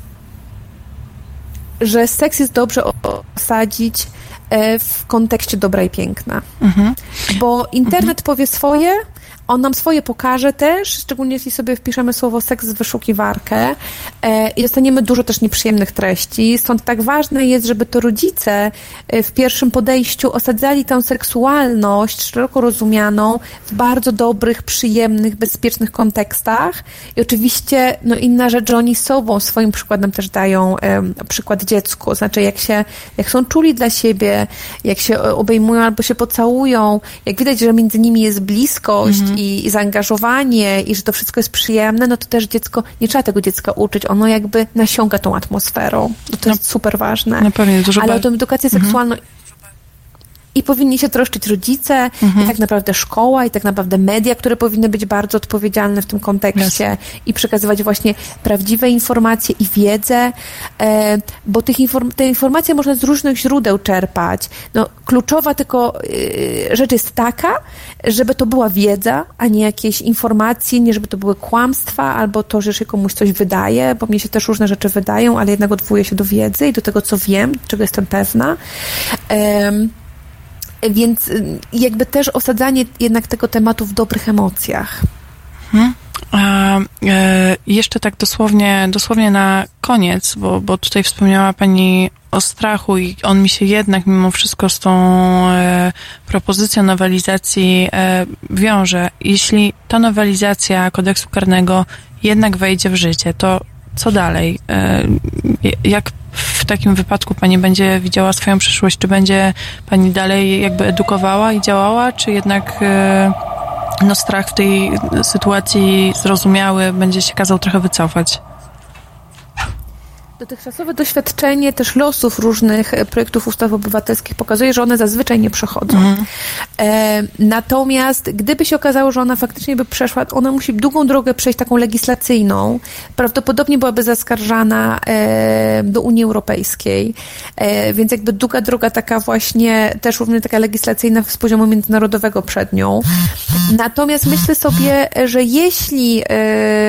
że seks jest dobrze osadzić w kontekście dobra i piękna. Mhm. Bo internet mhm. powie swoje, on nam swoje pokaże też, szczególnie jeśli sobie wpiszemy słowo seks w wyszukiwarkę e, i dostaniemy dużo też nieprzyjemnych treści. Stąd tak ważne jest, żeby to rodzice w pierwszym podejściu osadzali tę seksualność szeroko rozumianą w bardzo dobrych, przyjemnych, bezpiecznych kontekstach. I oczywiście no inna rzecz, że oni sobą, swoim przykładem też dają e, przykład dziecku. Znaczy jak się, jak są czuli dla siebie, jak się obejmują albo się pocałują, jak widać, że między nimi jest bliskość mhm. i, i zaangażowanie i że to wszystko jest przyjemne, no to też dziecko, nie trzeba tego dziecka uczyć, ono jakby nasiąga tą atmosferą. No to no, jest super ważne. No pewnie, dużo Ale o tę edukację mhm. seksualną i powinni się troszczyć rodzice, mhm. i tak naprawdę szkoła, i tak naprawdę media, które powinny być bardzo odpowiedzialne w tym kontekście yes. i przekazywać właśnie prawdziwe informacje i wiedzę, e, bo tych inform- te informacje można z różnych źródeł czerpać. No, kluczowa tylko y, rzecz jest taka, żeby to była wiedza, a nie jakieś informacje, nie żeby to były kłamstwa, albo to, że się komuś coś wydaje, bo mnie się też różne rzeczy wydają, ale jednak odwołuję się do wiedzy i do tego, co wiem, czego jestem pewna. E, Więc jakby też osadzanie jednak tego tematu w dobrych emocjach. Hmm. A, e, jeszcze tak dosłownie, dosłownie na koniec, bo, bo tutaj wspomniała Pani o strachu i on mi się jednak mimo wszystko z tą e, propozycją nowelizacji e, wiąże. Jeśli ta nowelizacja kodeksu karnego jednak wejdzie w życie, to co dalej? E, jak w takim wypadku Pani będzie widziała swoją przyszłość? Czy będzie Pani dalej jakby edukowała i działała, czy jednak no, strach w tej sytuacji zrozumiały będzie się kazał trochę wycofać? Dotychczasowe doświadczenie też losów różnych projektów ustaw obywatelskich pokazuje, że one zazwyczaj nie przechodzą. Mhm. E, natomiast gdyby się okazało, że ona faktycznie by przeszła, ona musi długą drogę przejść taką legislacyjną. Prawdopodobnie byłaby zaskarżana e, do Unii Europejskiej. E, więc jakby długa droga taka właśnie, też również taka legislacyjna z poziomu międzynarodowego przed nią. Natomiast myślę sobie, że jeśli e,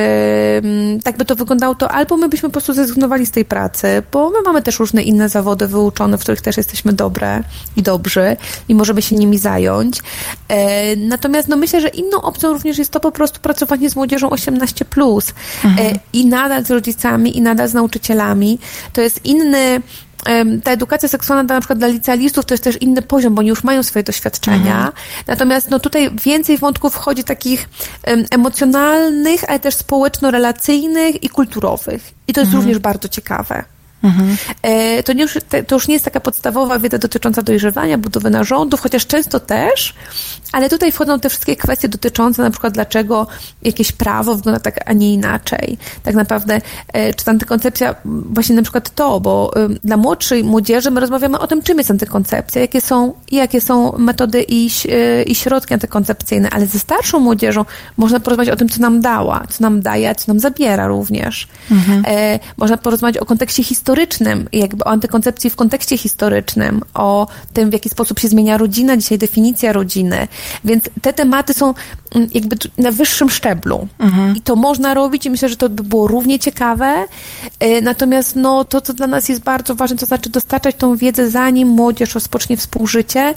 tak by to wyglądało, to albo my byśmy po prostu zrezygnowali z tej pracy, bo my mamy też różne inne zawody wyuczone, w których też jesteśmy dobre i dobrzy i możemy się nimi zająć. E, natomiast no myślę, że inną opcją również jest to po prostu pracowanie z młodzieżą osiemnaście plus mhm. e, i nadal z rodzicami, i nadal z nauczycielami. To jest inny ta edukacja seksualna na przykład dla licealistów to jest też inny poziom, bo oni już mają swoje doświadczenia. Mhm. Natomiast no tutaj więcej wątków wchodzi takich um, emocjonalnych, ale też społeczno-relacyjnych i kulturowych. I to jest mhm. również bardzo ciekawe. Mhm. E, to, nie już, to już nie jest taka podstawowa wiedza dotycząca dojrzewania, budowy narządów, chociaż często też, ale tutaj wchodzą te wszystkie kwestie dotyczące na przykład dlaczego jakieś prawo wygląda tak, a nie inaczej. Tak naprawdę, e, czy ta antykoncepcja, właśnie na przykład to, bo e, dla młodszej młodzieży my rozmawiamy o tym, czym jest antykoncepcja, jakie są, jakie są metody i, e, i środki antykoncepcyjne, ale ze starszą młodzieżą można porozmawiać o tym, co nam dała, co nam daje, a co nam zabiera również. Mhm. E, można porozmawiać o kontekście historycznym, historycznym, jakby o antykoncepcji w kontekście historycznym, o tym, w jaki sposób się zmienia rodzina, dzisiaj definicja rodziny. Więc te tematy są jakby na wyższym szczeblu. Mhm. I to można robić i myślę, że to by było równie ciekawe. Natomiast no, to, co dla nas jest bardzo ważne, to znaczy dostarczać tą wiedzę, zanim młodzież rozpocznie współżycie,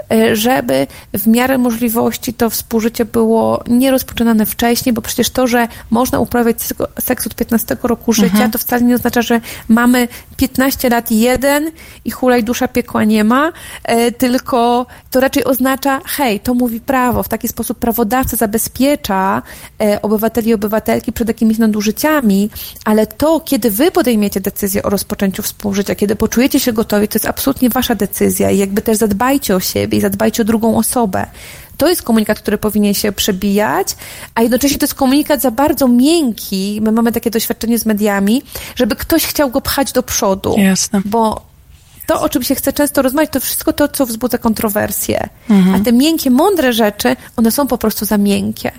żeby w miarę możliwości to współżycie było nie rozpoczynane wcześniej, bo przecież to, że można uprawiać seks od piętnastego roku życia, mhm. to wcale nie oznacza, że mamy piętnaście lat i jeden i hulaj dusza piekła nie ma, e, tylko to raczej oznacza, hej, to mówi prawo, w taki sposób prawodawca zabezpiecza e, obywateli i obywatelki przed jakimiś nadużyciami, ale to, kiedy wy podejmiecie decyzję o rozpoczęciu współżycia, kiedy poczujecie się gotowi, to jest absolutnie wasza decyzja i jakby też zadbajcie o siebie i zadbajcie o drugą osobę. To jest komunikat, który powinien się przebijać, a jednocześnie to jest komunikat za bardzo miękki, my mamy takie doświadczenie z mediami, żeby ktoś chciał go pchać do przodu. Jasne. Bo to, o czym się chce często rozmawiać, to wszystko to, co wzbudza kontrowersje. Mhm. A te miękkie, mądre rzeczy, one są po prostu za miękkie.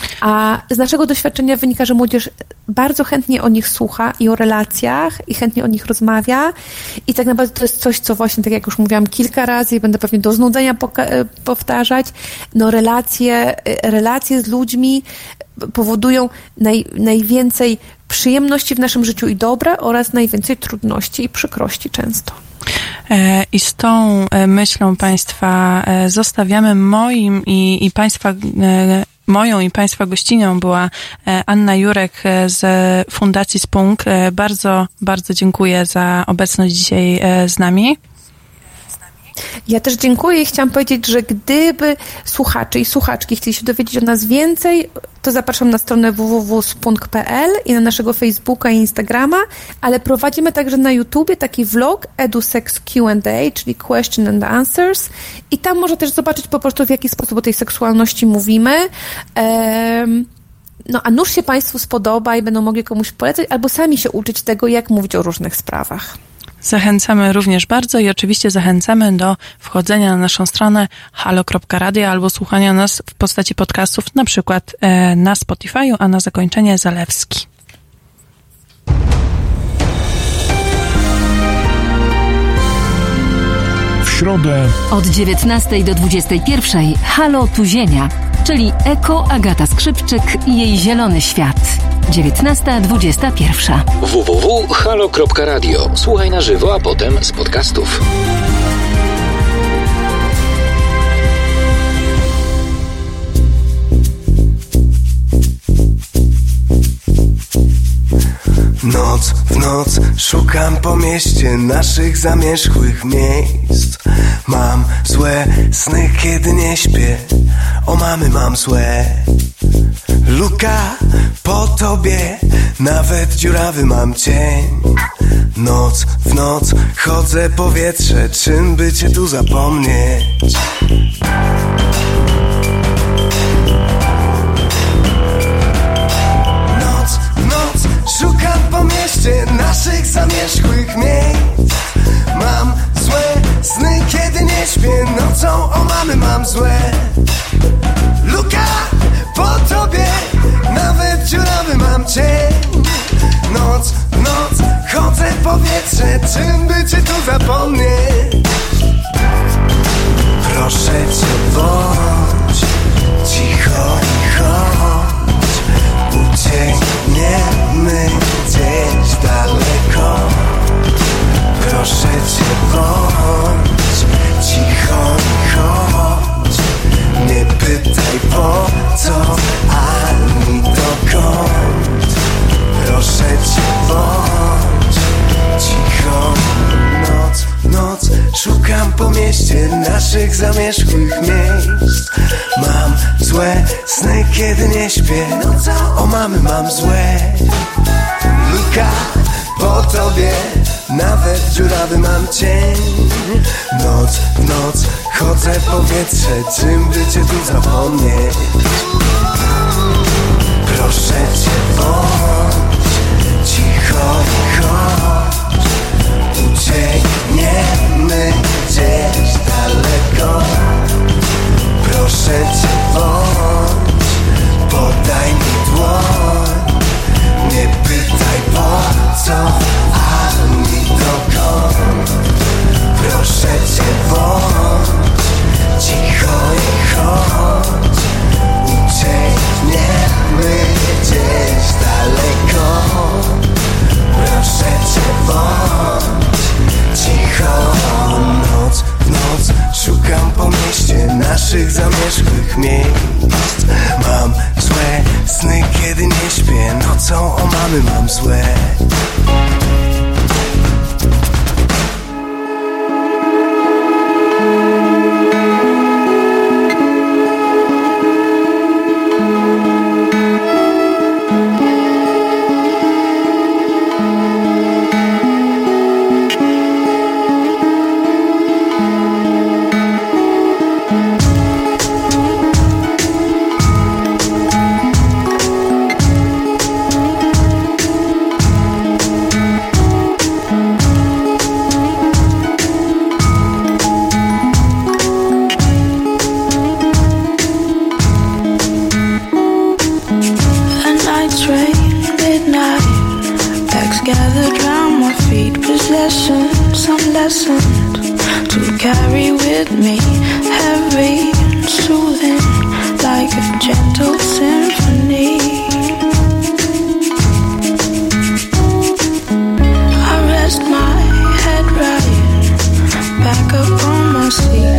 A z naszego doświadczenia wynika, że młodzież bardzo chętnie o nich słucha i o relacjach i chętnie o nich rozmawia. I tak naprawdę to jest coś, co właśnie, tak jak już mówiłam kilka razy i będę pewnie do znudzenia poka- powtarzać, no relacje, relacje z ludźmi powodują naj, najwięcej przyjemności w naszym życiu i dobra oraz najwięcej trudności i przykrości często. I z tą myślą Państwa zostawiamy. Moim i, i Państwa moją i Państwa gościnią była Anna Jurek z Fundacji Spunk. Bardzo, bardzo dziękuję za obecność dzisiaj z nami. Ja też dziękuję i chciałam powiedzieć, że gdyby słuchacze i słuchaczki chcieli się dowiedzieć o nas więcej, to zapraszam na stronę w w w kropka spunk kropka p l i na naszego Facebooka i Instagrama, ale prowadzimy także na YouTubie taki vlog EduSex Q and A, czyli Question and Answers, i tam można też zobaczyć po prostu, w jaki sposób o tej seksualności mówimy. Um, no a nuż się Państwu spodoba i będą mogli komuś polecać, albo sami się uczyć tego, jak mówić o różnych sprawach. Zachęcamy również bardzo i oczywiście zachęcamy do wchodzenia na naszą stronę halo kropka radio albo słuchania nas w postaci podcastów, na przykład e, na Spotify'u, a na zakończenie Zalewski. W środę od dziewiętnastej do dwudziestej pierwszej Halo tu Ziemia, czyli Eko Agata Skrzypczyk i jej zielony świat. dziewiętnasta dwudziesta pierwsza. w w w kropka halo kropka radio. Słuchaj na żywo, a potem z podcastów. Noc w noc szukam po mieście naszych zamierzchłych miejsc. Mam złe sny, kiedy nie śpię. O mamy mam złe. Luka po tobie, nawet dziurawy mam cień. Noc w noc chodzę powietrze, czym by cię tu zapomnieć? Noc w noc szukam po mieście naszych zamierzchłych miejsc. Mam złe sny, kiedy nie śpię. Nocą o mamy mam złe. Luka po tobie, nawet dziurawy mam cień. Noc w noc chodzę powietrze, czym by cię tu zapomnieć? Proszę cię, bądź cicho i chodź. Uciekniemy gdzieś daleko. Proszę cię, bądź cicho i chodź. Nie pytaj po co, ani dokąd. Proszę cię, bądź cicho. Noc, noc szukam po mieście naszych zamierzchłych miejsc. Mam złe sny, kiedy nie śpię. O mamy mam złe. Luka po tobie, nawet dziurawy mam cień. Noc w noc chodzę powietrze, czym by cię tu zapomnieć? Proszę cię, bądź cicho i chodź. Uciekniemy gdzieś daleko. Proszę cię, bądź, podaj mi dłoń. Nie pytaj po co, ani dokąd. Proszę cię, bądź cicho i chodź. Uciekniemy gdzieś daleko. Proszę cię, bądź cicho. Noc w noc szukam po mieście naszych zamierzchłych miejsc. Mam złe sny, kiedy nie śpię. Nocą o mamy mam złe. See